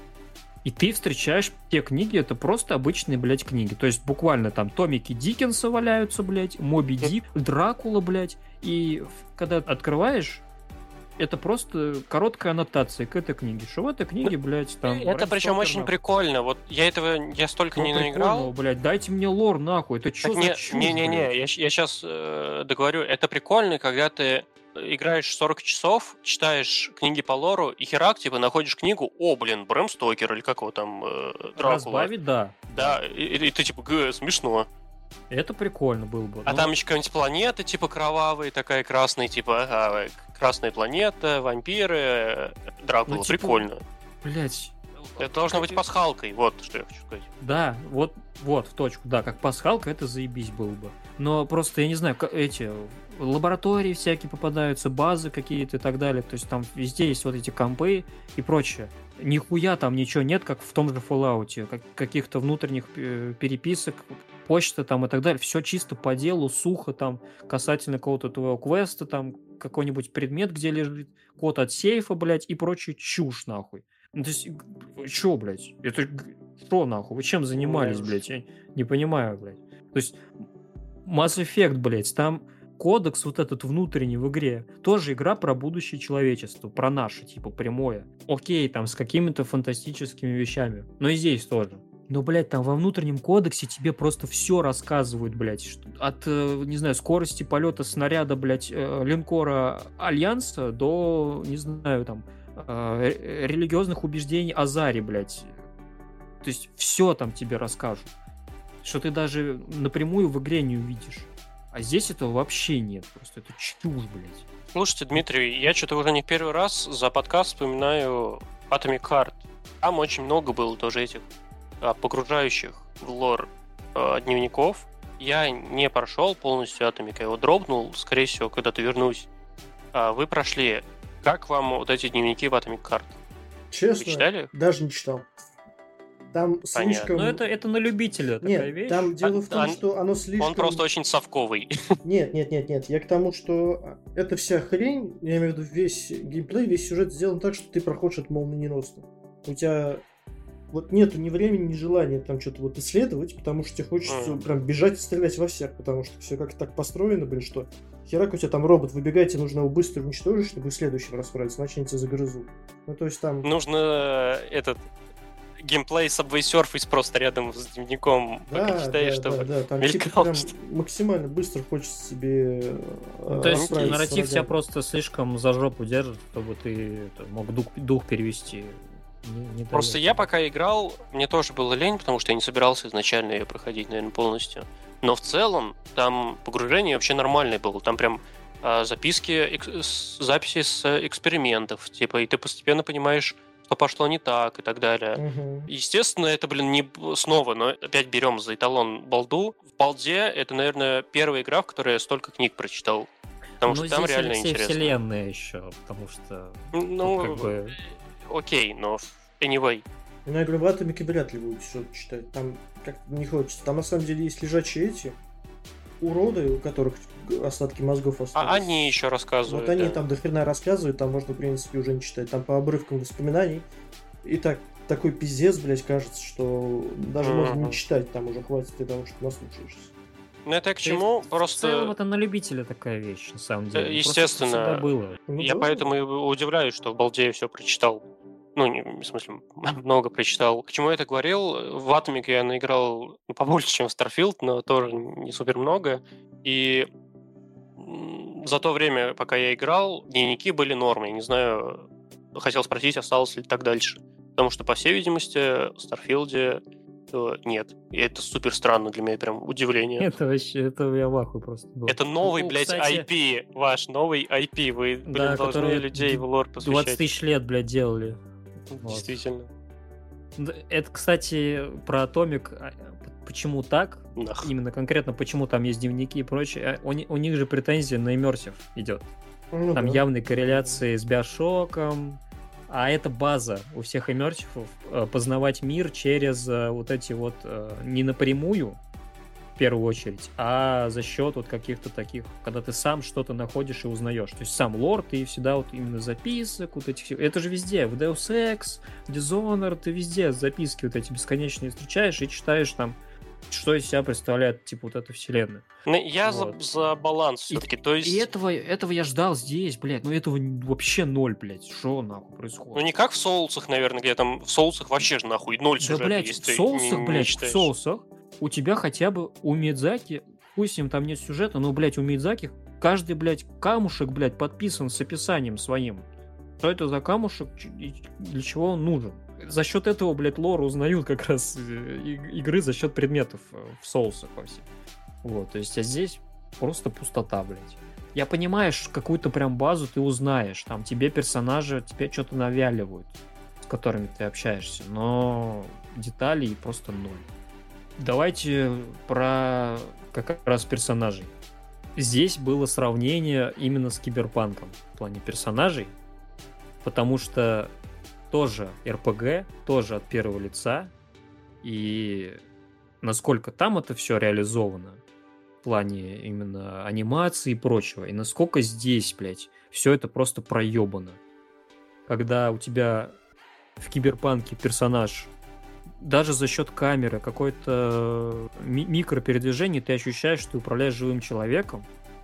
И ты встречаешь те книги, это просто обычные, блядь, книги. То есть буквально там томики Диккенса валяются, блядь, Моби Дик, Дракула, блядь. И когда открываешь, это просто короткая аннотация к этой книге. Что в этой книге, блядь, там...
Это причем очень прикольно. Вот я столько не наиграл.
Блядь, дайте мне лор, нахуй. Это что за чушь,
Не-не-не, я сейчас договорю. Это прикольно, когда ты играешь 40 часов, читаешь книги по лору, и херак, типа, находишь книгу, Брэм Стокер, или как его там, Дракула.
Разбавить, да.
Да, и ты, типа, смешно.
Это прикольно было бы.
А там еще какая-нибудь планета, типа, кровавая, такая красная, типа, красная планета, вампиры, Дракула, типа, прикольно.
Блять.
Это должно быть пасхалкой, вот что я хочу сказать.
Да, вот, в точку, да, как пасхалка, это заебись было бы. Но просто, я не знаю, эти лаборатории всякие попадаются, базы какие-то и так далее, то есть там везде есть вот эти компы и прочее. Нихуя там ничего нет, как в том же Fallout, каких-то внутренних переписок, почта там и так далее, все чисто по делу, сухо там, касательно какого-то твоего квеста, там какой-нибудь предмет, где лежит код от сейфа, блядь, и прочую чушь, нахуй. Ну, то есть, чё, блядь? Это что, нахуй? Вы чем занимались, блядь? Я не понимаю, блядь. То есть, Mass Effect, блядь, там кодекс вот этот внутренний в игре, тоже игра про будущее человечества, про наше, типа, прямое. Окей, там, с какими-то фантастическими вещами. Но и здесь тоже. Но, блядь, там во внутреннем кодексе тебе просто все рассказывают, блядь. От, не знаю, скорости полета снаряда, блядь, линкора Альянса до, не знаю, там, религиозных убеждений Азари, блядь. То есть все там тебе расскажут. Что ты даже напрямую в игре не увидишь. А здесь этого вообще нет. Просто это чушь, блядь.
Слушайте, Дмитрий, я что-то уже не в первый раз за подкаст вспоминаю Atomic Heart. Там очень много было тоже этих погружающих в лор дневников. Я не прошел полностью Atomic, я его дропнул, скорее всего, когда-то вернусь. Вы прошли. Как вам вот эти дневники в Atomic Heart?
Честно,
вы читали?
Даже не читал. Там слишком...
Ну, это на любителя такая вещь.
Нет, там дело в том, что оно слишком...
Он просто очень совковый.
Нет. Я к тому, что эта вся хрень, я имею в виду весь геймплей, весь сюжет сделан так, что ты проходишь это молниеносно. У тебя вот нету ни времени, ни желания там что-то вот исследовать, потому что тебе хочется прям бежать и стрелять во всех, потому что все как-то так построено, блин, что херак у тебя там робот выбегает, тебе нужно его быстро уничтожить, чтобы следующим расправиться, иначе они тебя загрызут. Ну, то есть там...
Нужно геймплей Subway Surface просто рядом с дневником, пока читаешь, чтобы
там типа прям максимально быстро хочется себе
то есть нарратив тебя просто слишком за жопу держит, чтобы ты мог дух перевести.
Просто я пока играл, мне тоже было лень, потому что я не собирался изначально ее проходить, наверное, полностью. Но в целом там погружение вообще нормальное было. Там прям записи с экспериментов, типа, и ты постепенно понимаешь, что пошло не так и так далее.
Угу.
Естественно, это, не снова, но опять берем за эталон балду. В балде это, наверное, первая игра, в которой я столько книг прочитал. Потому что там реально интересно.
Вселенная еще, потому что...
Окей, но anyway.
Ну, я говорю, в Atomic вряд ли будет что-то читать. Там как-то не хочется. Там, на самом деле, есть лежачие эти уроды, у которых остатки мозгов остались.
А они еще рассказывают.
Вот они там до хрена рассказывают, там можно, в принципе, уже не читать. Там по обрывкам воспоминаний. И такой пиздец, блядь, кажется, что даже можно не читать, там уже хватит для того, чтобы наслушаешься.
Ну это к чему? Просто...
В целом это на любителя такая вещь, на самом деле.
Естественно.
Было.
Я поэтому и удивляюсь, что в балде все прочитал. Ну, в смысле, много прочитал. К чему я это говорил? В Atomic я наиграл побольше, чем в Starfield, но тоже не супер много. И за то время, пока я играл, дневники были нормой. Я не знаю, хотел спросить, осталось ли так дальше. Потому что, по всей видимости, в Starfield нет. И это супер странно для меня, прям удивление.
Это вообще, это я в ахуе просто был.
Это новый, блядь, кстати... IP. Ваш новый IP. Вы, должны людей в лор посвящать.
20 тысяч лет, блядь, делали.
Действительно.
Это, кстати, про Atomic. почему так, именно конкретно почему там есть дневники и прочее, у них же претензия на иммерсив идет. Там явные корреляции с Биошоком, а это база у всех иммерсивов познавать мир через вот эти вот не напрямую, в первую очередь, а за счет вот каких-то таких, когда ты сам что-то находишь и узнаешь. То есть сам лор, ты всегда вот именно записок, вот этих... Это же везде, в Deus Ex, в Dishonored, ты везде записки вот эти бесконечные встречаешь и читаешь там, что из себя представляет, типа, вот эта вселенная.
Я вот. за баланс все-таки, то есть...
И этого я ждал здесь, блядь, но этого вообще ноль, блядь, что нахуй происходит?
Ну не как в Соулсах, наверное, где там в Соулсах вообще же нахуй 0 сюжета,
да, блядь,
если
в Соулсах,
не
блядь,
читаешь.
в Соулсах у тебя хотя бы у Миядзаки, пусть им там нет сюжета, но, блядь, у Миядзаки каждый, блядь, камушек, блядь, подписан с описанием своим. Что это за камушек, для чего он нужен? За счет этого, блядь, лор узнают как раз игры за счет предметов в соусах во всех. Вот, то есть, а здесь просто пустота, блядь. Я понимаю, какую-то прям базу ты узнаешь, там тебе персонажи, тебе что-то навяливают, с которыми ты общаешься, но деталей просто ноль. Давайте про как раз персонажей. Здесь было сравнение именно с Киберпанком в плане персонажей, потому что тоже РПГ, тоже от первого лица, и насколько там это все реализовано в плане именно анимации и прочего, и насколько здесь, блядь, все это просто проебано. Когда у тебя в Киберпанке персонаж даже за счет камеры, какое-то микропередвижение, ты ощущаешь, что ты управляешь живым человеком.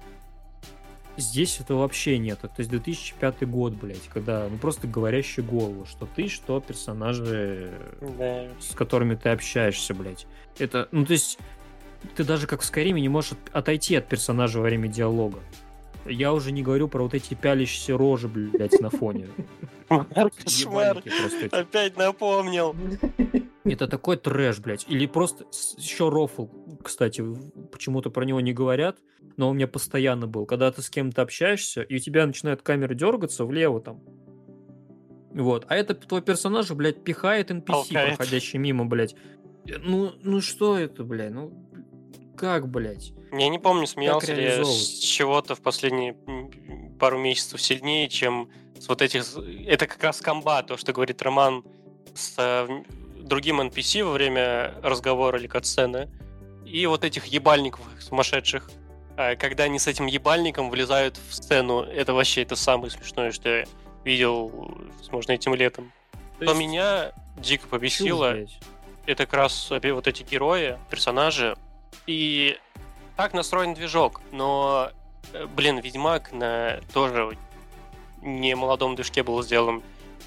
Здесь этого вообще нет. То есть 2005 год, блядь, когда просто говорящие головы, что ты, что персонажи, да, с которыми ты общаешься, блядь. Это, то есть, ты даже как в Скайриме не можешь отойти от персонажа во время диалога. Я уже не говорю про вот эти пялящиеся рожи, блядь, на фоне.
Кошмар. Опять напомнил.
Это такой трэш, блядь. Или просто еще рофл, кстати, почему-то про него не говорят, но он у меня постоянно был. Когда ты с кем-то общаешься, и у тебя начинает камера дергаться влево там. Вот. А это твой персонаж, блядь, пихает NPC, проходящий мимо, блядь. Ну что это, блядь? Ну как, блядь?
Я не помню, смеялся ли я с чего-то в последние пару месяцев сильнее, чем с вот этих... Это как раз комба, то, что говорит Роман с другим NPC во время разговора или катсцены, и вот этих ебальников сумасшедших. Когда они с этим ебальником влезают в сцену, это вообще это самое смешное, что я видел, возможно, этим летом. Что меня дико побесило, это как раз вот эти герои, персонажи, и так настроен движок, но, блин, Ведьмак на тоже не молодом движке был сделан,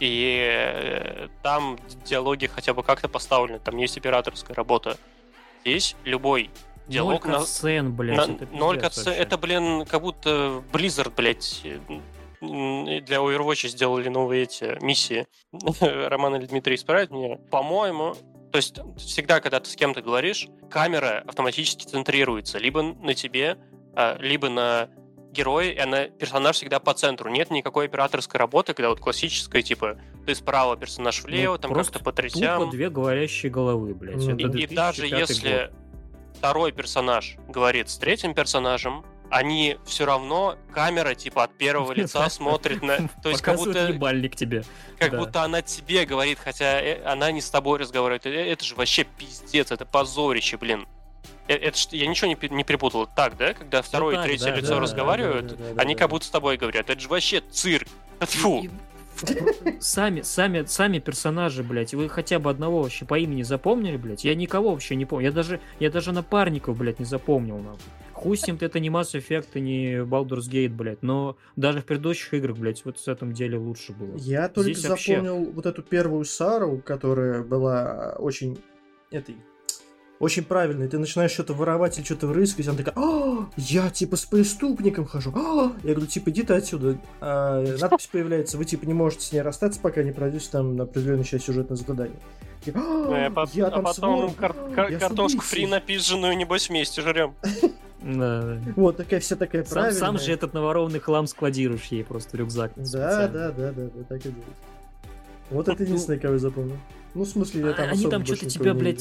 и там диалоги хотя бы как-то поставлены, там есть операторская работа. Здесь любой диалог...
0 катсцен, блядь.
0 катсцен, это, блин, как будто Blizzard, блядь, для Overwatch сделали новые эти миссии. Роман или Дмитрий исправят меня. По-моему, то есть всегда, когда ты с кем-то говоришь, камера автоматически центрируется либо на тебе, либо на герое, и персонаж всегда по центру. Нет никакой операторской работы, когда вот классическая, типа, ты справа, персонаж влево, там как-то по третям.
Тупо две говорящие головы, блядь.
И даже если второй персонаж говорит с третьим персонажем, они все равно, камера, типа, от первого лица смотрит на... То есть, как будто...
ебальник тебе.
Как будто она тебе говорит, хотя она не с тобой разговаривает. Это же вообще пиздец, это позорище, блин. Это я ничего не перепутал. Так, да? Когда второе и третье лицо разговаривают, они как будто с тобой говорят. Это же вообще цирк. Фу.
Сами персонажи, блядь, вы хотя бы одного вообще по имени запомнили, блядь? Я никого вообще не помню. Я даже напарников, блядь, не запомнил, нахуй. Хуй с ним, это не Mass Effect и не Baldur's Gate, блядь, но даже в предыдущих играх, блядь, вот в этом деле лучше было.
Я только здесь запомнил вообще... вот эту первую Сару, которая была очень... Очень правильно, ты начинаешь что-то воровать или что-то рыскать, она такая: я типа с преступником хожу. Я говорю, типа, иди ты отсюда. Надпись появляется, вы типа не можете с ней расстаться, пока не пройдете там на определенную часть сюжетного задания.
Я там потом картошку фри напизженную, небось, вместе жрем.
Да.
Вот такая вся такая правильная.
Сам же этот наворованный хлам складируешь ей просто рюкзак.
Да, так и делать. Вот это единственное, кого я запомнил. Ну, в смысле, я там
они там что-то тебя, блядь,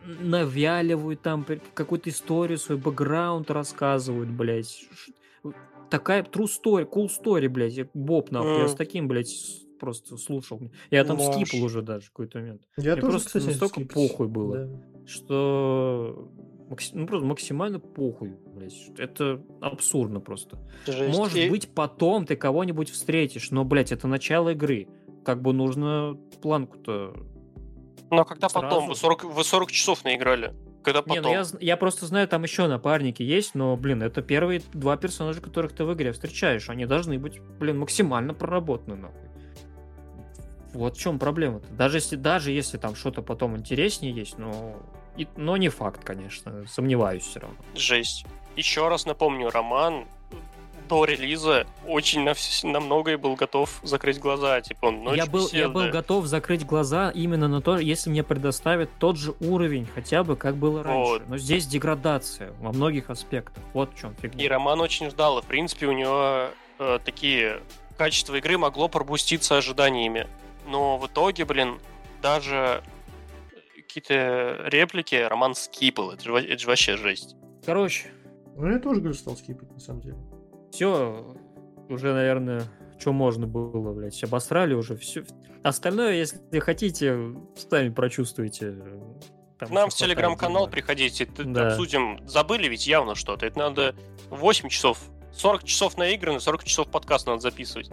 навяливают там какую-то историю, свой бэкграунд рассказывают, блядь. Такая true story, cool story, блядь, Боб, нахуй. Я с таким, блядь, просто слушал. Я там скипал уже даже в какой-то момент.
Я
Мне
тоже,
просто
кстати,
настолько
скипать.
похуй было,
Да.
что просто максимально похуй, блядь. Это абсурдно просто.
Жесть.
Может быть, потом ты кого-нибудь встретишь, но, блядь, это начало игры. Как бы нужно планку-то...
Но когда потом?
сразу.
Вы 40 часов наиграли. Когда
Не,
потом?
ну я просто знаю, там еще напарники есть, но, блин, это первые 2 персонажа, которых ты в игре встречаешь. Они должны быть, блин, максимально проработаны, нахуй. Вот в чем проблема-то. Даже если там что-то потом интереснее есть, но не факт, конечно. Сомневаюсь все равно.
Жесть. Еще раз напомню, Роман до релиза очень на многое был готов закрыть глаза. Типа, ночь
Я был готов закрыть глаза именно на то, если мне предоставят тот же уровень, хотя бы как было раньше.
Вот.
Но здесь деградация во многих аспектах. Вот в чем фигня.
И Роман очень ждал. И, в принципе, у него такие качества игры могло пропуститься ожиданиями. Но в итоге, блин, даже какие-то реплики Роман скипал. Это же вообще жесть.
Короче,
Ну, я тоже, говорю, стал скипать, на самом деле.
все, уже, наверное, что можно было, блядь, обосрали уже все. Остальное, если хотите, сами прочувствуете.
К нам в телеграм-канал приходите,
Да.
обсудим. Забыли ведь явно что-то. Это надо 8 часов, 40 часов наиграно, 40 часов подкаст надо записывать.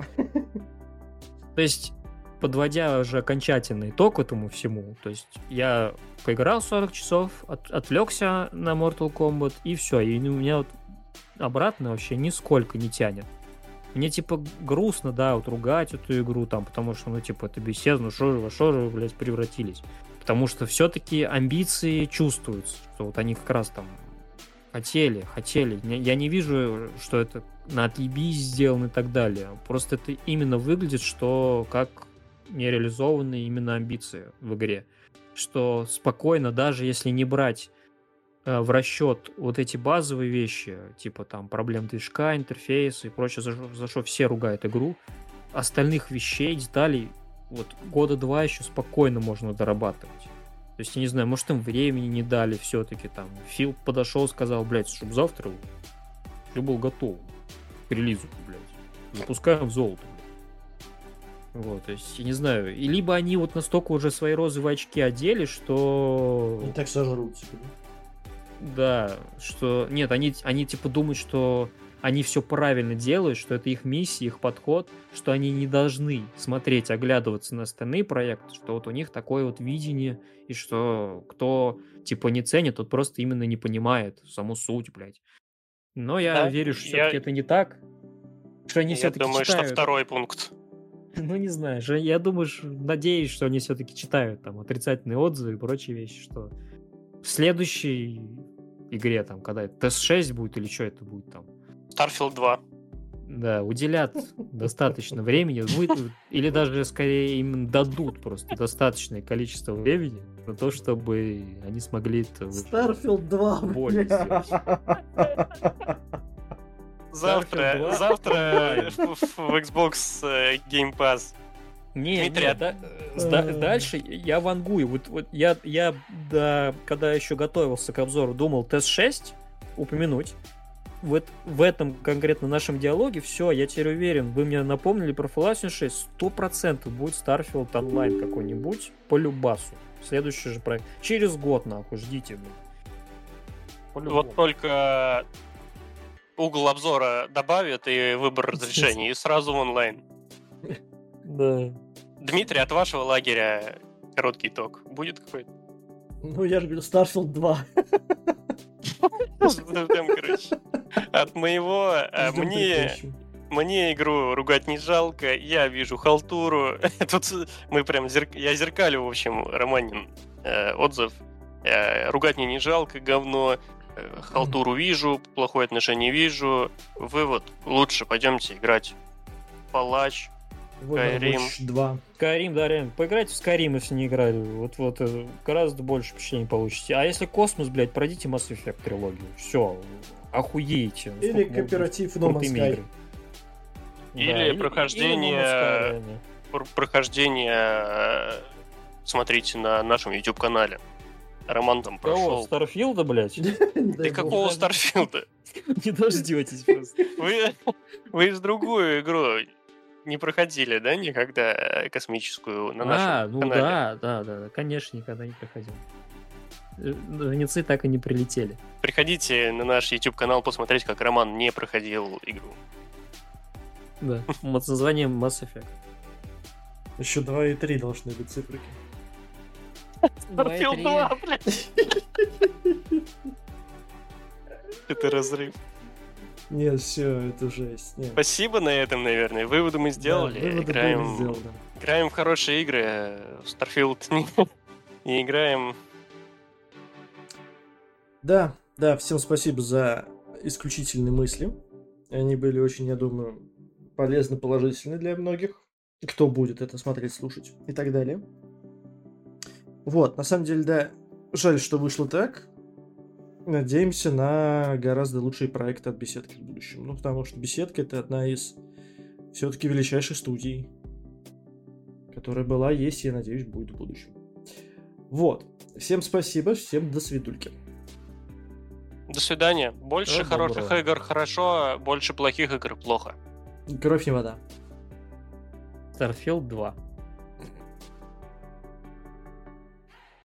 То есть, подводя уже окончательный итог этому всему, то есть я поиграл 40 часов, отвлекся на Mortal Kombat, и все. И у меня вот обратно вообще нисколько не тянет. Мне, типа, грустно, да, вот ругать эту игру там, потому что, ну, типа, это Bethesda, ну, что же вы, блядь, превратились? Потому что все-таки амбиции чувствуются, что вот они как раз там хотели. Я не вижу, что это на отъебись сделано и так далее. Просто это именно выглядит, что как нереализованные именно амбиции в игре. Что спокойно, даже если не брать в расчет вот эти базовые вещи, типа там проблем движка, интерфейса и прочее, за что все ругают игру, остальных вещей, деталей, вот года 2 еще спокойно можно дорабатывать. То есть, я не знаю, может, им времени не дали все-таки там. Фил подошел, сказал, блядь, чтобы завтра ты был готов к релизу, блядь. Запускаем в золото, блядь. Вот, то есть, я не знаю. И либо они вот настолько уже свои розовые очки одели, что...
И так сожрут себе.
Да, что... Нет, они типа думают, что они все правильно делают, что это их миссия, их подход, что они не должны смотреть, оглядываться на остальные проекты, что вот у них такое вот видение, и что кто типа не ценит, тот просто именно не понимает саму суть, блядь. Но я
Да,
верю, что все-таки это не так, что они
Я
все-таки
думаю,
читают.
что второй пункт.
Ну, не знаю, я думаю, надеюсь, что они все-таки читают там отрицательные отзывы и прочие вещи, что в следующей игре, там, когда это TS6 будет или что это будет там,
Starfield 2.
да, уделят достаточно времени, или даже скорее им дадут просто достаточное количество времени на то, чтобы они смогли это
Starfield 2,
более
бля.
Завтра в Xbox Game Pass. Дмитрий,
дальше я вангую. Вот я когда еще готовился к обзору, думал TS6 упомянуть. Вот в этом конкретно нашем диалоге все, я теперь уверен, вы мне напомнили про Fallout 6, 100% будет Starfield Online какой-нибудь по любасу. Следующий же проект. Через год, нахуй, ждите.
Вот только угол обзора добавят и выбор разрешений, и сразу в онлайн.
Да.
Дмитрий, от вашего лагеря короткий итог. Будет какой-то?
Ну, я же говорю, Starfield 2.
Прям, короче. От моего... Мне игру ругать не жалко, я вижу халтуру. Тут мы прям... Я зеркалю, в общем, Романин отзыв. Ругать мне не жалко, говно. Халтуру вижу, плохое отношение вижу. Вывод. Лучше пойдемте играть Палач, Skyrim
2.
Skyrim, да, реально. Поиграйте в Skyrim, если не играли. Вот гораздо больше впечатлений получите. А если космос, блядь, пройдите Mass Effect трилогию. Все, охуеете.
Или кооператив No Man's Sky.
Или прохождение смотрите на нашем YouTube-канале. Роман там
Кого?
прошел.
Старфилда, блядь?
Да какого Старфилда?
Не дождетесь просто.
Вы же другую игру не проходили, да, никогда космическую на нашем
Ну
канале?
да, конечно, никогда не проходил. Жнецы так и не прилетели.
Приходите на наш YouTube-канал посмотреть, как Роман не проходил игру.
Да, с названием Mass Effect.
Еще 2 и 3 должны быть цифрики.
Starfield 2, блядь. Это разрыв.
Нет, все, это жесть. Нет.
Спасибо на этом, наверное. Выводы мы сделали.
Да, выводы были
Играем
сделаны.
играем в хорошие игры. В Starfield не играем.
Да, всем спасибо за исключительные мысли. Они были очень, я думаю, полезны, положительны для многих, кто будет это смотреть, слушать и так далее. Вот, на самом деле, да, жаль, что вышло так. Надеемся на гораздо лучшие проекты от Беседки в будущем. Ну, потому что Беседка — это одна из все-таки величайших студий, которая была, есть и, я надеюсь, будет в будущем. Вот. Всем спасибо, всем до свидульки.
До свидания. Больше
Всего
хороших
доброго.
игр хорошо, больше плохих игр плохо.
Кровь не вода.
Starfield 2.